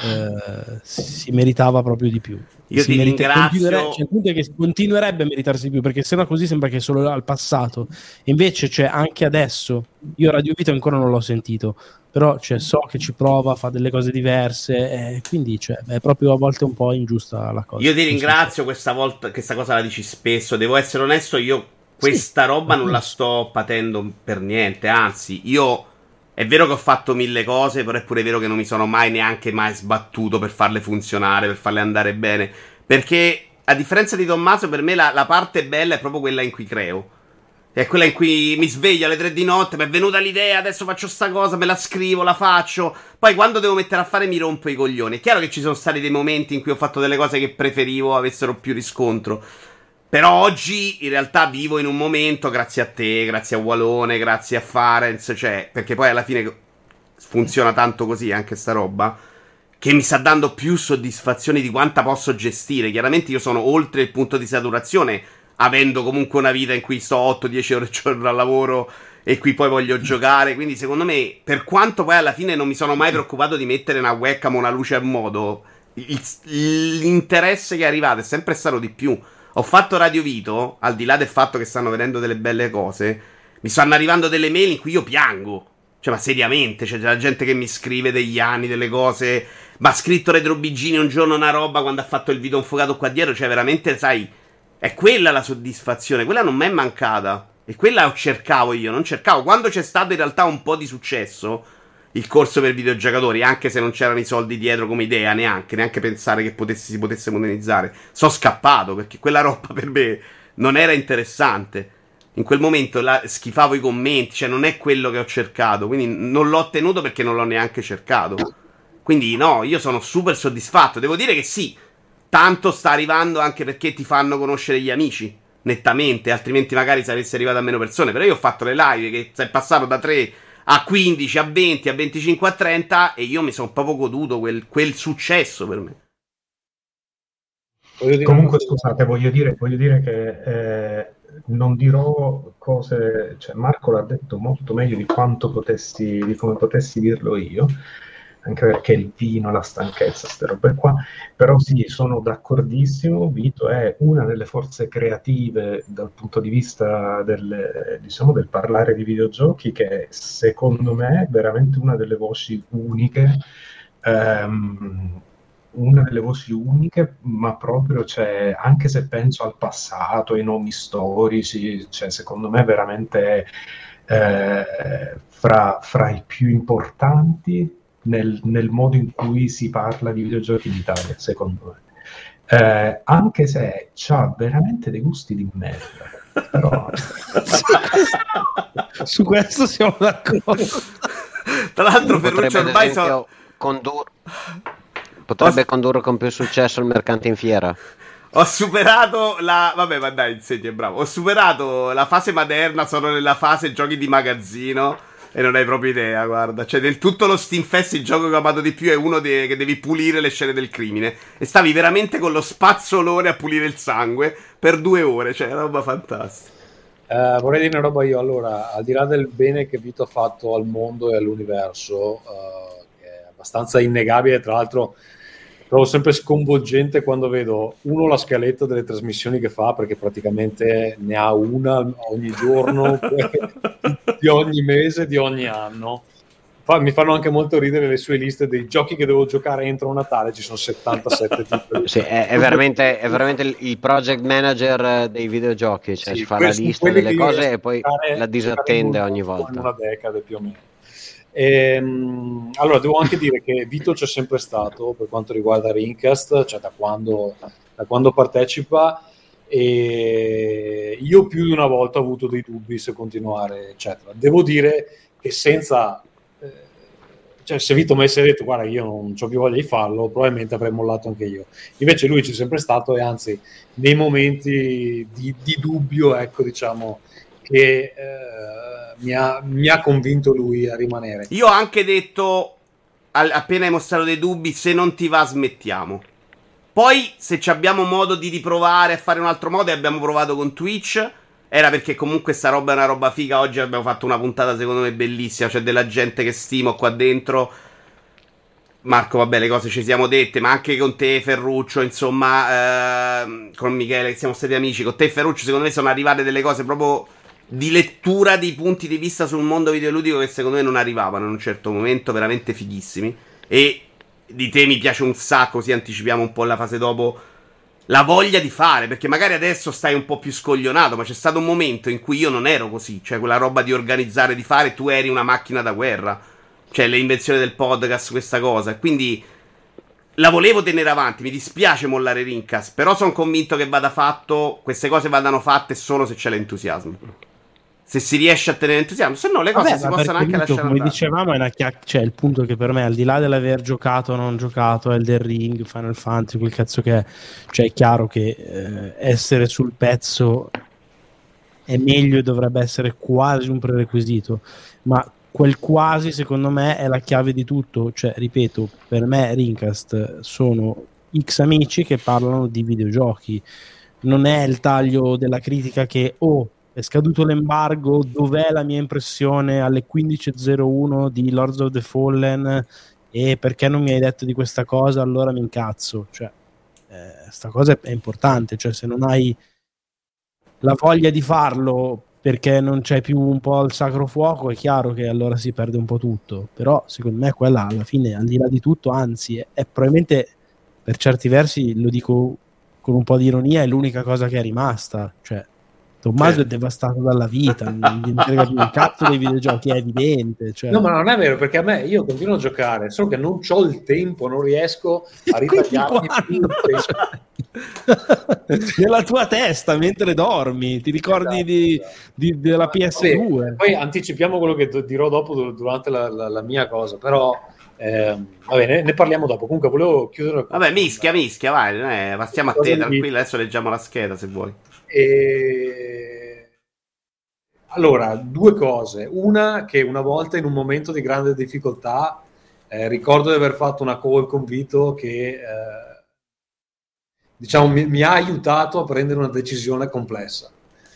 S6: si meritava proprio di più.
S4: Io ti ringrazio.
S6: Cioè, il punto è che continuerebbe a meritarsi di più, perché sennò così sembra che è solo al passato. Invece, cioè, anche adesso, io Radio Vita ancora non l'ho sentito, però cioè, so che ci prova, fa delle cose diverse, quindi cioè, è proprio a volte un po' ingiusta la cosa.
S4: Io ti ringrazio questa volta, questa cosa la dici spesso, devo essere onesto, io questa roba non la sto patendo per niente, anzi, io è vero che ho fatto 1000 cose, però è pure vero che non mi sono mai sbattuto per farle funzionare, per farle andare bene, perché a differenza di Tommaso, per me la parte bella è proprio quella in cui creo. È quella in cui mi sveglio alle 3 di notte, mi è venuta l'idea, adesso faccio sta cosa, me la scrivo, la faccio. Poi quando devo mettere a fare mi rompo i coglioni. È chiaro che ci sono stati dei momenti in cui ho fatto delle cose che preferivo avessero più riscontro. Però oggi in realtà vivo in un momento, grazie a te, grazie a Walone, grazie a Farenz, cioè, perché poi alla fine funziona tanto così anche sta roba, che mi sta dando più soddisfazioni di quanta posso gestire. Chiaramente io sono oltre il punto di saturazione, avendo comunque una vita in cui sto 8-10 ore al giorno al lavoro e qui poi voglio giocare, quindi secondo me, per quanto poi alla fine non mi sono mai preoccupato di mettere una webcam o una luce a modo, l'interesse che è arrivato è sempre stato di più. Ho fatto Radio Vito, al di là del fatto che stanno vedendo delle belle cose, mi stanno arrivando delle mail in cui io piango. Cioè, ma seriamente, c'è la gente che mi scrive degli anni, delle cose. Ma ha scritto Retro Bigini un giorno una roba quando ha fatto il video infuocato qua dietro. Cioè, veramente, sai, è quella la soddisfazione. Quella non mi è mancata. E quella cercavo io, non cercavo. Quando c'è stato in realtà un po' di successo, il corso per videogiocatori, anche se non c'erano i soldi dietro come idea, neanche pensare che si potesse monetizzare, sono scappato, perché quella roba per me non era interessante. In quel momento schifavo i commenti, cioè non è quello che ho cercato, quindi non l'ho ottenuto perché non l'ho neanche cercato. Quindi no, io sono super soddisfatto. Devo dire che sì, tanto sta arrivando anche perché ti fanno conoscere gli amici, nettamente, altrimenti magari saresti arrivato a meno persone. Però io ho fatto le live che è passato da 3 a 15, a 20, a 25, a 30 e io mi sono proprio goduto quel successo per me.
S10: Comunque scusate, voglio dire che non dirò cose, cioè Marco l'ha detto molto meglio di come potessi dirlo io, anche perché il vino, la stanchezza, queste robe qua, però sì, sono d'accordissimo, Vito è una delle forze creative dal punto di vista del parlare di videogiochi, che secondo me è veramente una delle voci uniche, ma proprio, cioè, anche se penso al passato, ai nomi storici, cioè, secondo me veramente fra i più importanti nel modo in cui si parla di videogiochi in Italia, secondo me. Anche se c'ha veramente dei gusti di merda. Però...
S6: Su questo siamo d'accordo.
S4: Tra l'altro Ferruccio ormai
S8: potrebbe condurre con più successo il mercante in fiera.
S4: Ho superato vabbè, ma dai, insegni, è bravo. Ho superato la fase materna, sono nella fase giochi di magazzino e non hai proprio idea, guarda. Cioè, del tutto lo Steam Fest, il gioco che ho amato di più è uno che devi pulire le scene del crimine. E stavi veramente con lo spazzolone a pulire il sangue per 2 ore, cioè, è una roba fantastica.
S3: Vorrei dire una roba io, allora, al di là del bene che Vito ha fatto al mondo e all'universo, che è abbastanza innegabile, tra l'altro trovo sempre sconvolgente quando vedo la scaletta delle trasmissioni che fa, perché praticamente ne ha una ogni giorno di ogni mese, di ogni anno. Mi fanno anche molto ridere le sue liste dei giochi che devo giocare entro Natale, ci sono 77 titoli.
S8: Sì, è veramente il project manager dei videogiochi, cioè
S3: sì,
S8: si fa la lista delle cose e poi la disattende ogni volta.
S3: In una decade più o meno. Allora, devo anche dire che Vito c'è sempre stato per quanto riguarda Rincast, cioè da quando partecipa, e io più di una volta ho avuto dei dubbi se continuare, eccetera. Devo dire che senza cioè, se Vito mi avesse detto guarda io non ho più voglia di farlo, probabilmente avrei mollato anche io. Invece lui c'è sempre stato, e anzi nei momenti di dubbio, ecco, diciamo che mi ha convinto lui a rimanere.
S4: Io ho anche detto, appena hai mostrato dei dubbi, se non ti va smettiamo. Poi se abbiamo modo di riprovare a fare un altro modo, e abbiamo provato con Twitch, era perché comunque sta roba è una roba figa. Oggi abbiamo fatto una puntata secondo me bellissima, c'è della gente che stimo qua dentro. Marco, vabbè, le cose ci siamo dette, ma anche con te Ferruccio, insomma, con Michele, che siamo stati amici. Con te e Ferruccio secondo me sono arrivate delle cose proprio di lettura di punti di vista sul mondo videoludico che secondo me non arrivavano in un certo momento, veramente fighissimi. E di te mi piace un sacco, così anticipiamo un po' la fase dopo, la voglia di fare, perché magari adesso stai un po' più scoglionato, ma c'è stato un momento in cui io non ero così, cioè quella roba di organizzare, di fare, tu eri una macchina da guerra, cioè le invenzioni del podcast, questa cosa, quindi la volevo tenere avanti. Mi dispiace mollare Rincast, però sono convinto che vada fatto, queste cose vadano fatte solo se c'è l'entusiasmo. Se si riesce a tenere entusiasmo, se no le cose si possono anche lasciare
S6: come
S4: andare.
S6: Dicevamo, è cioè, il punto che per me, al di là dell'aver giocato o non giocato Elden Ring, Final Fantasy, quel cazzo che è, cioè è chiaro che essere sul pezzo è meglio e dovrebbe essere quasi un prerequisito, ma quel quasi secondo me è la chiave di tutto. Cioè, ripeto, per me Rincast sono X amici che parlano di videogiochi, non è il taglio della critica che è scaduto l'embargo, dov'è la mia impressione alle 15.01 di Lords of the Fallen e perché non mi hai detto di questa cosa, allora mi incazzo. Cioè, sta cosa è importante, cioè se non hai la voglia di farlo perché non c'è più un po' il sacro fuoco, è chiaro che allora si perde un po' tutto. Però secondo me quella alla fine, al di là di tutto, anzi è probabilmente, per certi versi, lo dico con un po' di ironia, è l'unica cosa che è rimasta. Cioè Tommaso è devastato dalla vita, non gli frega più un cazzo dei videogiochi, è evidente. Cioè.
S3: No, ma non è vero, perché io continuo a giocare, solo che non c'ho il tempo, non riesco a ritagliarmi più
S6: nella tua testa mentre dormi, ti ricordi della PS2.
S3: Vabbè, poi anticipiamo quello che dirò dopo durante la mia cosa, però vabbè, ne parliamo dopo. Comunque volevo chiudere.
S4: Vabbè, mischia, vai, passiamo a te, tranquillo, adesso leggiamo la scheda se vuoi.
S3: Allora, due cose. Una, che una volta in un momento di grande difficoltà ricordo di aver fatto una call con Vito che diciamo mi ha aiutato a prendere una decisione complessa.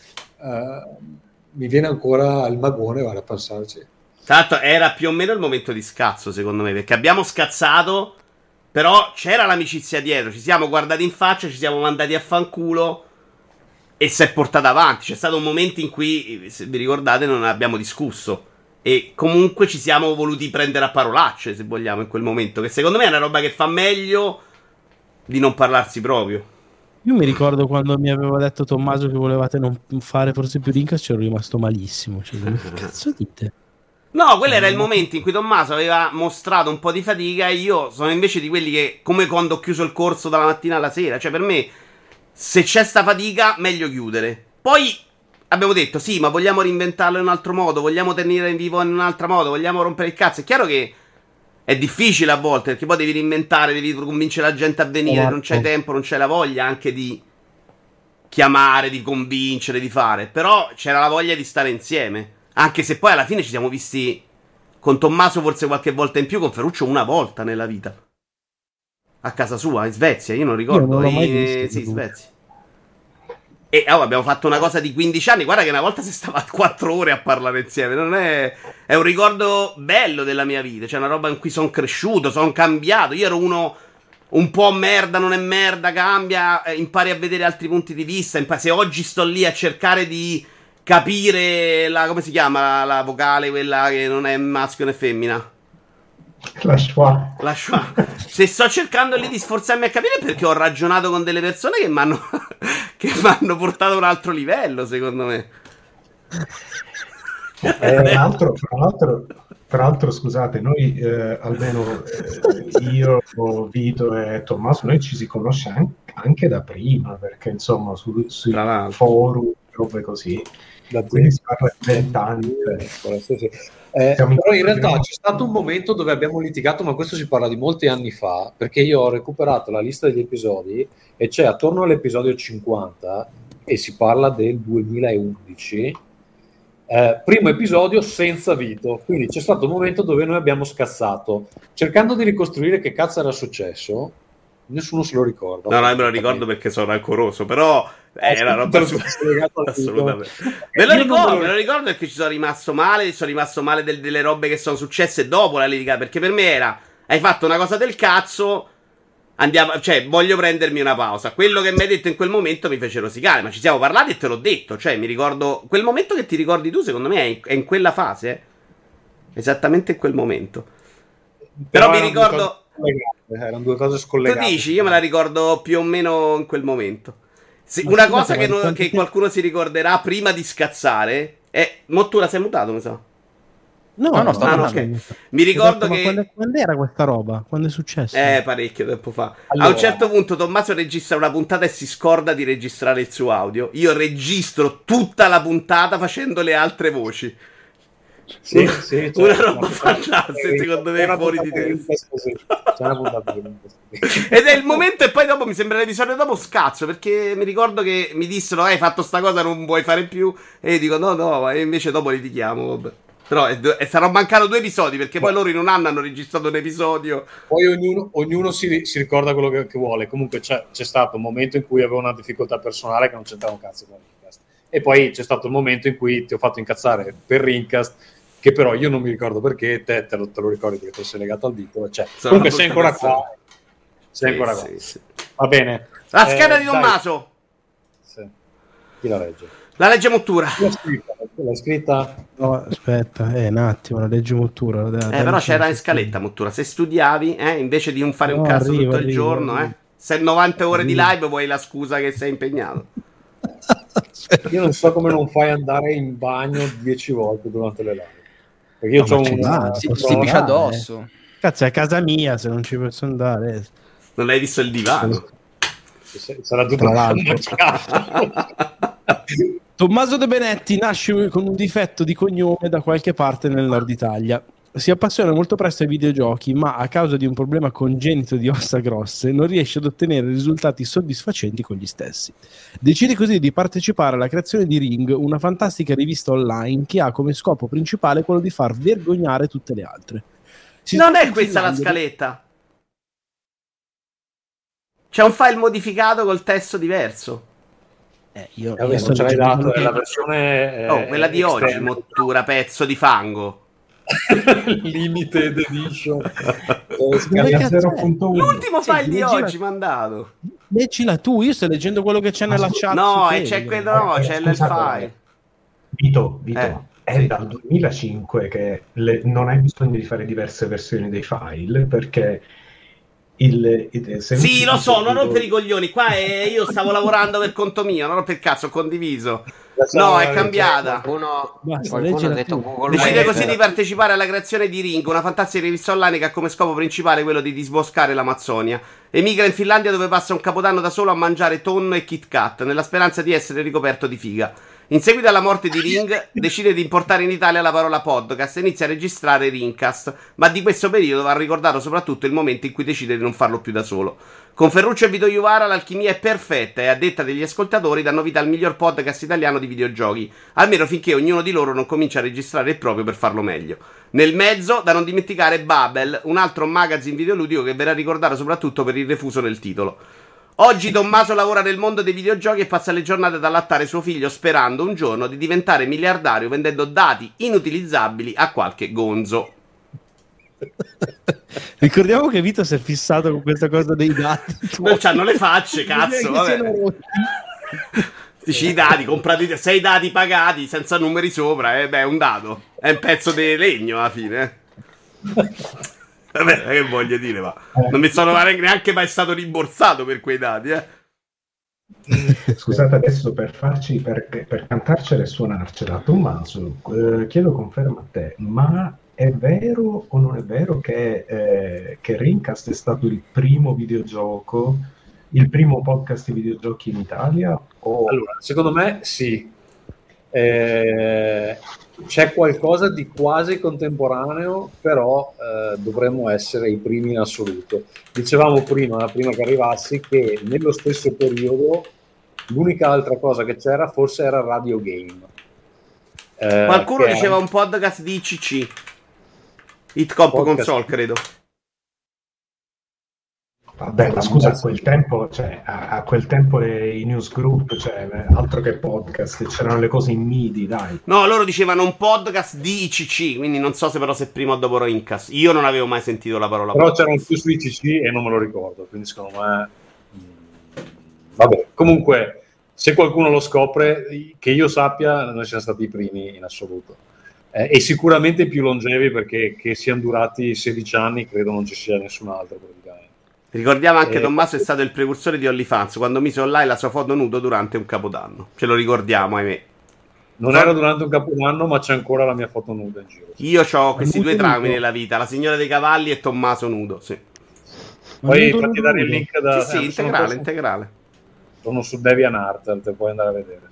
S3: Mi viene ancora il magone, vale a passarci.
S4: Tra l'altro era più o meno il momento di scazzo, secondo me, perché abbiamo scazzato, però c'era l'amicizia dietro, ci siamo guardati in faccia, ci siamo mandati a fanculo e si è portata avanti. C'è stato un momento in cui, se vi ricordate, non abbiamo discusso e comunque ci siamo voluti prendere a parolacce, se vogliamo, in quel momento, che secondo me è una roba che fa meglio di non parlarsi proprio.
S6: Io mi ricordo quando mi aveva detto Tommaso che volevate non fare forse più Rincast, c'ero rimasto malissimo. Cioè, che cazzo dite?
S4: No, quello era il momento in cui Tommaso aveva mostrato un po' di fatica e io sono invece di quelli che, come quando ho chiuso il corso dalla mattina alla sera, cioè per me, se c'è sta fatica, meglio chiudere. Poi abbiamo detto, sì, ma vogliamo reinventarlo in un altro modo, vogliamo tenere in vivo in un altro modo, vogliamo rompere il cazzo. È chiaro che è difficile a volte, perché poi devi reinventare, devi convincere la gente a venire, non c'hai tempo, non c'hai la voglia anche di chiamare, di convincere, di fare. Però c'era la voglia di stare insieme. Anche se poi alla fine ci siamo visti con Tommaso forse qualche volta in più, con Ferruccio una volta nella vita. A casa sua, in Svezia, io non ricordo.
S6: Io non l'ho mai visto,
S4: sì, Svezia. E abbiamo fatto una cosa di 15 anni. Guarda che una volta si stava 4 ore a parlare insieme. Non è un ricordo bello della mia vita. Cioè una roba in cui sono cresciuto, sono cambiato. Io ero uno un po' merda, non è merda, cambia, impari a vedere altri punti di vista. Se oggi sto lì a cercare di capire come si chiama la vocale, quella che non è maschio né femmina,
S10: la schwa.
S4: Se sto cercando lì di sforzarmi a capire, perché ho ragionato con delle persone che mi hanno portato a un altro livello, secondo me.
S10: Tra l'altro, scusate, noi almeno io, Vito e Tommaso, noi ci si conosce anche da prima, perché insomma sui forum robe così.
S3: Quindi
S10: si parla di 20 anni.
S3: Però in realtà c'è stato un momento dove abbiamo litigato, ma questo si parla di molti anni fa, perché io ho recuperato la lista degli episodi e c'è attorno all'episodio 50 e si parla del 2011, primo episodio senza Vito, quindi c'è stato un momento dove noi abbiamo scazzato cercando di ricostruire che cazzo era successo. Nessuno se lo ricorda.
S4: No, me lo ricordo perché sono rancoroso, però era roba assolutamente. Me lo ricordo perché ci sono rimasto male, delle robe che sono successe dopo la litigata, perché per me era: hai fatto una cosa del cazzo, andiamo, cioè voglio prendermi una pausa. Quello che mi hai detto in quel momento mi fece rosicare, ma ci siamo parlati e te l'ho detto, cioè mi ricordo quel momento che ti ricordi tu, secondo me è in quella fase, esattamente in quel momento. Però mi ricordo
S3: erano due cose scollegate.
S4: Tu dici, io me la ricordo più o meno in quel momento. Una cosa che qualcuno si ricorderà prima di scazzare è... Mottura, sei mutato, mi sa?
S7: No, sto
S4: okay. Mi ricordo che...
S6: Quando era questa roba? Quando è successo?
S4: Parecchio tempo fa.
S3: Allora...
S4: A un certo punto Tommaso registra una puntata e si scorda di registrare il suo audio. Io registro tutta la puntata facendo le altre voci.
S3: Sì,
S4: una roba fantastica, secondo me è fuori di testa. Ed è il momento, e poi dopo mi sembra l'episodio dopo scazzo, perché mi ricordo che mi dissero hai fatto sta cosa, non vuoi fare più, e io dico no, e invece dopo litighiamo, vabbè. Però sarò mancato 2 episodi, perché poi loro in un anno hanno registrato un episodio.
S3: Poi ognuno si ricorda quello che vuole. Comunque c'è stato un momento in cui avevo una difficoltà personale che non c'entrava un cazzo con Rincast, e poi c'è stato il momento in cui ti ho fatto incazzare per Rincast, che però io non mi ricordo perché, te lo ricordi perché tu sei legato al dito, cioè. Comunque sei ancora qua. Sei ancora qua. Sì. Va bene.
S4: La scheda di Tommaso.
S3: Sì. Chi la legge?
S4: La legge Mottura.
S3: L'hai scritta?
S6: No, aspetta, un attimo, la legge Mottura.
S4: Però c'era in scaletta Mottura. Se studiavi, invece di non fare un cazzo tutto il giorno, se 90 ore di live vuoi la scusa che sei impegnato.
S3: Io non so come non fai andare in bagno 10 volte durante le live. Perché io
S7: si piscia addosso.
S6: Cazzo, è a casa mia, se non ci posso andare.
S4: Non hai visto il divano?
S3: Sarà tutto
S6: Tommaso De Benetti nasce con un difetto di cognome da qualche parte nel nord Italia. Si appassiona molto presto ai videogiochi, ma a causa di un problema congenito di ossa grosse non riesce ad ottenere risultati soddisfacenti con gli stessi. Decide così di partecipare alla creazione di Ring, una fantastica rivista online che ha come scopo principale quello di far vergognare tutte le altre.
S4: Non è questa la scaletta. C'è un file modificato col testo diverso.
S6: Io
S3: non ce l'hai dato, è la versione
S4: quella di oggi, Mottura, pezzo di fango.
S3: Limited edition.
S4: L'ultimo file di oggi mandato.
S6: Leggila tu, io sto leggendo quello che c'è nella chat.
S4: No, c'è quello, c'è il file.
S10: Vito, è dal 2005 che non hai bisogno di fare diverse versioni dei file, perché
S4: sì, lo so, non rompere i coglioni. Qua io stavo lavorando per conto mio, non rompere il cazzo, ho condiviso. No, è cambiata.
S8: Qualcuno ha detto Google.
S4: Decide così di partecipare alla creazione di Ring, una fantastica rivista online che ha come scopo principale quello di disboscare l'Amazzonia. Emigra in Finlandia, dove passa un capodanno da solo a mangiare tonno e Kit Kat, nella speranza di essere ricoperto di figa. In seguito alla morte di Ring, decide di importare in Italia la parola podcast e inizia a registrare Ringcast, ma di questo periodo va ricordato soprattutto il momento in cui decide di non farlo più da solo. Con Ferruccio e Vito Iuvara l'alchimia è perfetta e, a detta degli ascoltatori, danno vita al miglior podcast italiano di videogiochi, almeno finché ognuno di loro non comincia a registrare il proprio per farlo meglio. Nel mezzo, da non dimenticare, Babel, un altro magazine videoludico che verrà ricordato soprattutto per il refuso nel titolo. Oggi Tommaso lavora nel mondo dei videogiochi e passa le giornate ad allattare suo figlio, sperando un giorno di diventare miliardario vendendo dati inutilizzabili a qualche gonzo.
S6: Ricordiamo che Vito si è fissato con questa cosa dei dati.
S4: Non c'hanno le facce, cazzo. Vabbè. Dici i dati, comprati 6 dati pagati senza numeri sopra, è un dato. È un pezzo di legno alla fine. Vabbè, che voglio dire, ma non mi sono neanche mai stato rimborsato per quei dati,
S10: Scusate, adesso per cantarcela e suonarcela, Tommaso, chiedo conferma a te, ma è vero o non è vero che Ringcast è stato il primo videogioco, il primo podcast di videogiochi in Italia?
S3: Allora, secondo me sì, C'è qualcosa di quasi contemporaneo, però dovremmo essere i primi in assoluto. Dicevamo prima che arrivassi, che nello stesso periodo l'unica altra cosa che c'era forse era Radio Game.
S4: Qualcuno diceva un podcast di ICC, Hitcomp Console, credo.
S10: Vabbè, ma scusa, a quel tempo, a quel tempo i newsgroup, altro che podcast, c'erano le cose in MIDI, dai.
S4: No, loro dicevano un podcast di ICC, quindi non so se però se prima o dopo Rincast. Io non avevo mai sentito la parola
S3: però
S4: podcast.
S3: c'erano più su ICC e non me lo ricordo, quindi secondo me vabbè, comunque se qualcuno lo scopre, che io sappia, noi siamo stati i primi in assoluto, e sicuramente i più longevi, perché che siano durati 16 anni credo non ci sia nessun altro praticamente.
S4: Ricordiamo anche Tommaso è stato il precursore di OnlyFans quando mise online la sua foto nudo durante un capodanno. Ce lo ricordiamo, ahimè.
S3: Non era durante un capodanno, ma c'è ancora la mia foto nuda in giro.
S4: Io ho questi due traumi nella vita, la signora dei cavalli e Tommaso nudo, sì.
S3: Poi fatti dare il link da...
S4: Sì, integrale.
S3: Sono su DeviantArt, te puoi andare a vedere.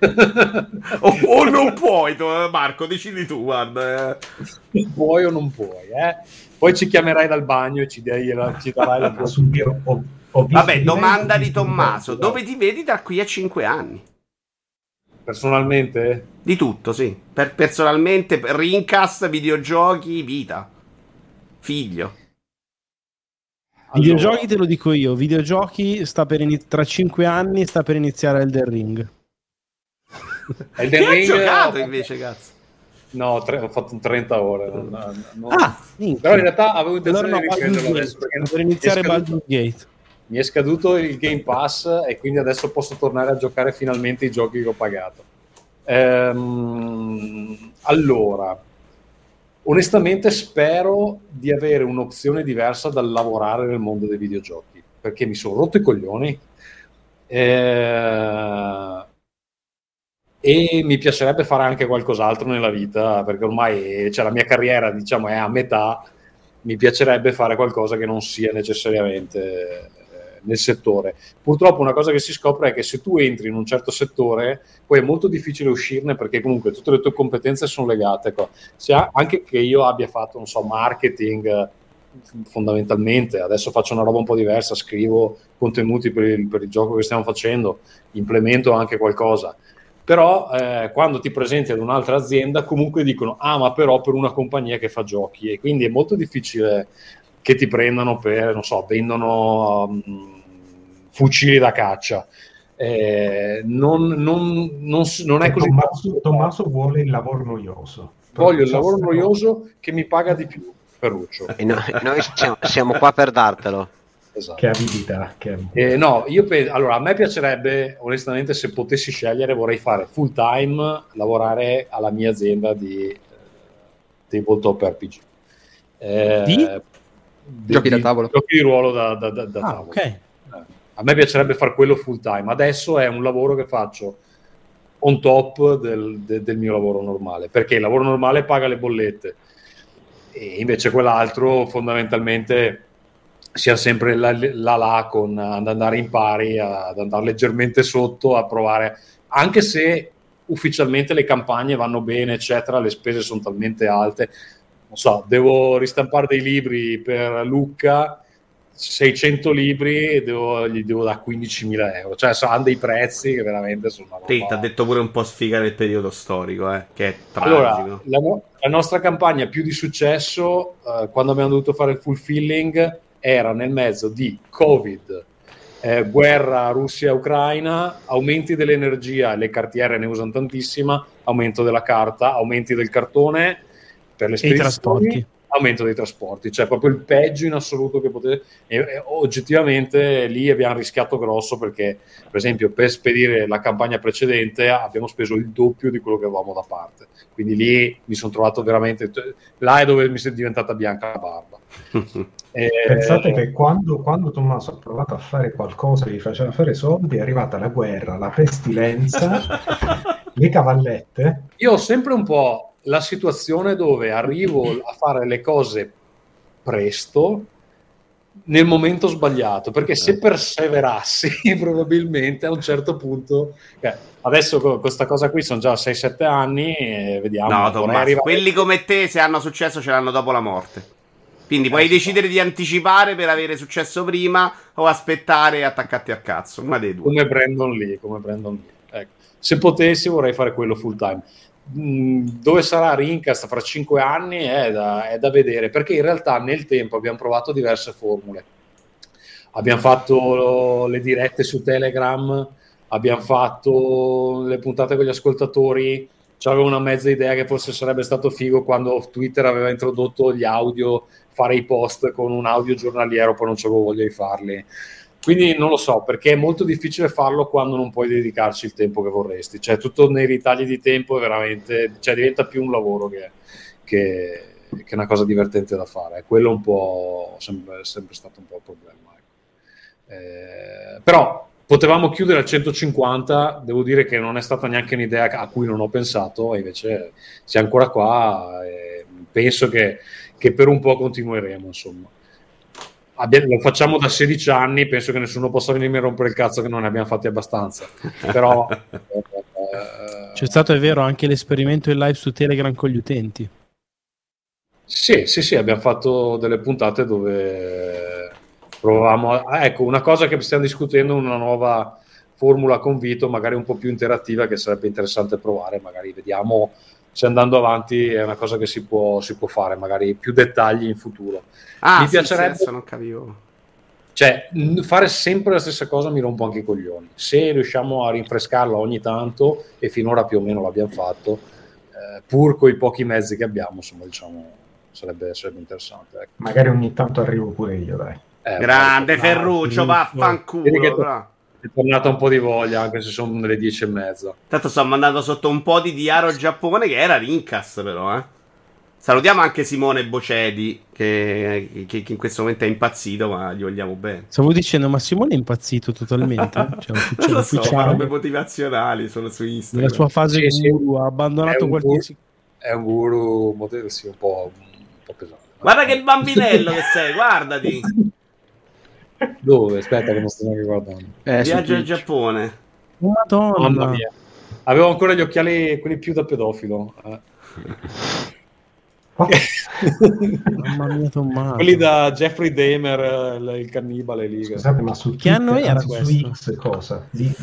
S4: o non puoi, Marco, decidi tu, guarda.
S3: Puoi o non puoi, Poi ci chiamerai dal bagno e ci darai la tua
S10: subito.
S4: Vabbè, domanda di Tommaso, dove ti vedi da qui a 5 anni?
S3: Personalmente?
S4: Di tutto, sì. Personalmente, Rincast, videogiochi, vita, figlio.
S6: Videogiochi te lo dico io, videogiochi tra 5 anni sta per iniziare Elden Ring.
S3: Elden
S4: Ring hai giocato invece, cazzo?
S3: No, ho fatto 30 ore.
S6: Però
S3: in realtà avevo intenzione di riprenderlo adesso,
S6: per iniziare Baldur's Gate.
S3: Mi è scaduto il Game Pass e quindi adesso posso tornare a giocare finalmente i giochi che ho pagato. Allora, onestamente spero di avere un'opzione diversa dal lavorare nel mondo dei videogiochi, perché mi sono rotto i coglioni e mi piacerebbe fare anche qualcos'altro nella vita, perché ormai la mia carriera, diciamo, è a metà. Mi piacerebbe fare qualcosa che non sia necessariamente nel settore. Purtroppo una cosa che si scopre è che se tu entri in un certo settore poi è molto difficile uscirne, perché comunque tutte le tue competenze sono legate, anche che io abbia fatto, non so, marketing fondamentalmente, adesso faccio una roba un po' diversa, scrivo contenuti per il gioco che stiamo facendo, implemento anche qualcosa, però quando ti presenti ad un'altra azienda comunque dicono ma però per una compagnia che fa giochi, e quindi è molto difficile che ti prendano per, non so, vendono fucili da caccia. Non è così.
S10: Tommaso vuole il lavoro noioso.
S3: Voglio il lavoro noioso che mi paga di più, Ferruccio.
S8: E noi siamo qua per dartelo.
S3: Esatto.
S10: Che avidità.
S3: No, allora, a me piacerebbe, onestamente, se potessi scegliere, vorrei fare full time, lavorare alla mia azienda di tabletop RPG.
S7: Giochi da tavolo.
S3: Giochi di ruolo da tavolo.
S6: Okay.
S3: A me piacerebbe fare quello full time. Adesso è un lavoro che faccio on top del mio lavoro normale, perché il lavoro normale paga le bollette e invece quell'altro fondamentalmente siamo sempre là con ad andare in pari, ad andare leggermente sotto, a provare, anche se ufficialmente le campagne vanno bene eccetera, le spese sono talmente alte, non so, devo ristampare dei libri per Lucca, 600 libri, gli devo dare 15.000 euro, cioè hanno dei prezzi che veramente sono una roba.
S4: Ti ha detto pure un po' sfiga del periodo storico, che è tragico.
S3: Allora, la nostra campagna più di successo, quando abbiamo dovuto fare il fulfilling, era nel mezzo di Covid, guerra Russia-Ucraina, aumenti dell'energia, le cartiere ne usano tantissima, aumento della carta, aumenti del cartone per le spedizioni, aumento dei trasporti, cioè proprio il peggio in assoluto che potete. E oggettivamente lì abbiamo rischiato grosso, perché per esempio per spedire la campagna precedente abbiamo speso il doppio di quello che avevamo da parte, quindi lì mi sono trovato veramente, là è dove mi è diventata bianca la barba.
S10: Pensate che quando Tommaso ha provato a fare qualcosa che gli faceva fare soldi, è arrivata la guerra, la pestilenza, le cavallette.
S3: Io ho sempre un po' la situazione dove arrivo a fare le cose presto, nel momento sbagliato, perché se perseverassi probabilmente a un certo punto adesso con questa cosa qui sono già 6-7 anni e vediamo.
S4: No, Tommaso, quelli come te se hanno successo ce l'hanno dopo la morte, quindi puoi decidere di anticipare per avere successo prima o aspettare e attaccarti al cazzo, una dei due,
S3: come Brandon Lee. Ecco. Se potessi vorrei fare quello full time. Dove sarà Rincast fra 5 anni è da vedere, perché in realtà nel tempo abbiamo provato diverse formule, abbiamo fatto le dirette su Telegram, abbiamo fatto le puntate con gli ascoltatori, c'avevo una mezza idea che forse sarebbe stato figo quando Twitter aveva introdotto gli audio, fare i post con un audio giornaliero, poi non c'avevo voglia di farli. Quindi non lo so, perché è molto difficile farlo quando non puoi dedicarci il tempo che vorresti. Cioè, tutto nei ritagli di tempo è veramente, cioè, diventa più un lavoro che una cosa divertente da fare. Quello un po' è sempre stato un po' il problema. Però potevamo chiudere al 150, devo dire che non è stata neanche un'idea a cui non ho pensato, e invece siamo ancora qua e penso che per un po' continueremo, insomma. Lo facciamo da 16 anni, penso che nessuno possa venirmi a rompere il cazzo che non ne abbiamo fatti abbastanza, però
S6: c'è stato, è vero, anche l'esperimento in live su Telegram con gli utenti.
S3: Sì, abbiamo fatto delle puntate dove provavamo ecco, una cosa che stiamo discutendo, una nuova formula con Vito, magari un po' più interattiva, che sarebbe interessante provare, magari vediamo se andando avanti è una cosa che si può fare, magari più dettagli in futuro. Mi piacerebbe,
S4: sì, non capivo.
S3: Cioè, fare sempre la stessa cosa mi rompo anche i coglioni. Se riusciamo a rinfrescarla ogni tanto, e finora più o meno l'abbiamo fatto, pur con i pochi mezzi che abbiamo, insomma, diciamo, sarebbe interessante. Ecco.
S10: Magari ogni tanto arrivo pure io, dai.
S4: Grande Ferruccio, vaffanculo.
S3: È tornata un po' di voglia, anche se sono le 10:30.
S4: Tanto sto mandando sotto un po' di diario Giappone, che era Rincast, però, Salutiamo anche Simone Bocedi, che in questo momento è impazzito, ma gli vogliamo bene.
S6: Stavo dicendo, ma Simone è impazzito totalmente?
S4: Non lo so, fa robe motivazionali, sono su Instagram.
S6: Nella sua fase guru, ha abbandonato qualsiasi...
S3: È un guru modello, sì, un po' pesante.
S4: Guarda che bambinello che sei, guardati!
S3: Dove? Aspetta che non sto neanche guardando.
S4: Viaggio al Giappone.
S6: Madonna.
S3: Mamma mia. Avevo ancora gli occhiali, quelli più da pedofilo.
S6: Mamma mia, Tommaso.
S3: Quelli da Jeffrey Dahmer, il cannibale lì.
S10: Scusate, ma su
S6: che anno era questo?
S10: X cosa?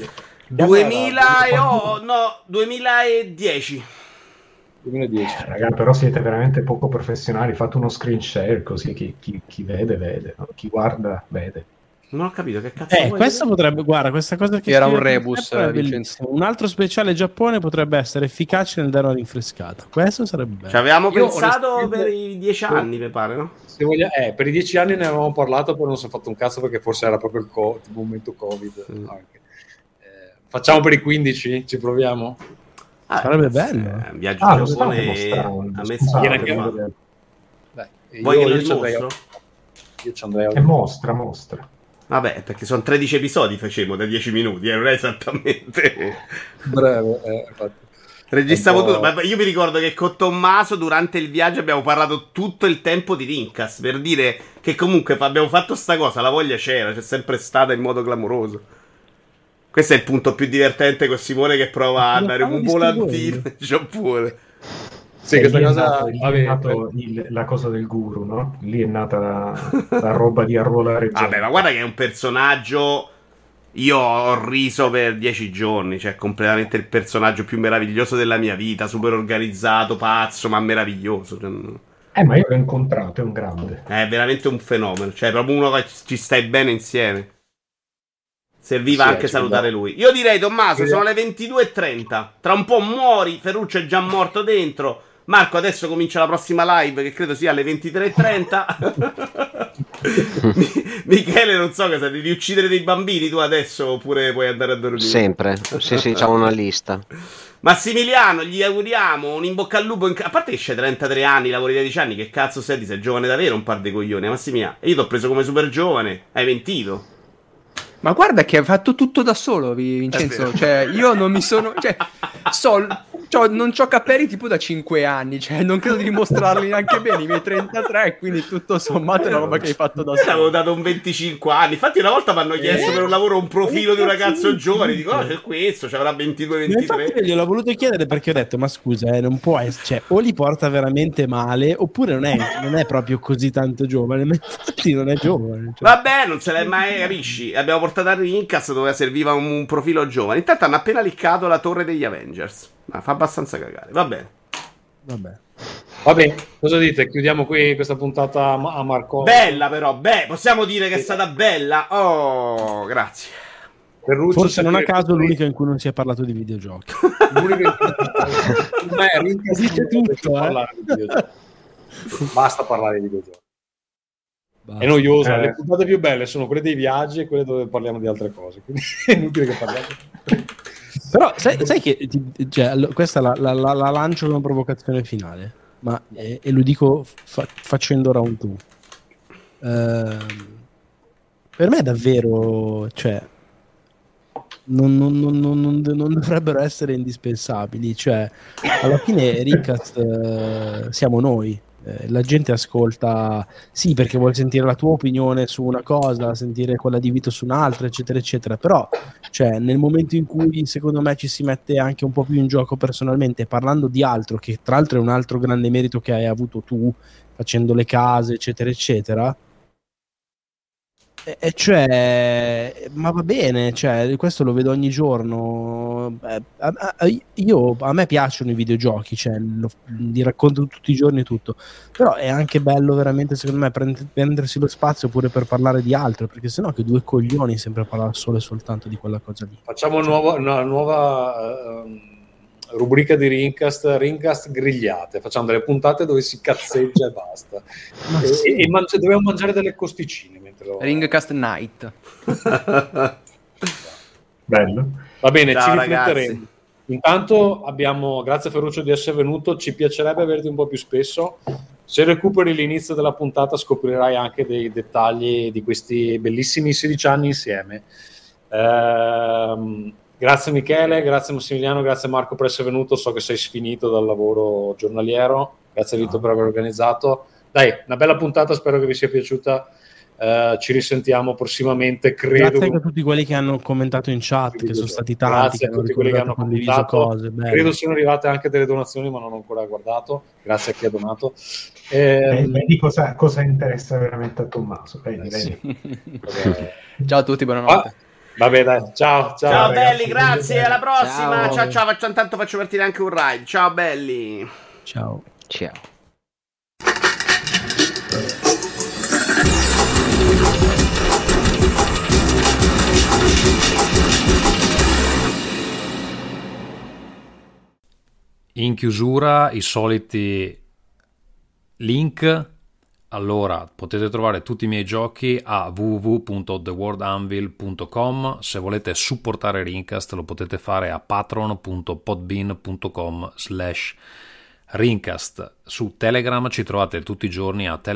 S4: 2010.
S3: 2010.
S10: Ragazzi, però siete veramente poco professionali. Fate uno screen share così chi vede, no? Chi guarda vede.
S4: Non ho capito che cazzo
S6: questo potrebbe, guarda, questa cosa che
S7: era un rebus,
S6: un altro speciale Giappone potrebbe essere efficace nel dare una rinfrescata. Questo sarebbe bello.
S4: Ci avevamo pensato per i 10 anni, mi pare, no?
S3: Per i 10 anni ne avevamo parlato, poi non si è fatto un cazzo perché forse era proprio il momento Covid. Anche. Facciamo per i 15? Ci proviamo?
S6: Sarebbe bello.
S4: Un viaggio in Giappone a me Vuoi che lo dimostro?
S3: Io ci andrei
S10: a... mostra.
S4: Vabbè, perché sono 13 episodi facemo da 10 minuti, non è esattamente
S3: breve.
S4: Registravo tutto, ma io mi ricordo che con Tommaso durante il viaggio abbiamo parlato tutto il tempo di Rincast, per dire che comunque abbiamo fatto sta cosa, la voglia c'è sempre stata in modo clamoroso. Questo è il punto più divertente con Simone che prova a dare un volantino in Giappone.
S10: Sì, questa cosa è nato la cosa del guru, no? Lì è nata la roba di arruolare gente.
S4: Vabbè, ma guarda che è un personaggio. Io ho riso per 10 giorni, cioè completamente il personaggio più meraviglioso della mia vita, super organizzato, pazzo, ma meraviglioso.
S10: Ma io l'ho incontrato, è un grande.
S4: È veramente un fenomeno, cioè proprio uno che ci stai bene insieme. Serviva anche salutare lui. Io direi, Tommaso, sono le 22:30. Tra un po' muori, Ferruccio è già morto dentro. Marco, adesso comincia la prossima live, che credo sia alle 23:30. Michele, non so cosa, devi uccidere dei bambini tu adesso oppure puoi andare a dormire?
S8: Sempre, sì, c'ho una lista.
S4: Massimiliano, gli auguriamo un in bocca al lupo. A parte che c'hai 33 anni, lavori da 10 anni, che cazzo sei? Sei giovane davvero, un par di coglioni, Massimiliano. E io ti ho preso come super giovane, hai mentito.
S7: Ma guarda che hai fatto tutto da solo, Vincenzo. Cioè, io non mi sono... Cioè, non c'ho capelli tipo da 5 anni, cioè non credo di dimostrarli neanche bene, i miei 33, quindi tutto sommato è una roba che hai fatto da solo.
S4: Avevo dato un 25 anni, infatti una volta mi hanno chiesto per un lavoro un profilo di un ragazzo giovane, dico c'è questo, c'avrà 22-23.
S6: Infatti gliel'ho voluto chiedere perché ho detto ma scusa, non può essere, cioè, o li porta veramente male oppure non è proprio così tanto giovane, ma infatti non è giovane, cioè.
S4: Vabbè, non se l'hai mai, capisci? Abbiamo portato a Rincast dove serviva un profilo giovane. Intanto hanno appena liccato la torre degli Avengers. Ma fa abbastanza cagare. Va bene.
S3: Vabbè, cosa dite? Chiudiamo qui questa puntata a Marco.
S4: Bella però, possiamo dire che è stata bella. Oh, grazie.
S6: Forse non a caso l'unico in cui non si è parlato di videogiochi.
S3: Dice tutto, Basta parlare di videogiochi. È noiosa. Le puntate più belle sono quelle dei viaggi e quelle dove parliamo di altre cose. Quindi è inutile che parliamo.
S6: Però sai che questa la lancio come provocazione finale, ma e lo dico facendo round 2. Per me davvero, cioè non dovrebbero essere indispensabili, cioè alla fine Rincast siamo noi. La gente ascolta sì perché vuole sentire la tua opinione su una cosa, sentire quella di Vito su un'altra, eccetera eccetera, però cioè nel momento in cui secondo me ci si mette anche un po' più in gioco personalmente parlando di altro, che tra l'altro è un altro grande merito che hai avuto tu facendo le case eccetera eccetera, e cioè ma va bene, cioè questo lo vedo ogni giorno. A me piacciono i videogiochi, cioè li racconto tutti i giorni tutto, però è anche bello veramente secondo me prendersi lo spazio pure per parlare di altro, perché sennò che due coglioni sempre parlare solo e soltanto di quella cosa lì.
S3: Facciamo una nuova rubrica di Rincast grigliate, facciamo delle puntate dove si cazzeggia e basta e dobbiamo mangiare delle costicine mentre
S7: Ringcast Night.
S10: Bello,
S3: va bene.
S4: Ciao,
S3: ci
S4: ragazzi.
S3: rifletteremo. Intanto grazie Ferruccio di essere venuto, ci piacerebbe averti un po' più spesso. Se recuperi l'inizio della puntata scoprirai anche dei dettagli di questi bellissimi 16 anni insieme. Grazie Michele, grazie Massimiliano, grazie Marco per essere venuto, so che sei sfinito dal lavoro giornaliero, grazie Vito per aver organizzato. Dai, una bella puntata, spero che vi sia piaciuta. Ci risentiamo prossimamente, credo.
S6: Grazie anche a tutti quelli che hanno commentato in chat, che sono stati tanti.
S3: Grazie a tutti quelli che hanno commentato cose. Credo siano arrivate anche delle donazioni, ma non ho ancora guardato. Grazie a chi ha donato.
S10: Vedi cosa interessa veramente a Tommaso. Vedi.
S7: Ciao a tutti, buonanotte.
S3: Vabbè, dai, ciao
S4: Ciao
S3: ragazzi,
S4: belli, grazie, alla prossima. Ciao. Intanto faccio partire anche un ride. Ciao belli.
S6: Ciao.
S1: In chiusura i soliti link. Allora, potete trovare tutti i miei giochi a www.theworldanvil.com. Se volete supportare Rincast lo potete fare a patreon.podbean.com/Rincast. Su Telegram ci trovate tutti i giorni a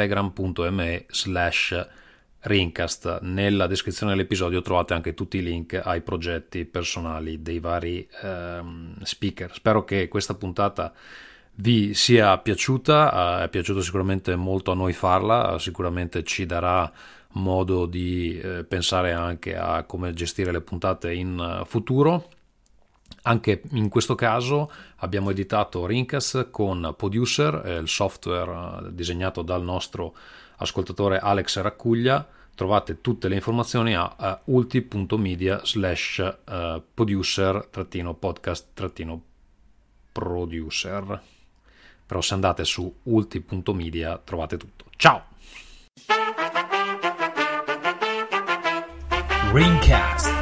S1: telegram.me/Rincast. Nella descrizione dell'episodio trovate anche tutti i link ai progetti personali dei vari speaker. Spero che questa puntata vi sia piaciuta, è piaciuto sicuramente molto a noi farla, sicuramente ci darà modo di pensare anche a come gestire le puntate in futuro. Anche in questo caso abbiamo editato Rincast con Producer, il software disegnato dal nostro ascoltatore Alex Raccuglia. Trovate tutte le informazioni a ulti.media/producer-podcast-producer. Però se andate su ulti.media trovate tutto. Ciao!
S11: Rincast.